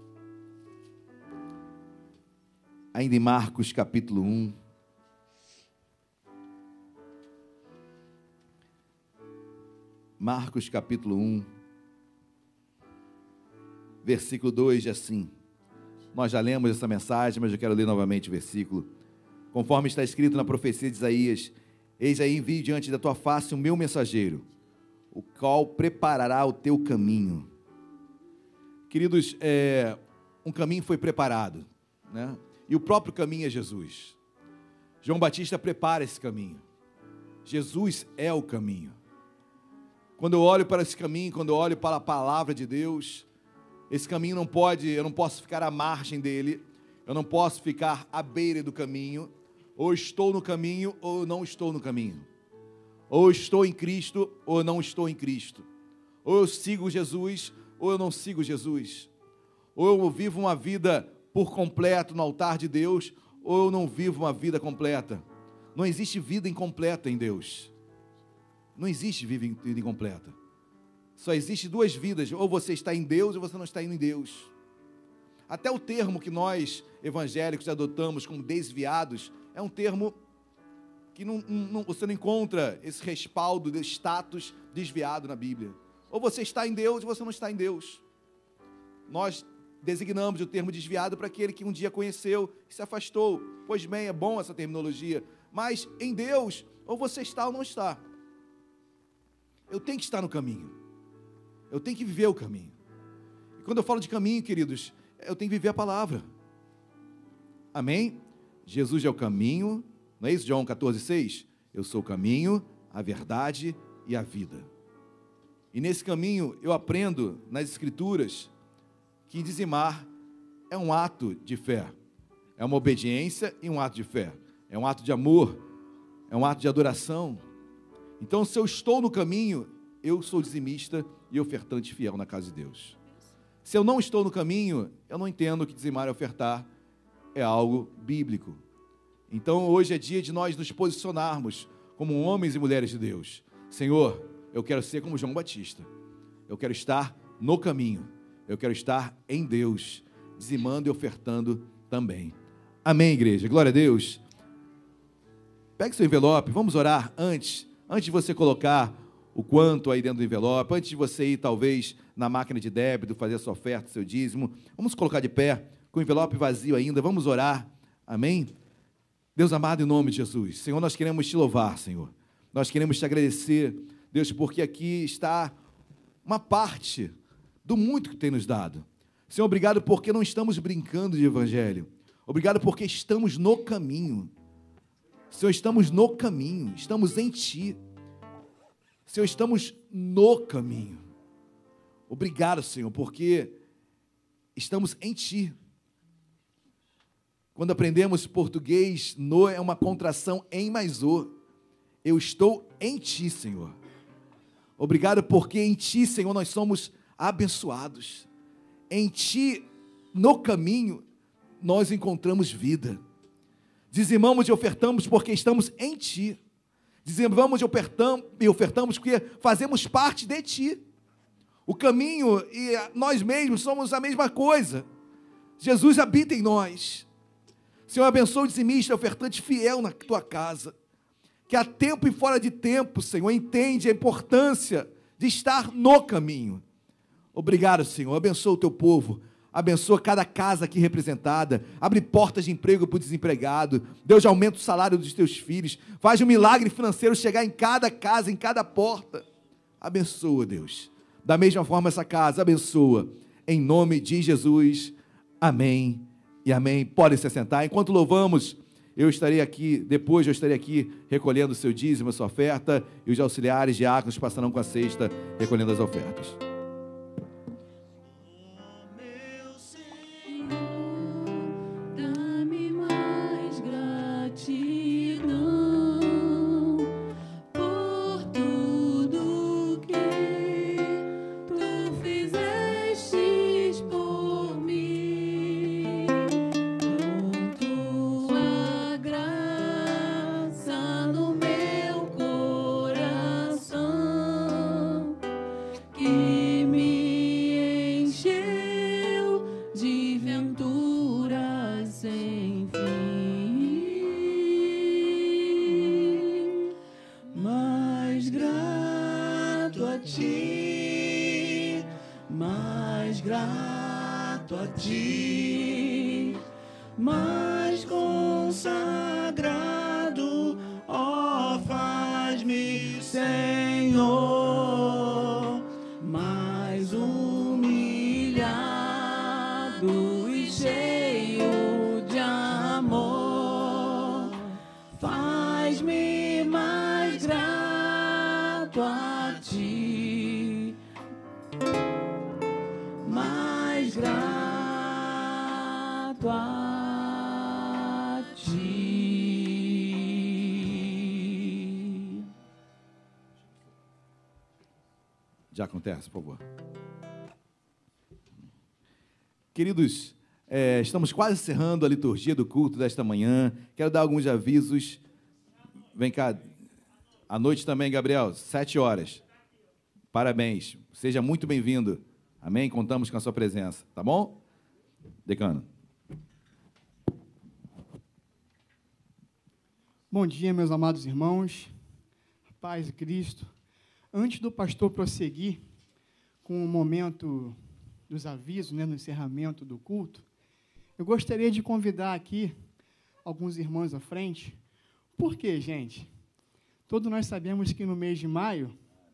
ainda em Marcos capítulo 1. Marcos capítulo 1, versículo 2 diz assim. Nós já lemos essa mensagem, mas eu quero ler novamente o versículo. Conforme está escrito na profecia de Isaías: eis aí envio diante da tua face o meu mensageiro, o qual preparará o teu caminho. Queridos, um caminho foi preparado, né? E o próprio caminho é Jesus. João Batista prepara esse caminho. Jesus é o caminho. Quando eu olho para esse caminho, quando eu olho para a palavra de Deus, esse caminho eu não posso ficar à margem dele, eu não posso ficar à beira do caminho, ou estou no caminho, ou não estou no caminho, ou estou em Cristo, ou não estou em Cristo, ou eu sigo Jesus, ou eu não sigo Jesus, ou eu vivo uma vida por completo no altar de Deus, ou eu não vivo uma vida completa. Não existe vida incompleta em Deus. Não existe vida incompleta. Só existe duas vidas, ou você está em Deus ou você não está indo em Deus. Até o termo que nós, evangélicos, adotamos como desviados, é um termo que você não encontra esse respaldo de status desviado na Bíblia. Ou você está em Deus ou você não está em Deus. Nós designamos o termo desviado para aquele que um dia conheceu e se afastou. Pois bem, é bom essa terminologia. Mas em Deus, ou você está ou não está. Eu tenho que estar no caminho. Eu tenho que viver o caminho. E quando eu falo de caminho, queridos, eu tenho que viver a palavra. Amém? Jesus é o caminho. Não é isso, João 14,6? Eu sou o caminho, a verdade e a vida. E nesse caminho eu aprendo nas Escrituras que dizimar é um ato de fé. É uma obediência e um ato de fé. É um ato de amor. É um ato de adoração. Então, se eu estou no caminho, eu sou dizimista e ofertante fiel na casa de Deus. Se eu não estou no caminho, eu não entendo que dizimar e ofertar é algo bíblico. Então, hoje é dia de nós nos posicionarmos como homens e mulheres de Deus. Senhor, eu quero ser como João Batista. Eu quero estar no caminho. Eu quero estar em Deus, dizimando e ofertando também. Amém, igreja? Glória a Deus. Pegue seu envelope, vamos orar antes de você colocar o quanto aí dentro do envelope, antes de você ir talvez na máquina de débito, fazer a sua oferta, seu dízimo, vamos colocar de pé, com o envelope vazio ainda, vamos orar, amém? Deus amado, em nome de Jesus, Senhor, nós queremos te louvar, Senhor, nós queremos te agradecer, Deus, porque aqui está uma parte do muito que tem nos dado. Senhor, obrigado porque não estamos brincando de evangelho, obrigado porque estamos no caminho. Senhor, estamos no caminho, estamos em Ti. Senhor, estamos no caminho. Obrigado, Senhor, porque estamos em Ti. Quando aprendemos português, no é uma contração em mais o. Eu estou em Ti, Senhor. Obrigado porque em Ti, Senhor, nós somos abençoados. Em Ti, no caminho, nós encontramos vida. Dizimamos e ofertamos porque estamos em Ti. Dizimamos e ofertamos porque fazemos parte de Ti. O caminho e nós mesmos somos a mesma coisa. Jesus habita em nós. Senhor, abençoe o dizimista, ofertante fiel na Tua casa. Que a tempo e fora de tempo, Senhor, entende a importância de estar no caminho. Obrigado, Senhor. Abençoa o Teu povo. Abençoa cada casa aqui representada. Abre portas de emprego para o desempregado. Deus, aumenta o salário dos teus filhos. Faz um milagre financeiro chegar em cada casa, em cada porta. Abençoa, Deus. Da mesma forma essa casa, abençoa. Em nome de Jesus. Amém e amém. Podem se assentar. Enquanto louvamos, depois eu estarei aqui recolhendo o seu dízimo, a sua oferta, e os auxiliares diáconos passarão com a cesta recolhendo as ofertas. Já acontece, por favor. Queridos, estamos quase encerrando a liturgia do culto desta manhã. Quero dar alguns avisos. Vem cá. À noite também, Gabriel, 7 horas. Parabéns. Seja muito bem-vindo. Amém? Contamos com a sua presença. Tá bom? Decano. Bom dia, meus amados irmãos. Paz de Cristo. Antes do pastor prosseguir com o momento dos avisos, no encerramento do culto, eu gostaria de convidar aqui alguns irmãos à frente. Por quê, gente? Todos nós sabemos que no mês de maio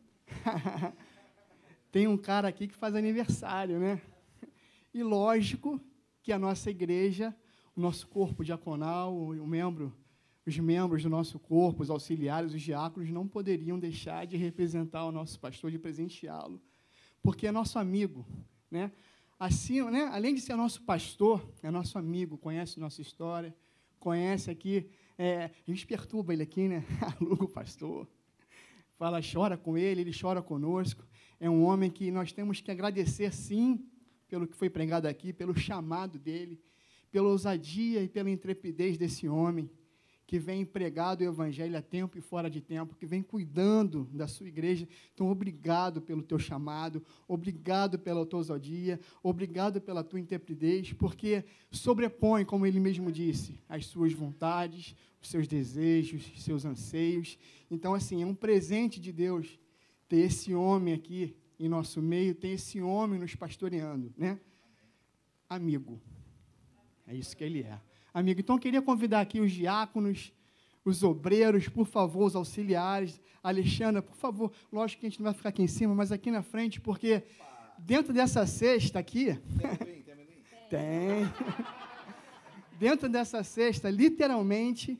tem um cara aqui que faz aniversário, né? E lógico que a nossa igreja, o nosso corpo diaconal, os membros do nosso corpo, os auxiliares, os diáconos, não poderiam deixar de representar o nosso pastor, de presenteá-lo, porque é nosso amigo, né? Assim, né? Além de ser nosso pastor, é nosso amigo, conhece nossa história, conhece aqui, a gente perturba ele aqui, né? Aluga o pastor, chora com ele chora conosco. É um homem que nós temos que agradecer, sim, pelo que foi pregado aqui, pelo chamado dele, pela ousadia e pela intrepidez desse homem, que vem pregado o evangelho a tempo e fora de tempo, que vem cuidando da sua igreja. Então, obrigado pelo teu chamado, obrigado pela tua ousadia, obrigado pela tua intrepidez, porque sobrepõe, como ele mesmo disse, as suas vontades, os seus desejos, os seus anseios. Então, assim, é um presente de Deus ter esse homem aqui em nosso meio, ter esse homem nos pastoreando, né? Amigo. É isso que ele é. Amigo, então eu queria convidar aqui os diáconos, os obreiros, por favor, os auxiliares. Alexandra, por favor, lógico que a gente não vai ficar aqui em cima, mas aqui na frente, porque dentro dessa cesta aqui... Tem. Dentro dessa cesta, literalmente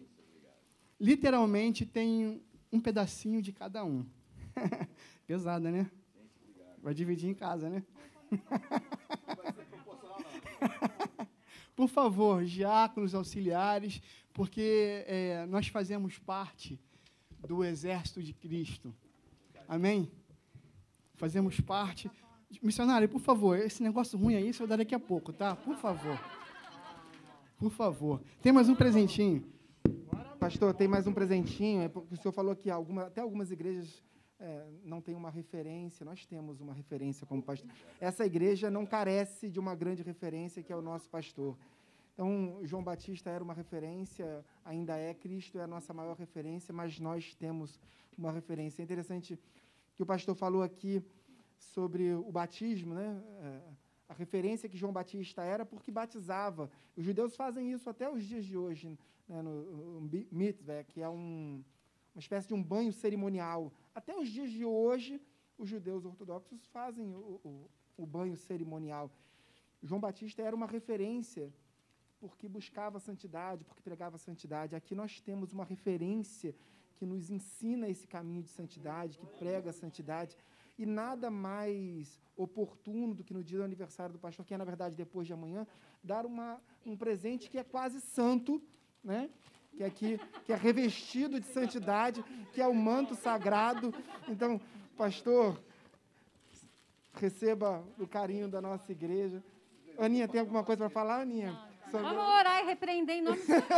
tem um pedacinho de cada um. Pesada, né? Vai dividir em casa, né? Vai ser proporcional, não. Por favor, diáconos, auxiliares, porque nós fazemos parte do exército de Cristo. Amém? Fazemos parte... Missionário, por favor, esse negócio ruim aí, você vai dar daqui a pouco, tá? Por favor. Por favor. Tem mais um presentinho. Pastor, tem mais um presentinho, porque o senhor falou que até algumas igrejas não têm uma referência, nós temos uma referência como pastor. Essa igreja não carece de uma grande referência, que é o nosso pastor. Então, João Batista era uma referência, ainda é, Cristo é a nossa maior referência, mas nós temos uma referência. É interessante que o pastor falou aqui sobre o batismo, né? a referência que João Batista era, porque batizava. Os judeus fazem isso até os dias de hoje, né, no mitzvah, que é uma espécie de um banho cerimonial. Até os dias de hoje, os judeus ortodoxos fazem o banho cerimonial. João Batista era uma referência porque buscava a santidade, porque pregava a santidade. Aqui nós temos uma referência que nos ensina esse caminho de santidade, que prega a santidade. E nada mais oportuno do que no dia do aniversário do pastor, que é, na verdade, depois de amanhã, dar um presente que é quase santo, né? Que é revestido de santidade, que é o manto sagrado. Então, pastor, receba o carinho da nossa igreja. Aninha, tem alguma coisa para falar, Aninha? Vamos orar e repreender em nome de Jesus.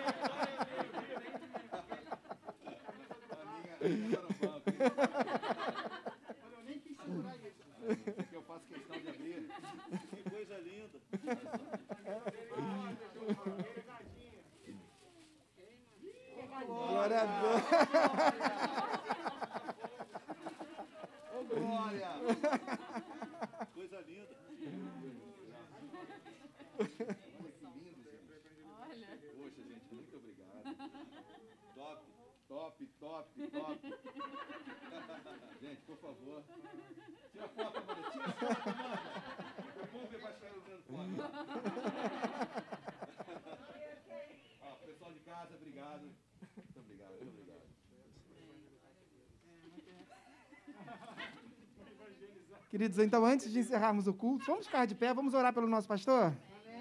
Eu faço questão de abrir. Que coisa linda. Glória a Deus. Ô, glória. Coisa linda. Olha. Poxa, gente, muito obrigado. Top. Gente, por favor. Tira a foto, Amanda. Tira a foto, Amanda. O povo vai ficar usando foto. Ó, pessoal de casa, obrigado. Muito obrigado. Queridos, então, antes de encerrarmos o culto, vamos ficar de pé, vamos orar pelo nosso pastor?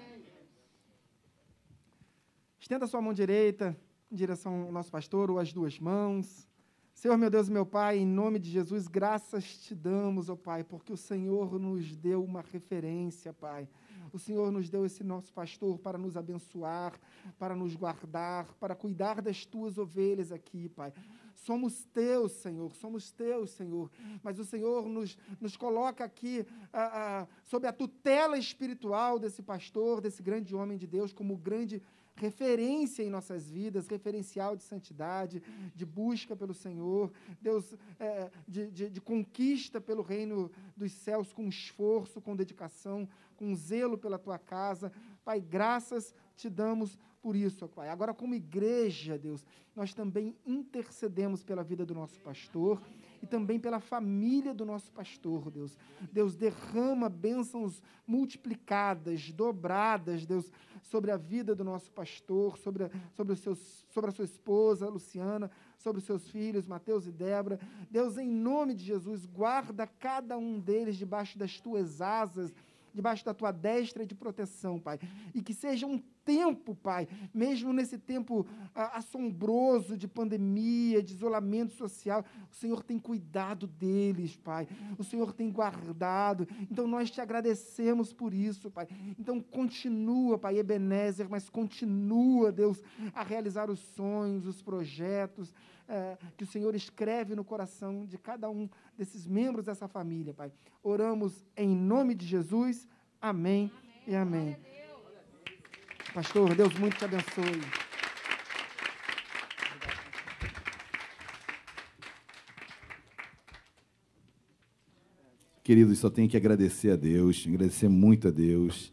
Estenda a sua mão direita em direção ao nosso pastor, ou as duas mãos. Senhor, meu Deus e meu Pai, em nome de Jesus, graças te damos, ó Pai, porque o Senhor nos deu uma referência, Pai. O Senhor nos deu esse nosso pastor para nos abençoar, para nos guardar, para cuidar das tuas ovelhas aqui, Pai. Somos teus, Senhor, mas o Senhor nos coloca aqui sob a tutela espiritual desse pastor, desse grande homem de Deus, como grande referência em nossas vidas, referencial de santidade, de busca pelo Senhor, Deus, de conquista pelo reino dos céus, com esforço, com dedicação, com zelo pela tua casa. Pai, graças te damos por isso, ó Pai. Agora, como igreja, Deus, nós também intercedemos pela vida do nosso pastor e também pela família do nosso pastor, Deus. Deus, derrama bênçãos multiplicadas, dobradas, Deus, sobre a vida do nosso pastor, sobre a sua esposa, Luciana, sobre os seus filhos, Mateus e Débora. Deus, em nome de Jesus, guarda cada um deles debaixo das tuas asas, debaixo da tua destra de proteção, Pai. E que seja um tempo, Pai, mesmo nesse tempo assombroso de pandemia, de isolamento social, o Senhor tem cuidado deles, Pai. O Senhor tem guardado. Então, nós te agradecemos por isso, Pai. Então, continua, Pai, Ebenezer, mas continua, Deus, a realizar os sonhos, os projetos que o Senhor escreve no coração de cada um desses membros dessa família, Pai. Oramos em nome de Jesus. Amém e amém. Pastor, Deus muito te abençoe. Queridos, só tenho que agradecer a Deus, agradecer muito a Deus.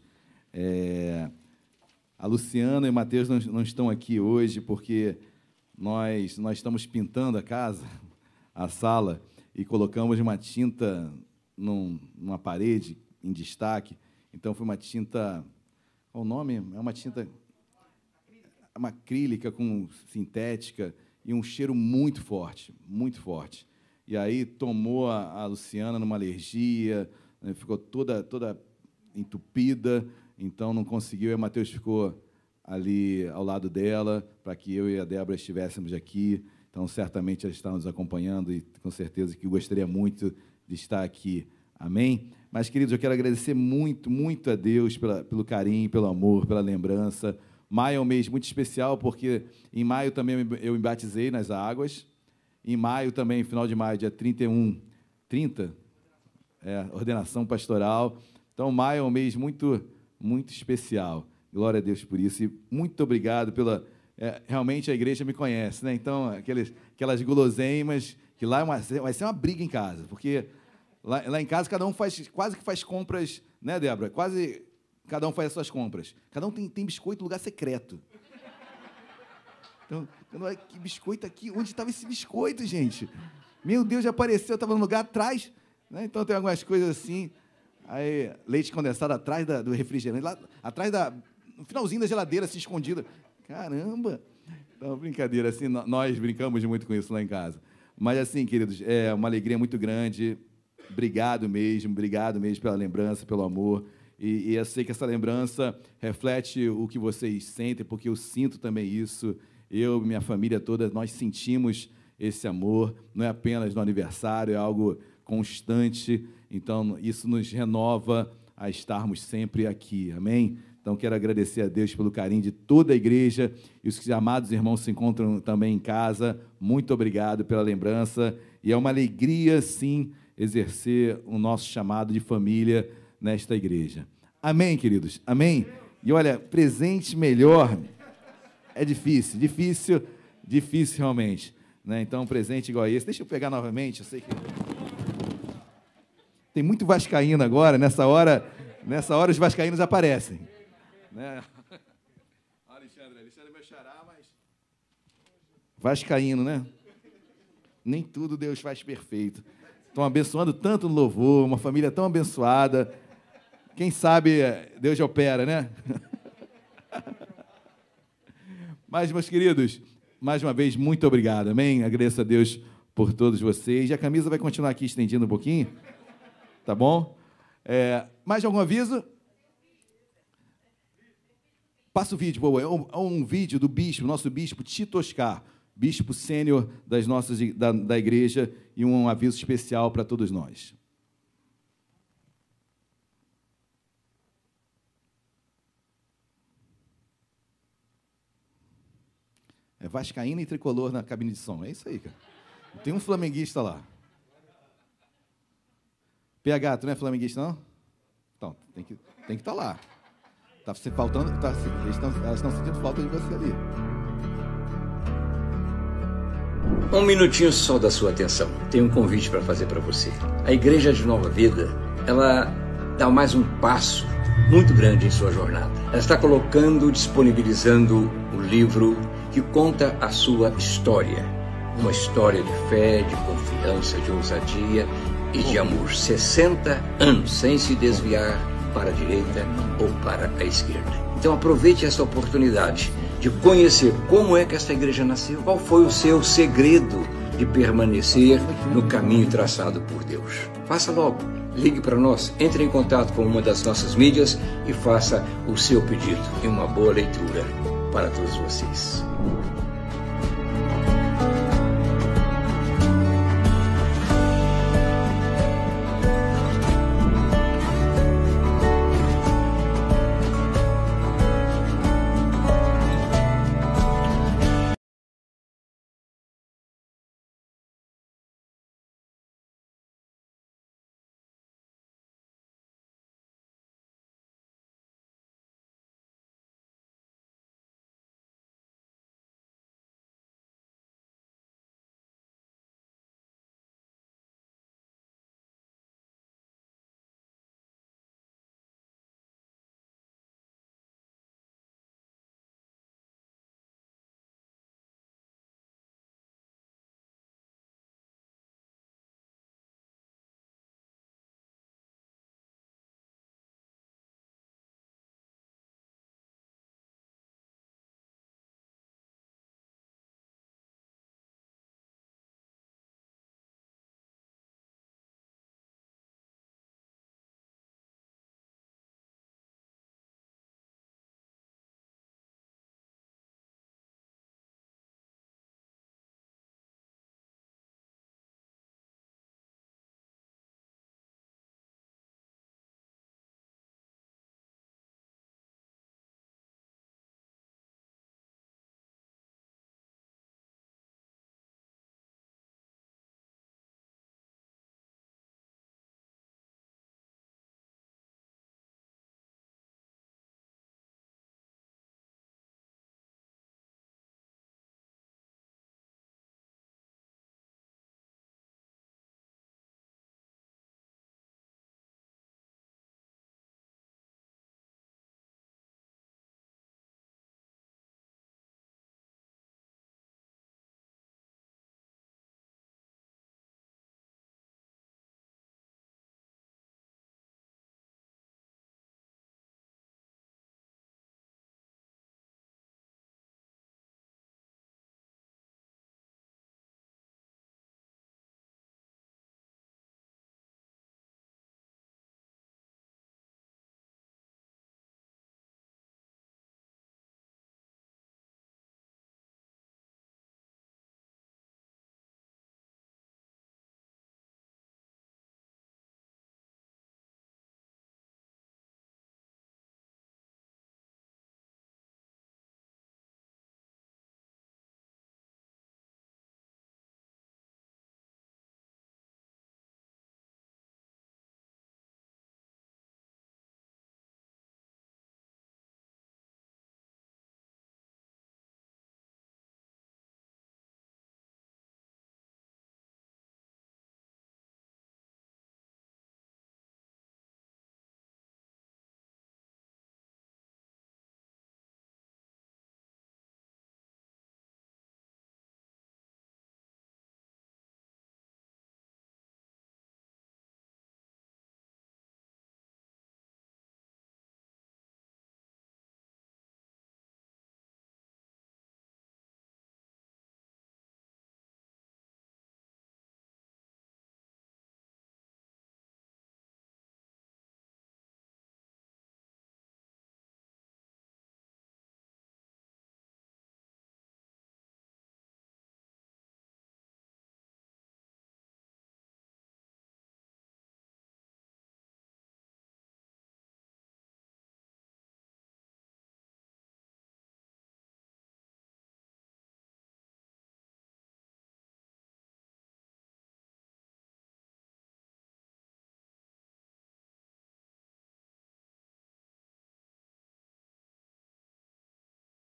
A Luciana e o Mateus não estão aqui hoje porque nós estamos pintando a casa, a sala, e colocamos uma tinta numa parede em destaque. Então, foi uma tinta... Qual o nome? É uma tinta... uma acrílica com sintética e um cheiro muito forte, muito forte. E aí tomou a Luciana numa alergia, né, ficou toda entupida, então não conseguiu, e o Mateus ficou ali ao lado dela, para que eu e a Débora estivéssemos aqui. Então, certamente, ela está nos acompanhando e, com certeza, que gostaria muito de estar aqui. Amém? Mas, queridos, eu quero agradecer muito, muito a Deus pelo carinho, pelo amor, pela lembrança. Maio é um mês muito especial, porque em maio também eu me batizei nas águas. Em maio também, final de maio, dia 30, ordenação pastoral. Então, maio é um mês muito, muito especial. Glória a Deus por isso. E muito obrigado pela... realmente a igreja me conhece, né? Então, aquelas guloseimas, que lá vai ser uma briga em casa, porque lá em casa cada um quase que faz compras Né, Débora? Quase cada um faz as suas compras. Cada um tem biscoito no lugar secreto. Então, que biscoito aqui? Onde estava esse biscoito, gente? Meu Deus, já apareceu, estava no lugar atrás. Né? Então, tem algumas coisas assim. Aí, leite condensado atrás do refrigerante, lá atrás no finalzinho da geladeira, assim, escondida. Caramba! Então, brincadeira, assim, nós brincamos muito com isso lá em casa. Mas, assim, queridos, é uma alegria muito grande. Obrigado mesmo pela lembrança, pelo amor. E eu sei que essa lembrança reflete o que vocês sentem, porque eu sinto também isso. Eu e minha família toda, nós sentimos esse amor. Não é apenas no aniversário, é algo constante. Então, isso nos renova a estarmos sempre aqui. Amém? Então, quero agradecer a Deus pelo carinho de toda a igreja e os amados irmãos se encontram também em casa. Muito obrigado pela lembrança. E é uma alegria, sim, exercer o nosso chamado de família nesta igreja. Amém, queridos? Amém? E olha, presente melhor é difícil realmente. Né? Então, um presente igual a esse. Deixa eu pegar novamente, eu sei que tem muito vascaíno agora, nessa hora os vascaínos aparecem. Né? Alexandre é meu xará, mas vascaíno, né? Nem tudo Deus faz perfeito. Estão abençoando tanto no louvor, uma família tão abençoada. Quem sabe Deus já opera, né? Mas, meus queridos, mais uma vez, muito obrigado, amém? Agradeço a Deus por todos vocês. E a camisa vai continuar aqui estendendo um pouquinho, tá bom? Mais algum aviso? Passa o vídeo, boa. É um vídeo do bispo, nosso bispo Tito Oscar, bispo sênior da igreja, e um aviso especial para todos nós. É vascaína e tricolor na cabine de som. É isso aí, cara. Tem um flamenguista lá. PH, tu não é flamenguista, não? Então, tem que estar lá. Tá você faltando, elas estão sentindo falta de você ali. Um minutinho só da sua atenção. Tenho um convite para fazer para você. A Igreja de Nova Vida, ela dá mais um passo muito grande em sua jornada. Ela está disponibilizando o livro que conta a sua história. Uma história de fé, de confiança, de ousadia e de amor. 60 anos sem se desviar para a direita ou para a esquerda. Então aproveite essa oportunidade de conhecer como é que essa igreja nasceu, qual foi o seu segredo de permanecer no caminho traçado por Deus. Faça logo, ligue para nós, entre em contato com uma das nossas mídias e faça o seu pedido. E uma boa leitura para todos vocês.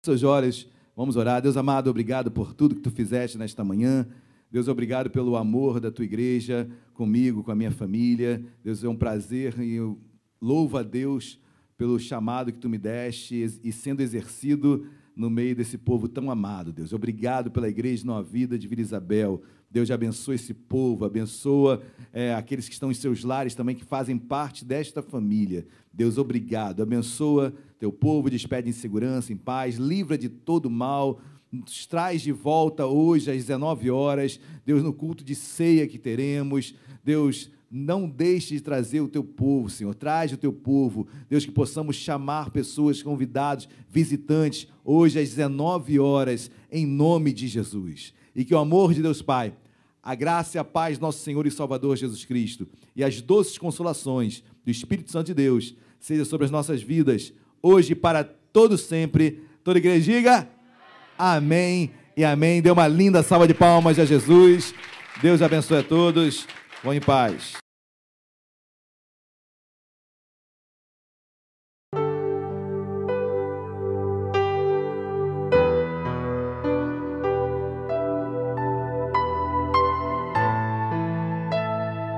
Seus olhos, vamos orar. Deus amado, obrigado por tudo que tu fizeste nesta manhã. Deus, obrigado pelo amor da tua igreja comigo, com a minha família. Deus, é um prazer e eu louvo a Deus pelo chamado que tu me deste e sendo exercido no meio desse povo tão amado, Deus. Obrigado pela igreja Nova Vida de Vila Isabel. Deus, abençoa esse povo, abençoa aqueles que estão em seus lares também, que fazem parte desta família. Deus, obrigado. Abençoa teu povo, despede em segurança, em paz, livra de todo mal, nos traz de volta hoje às 19 horas, Deus, no culto de ceia que teremos. Deus, não deixe de trazer o teu povo, Senhor, traz o teu povo, Deus, que possamos chamar pessoas, convidados, visitantes, hoje às 19 horas, em nome de Jesus. E que o amor de Deus Pai, a graça e a paz do nosso Senhor e Salvador Jesus Cristo e as doces consolações do Espírito Santo de Deus seja sobre as nossas vidas, hoje e para todo sempre. Toda a igreja diga amém e amém. Dê uma linda salva de palmas a Jesus. Deus abençoe a todos. Vão em paz.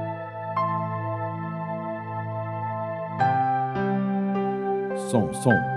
Som.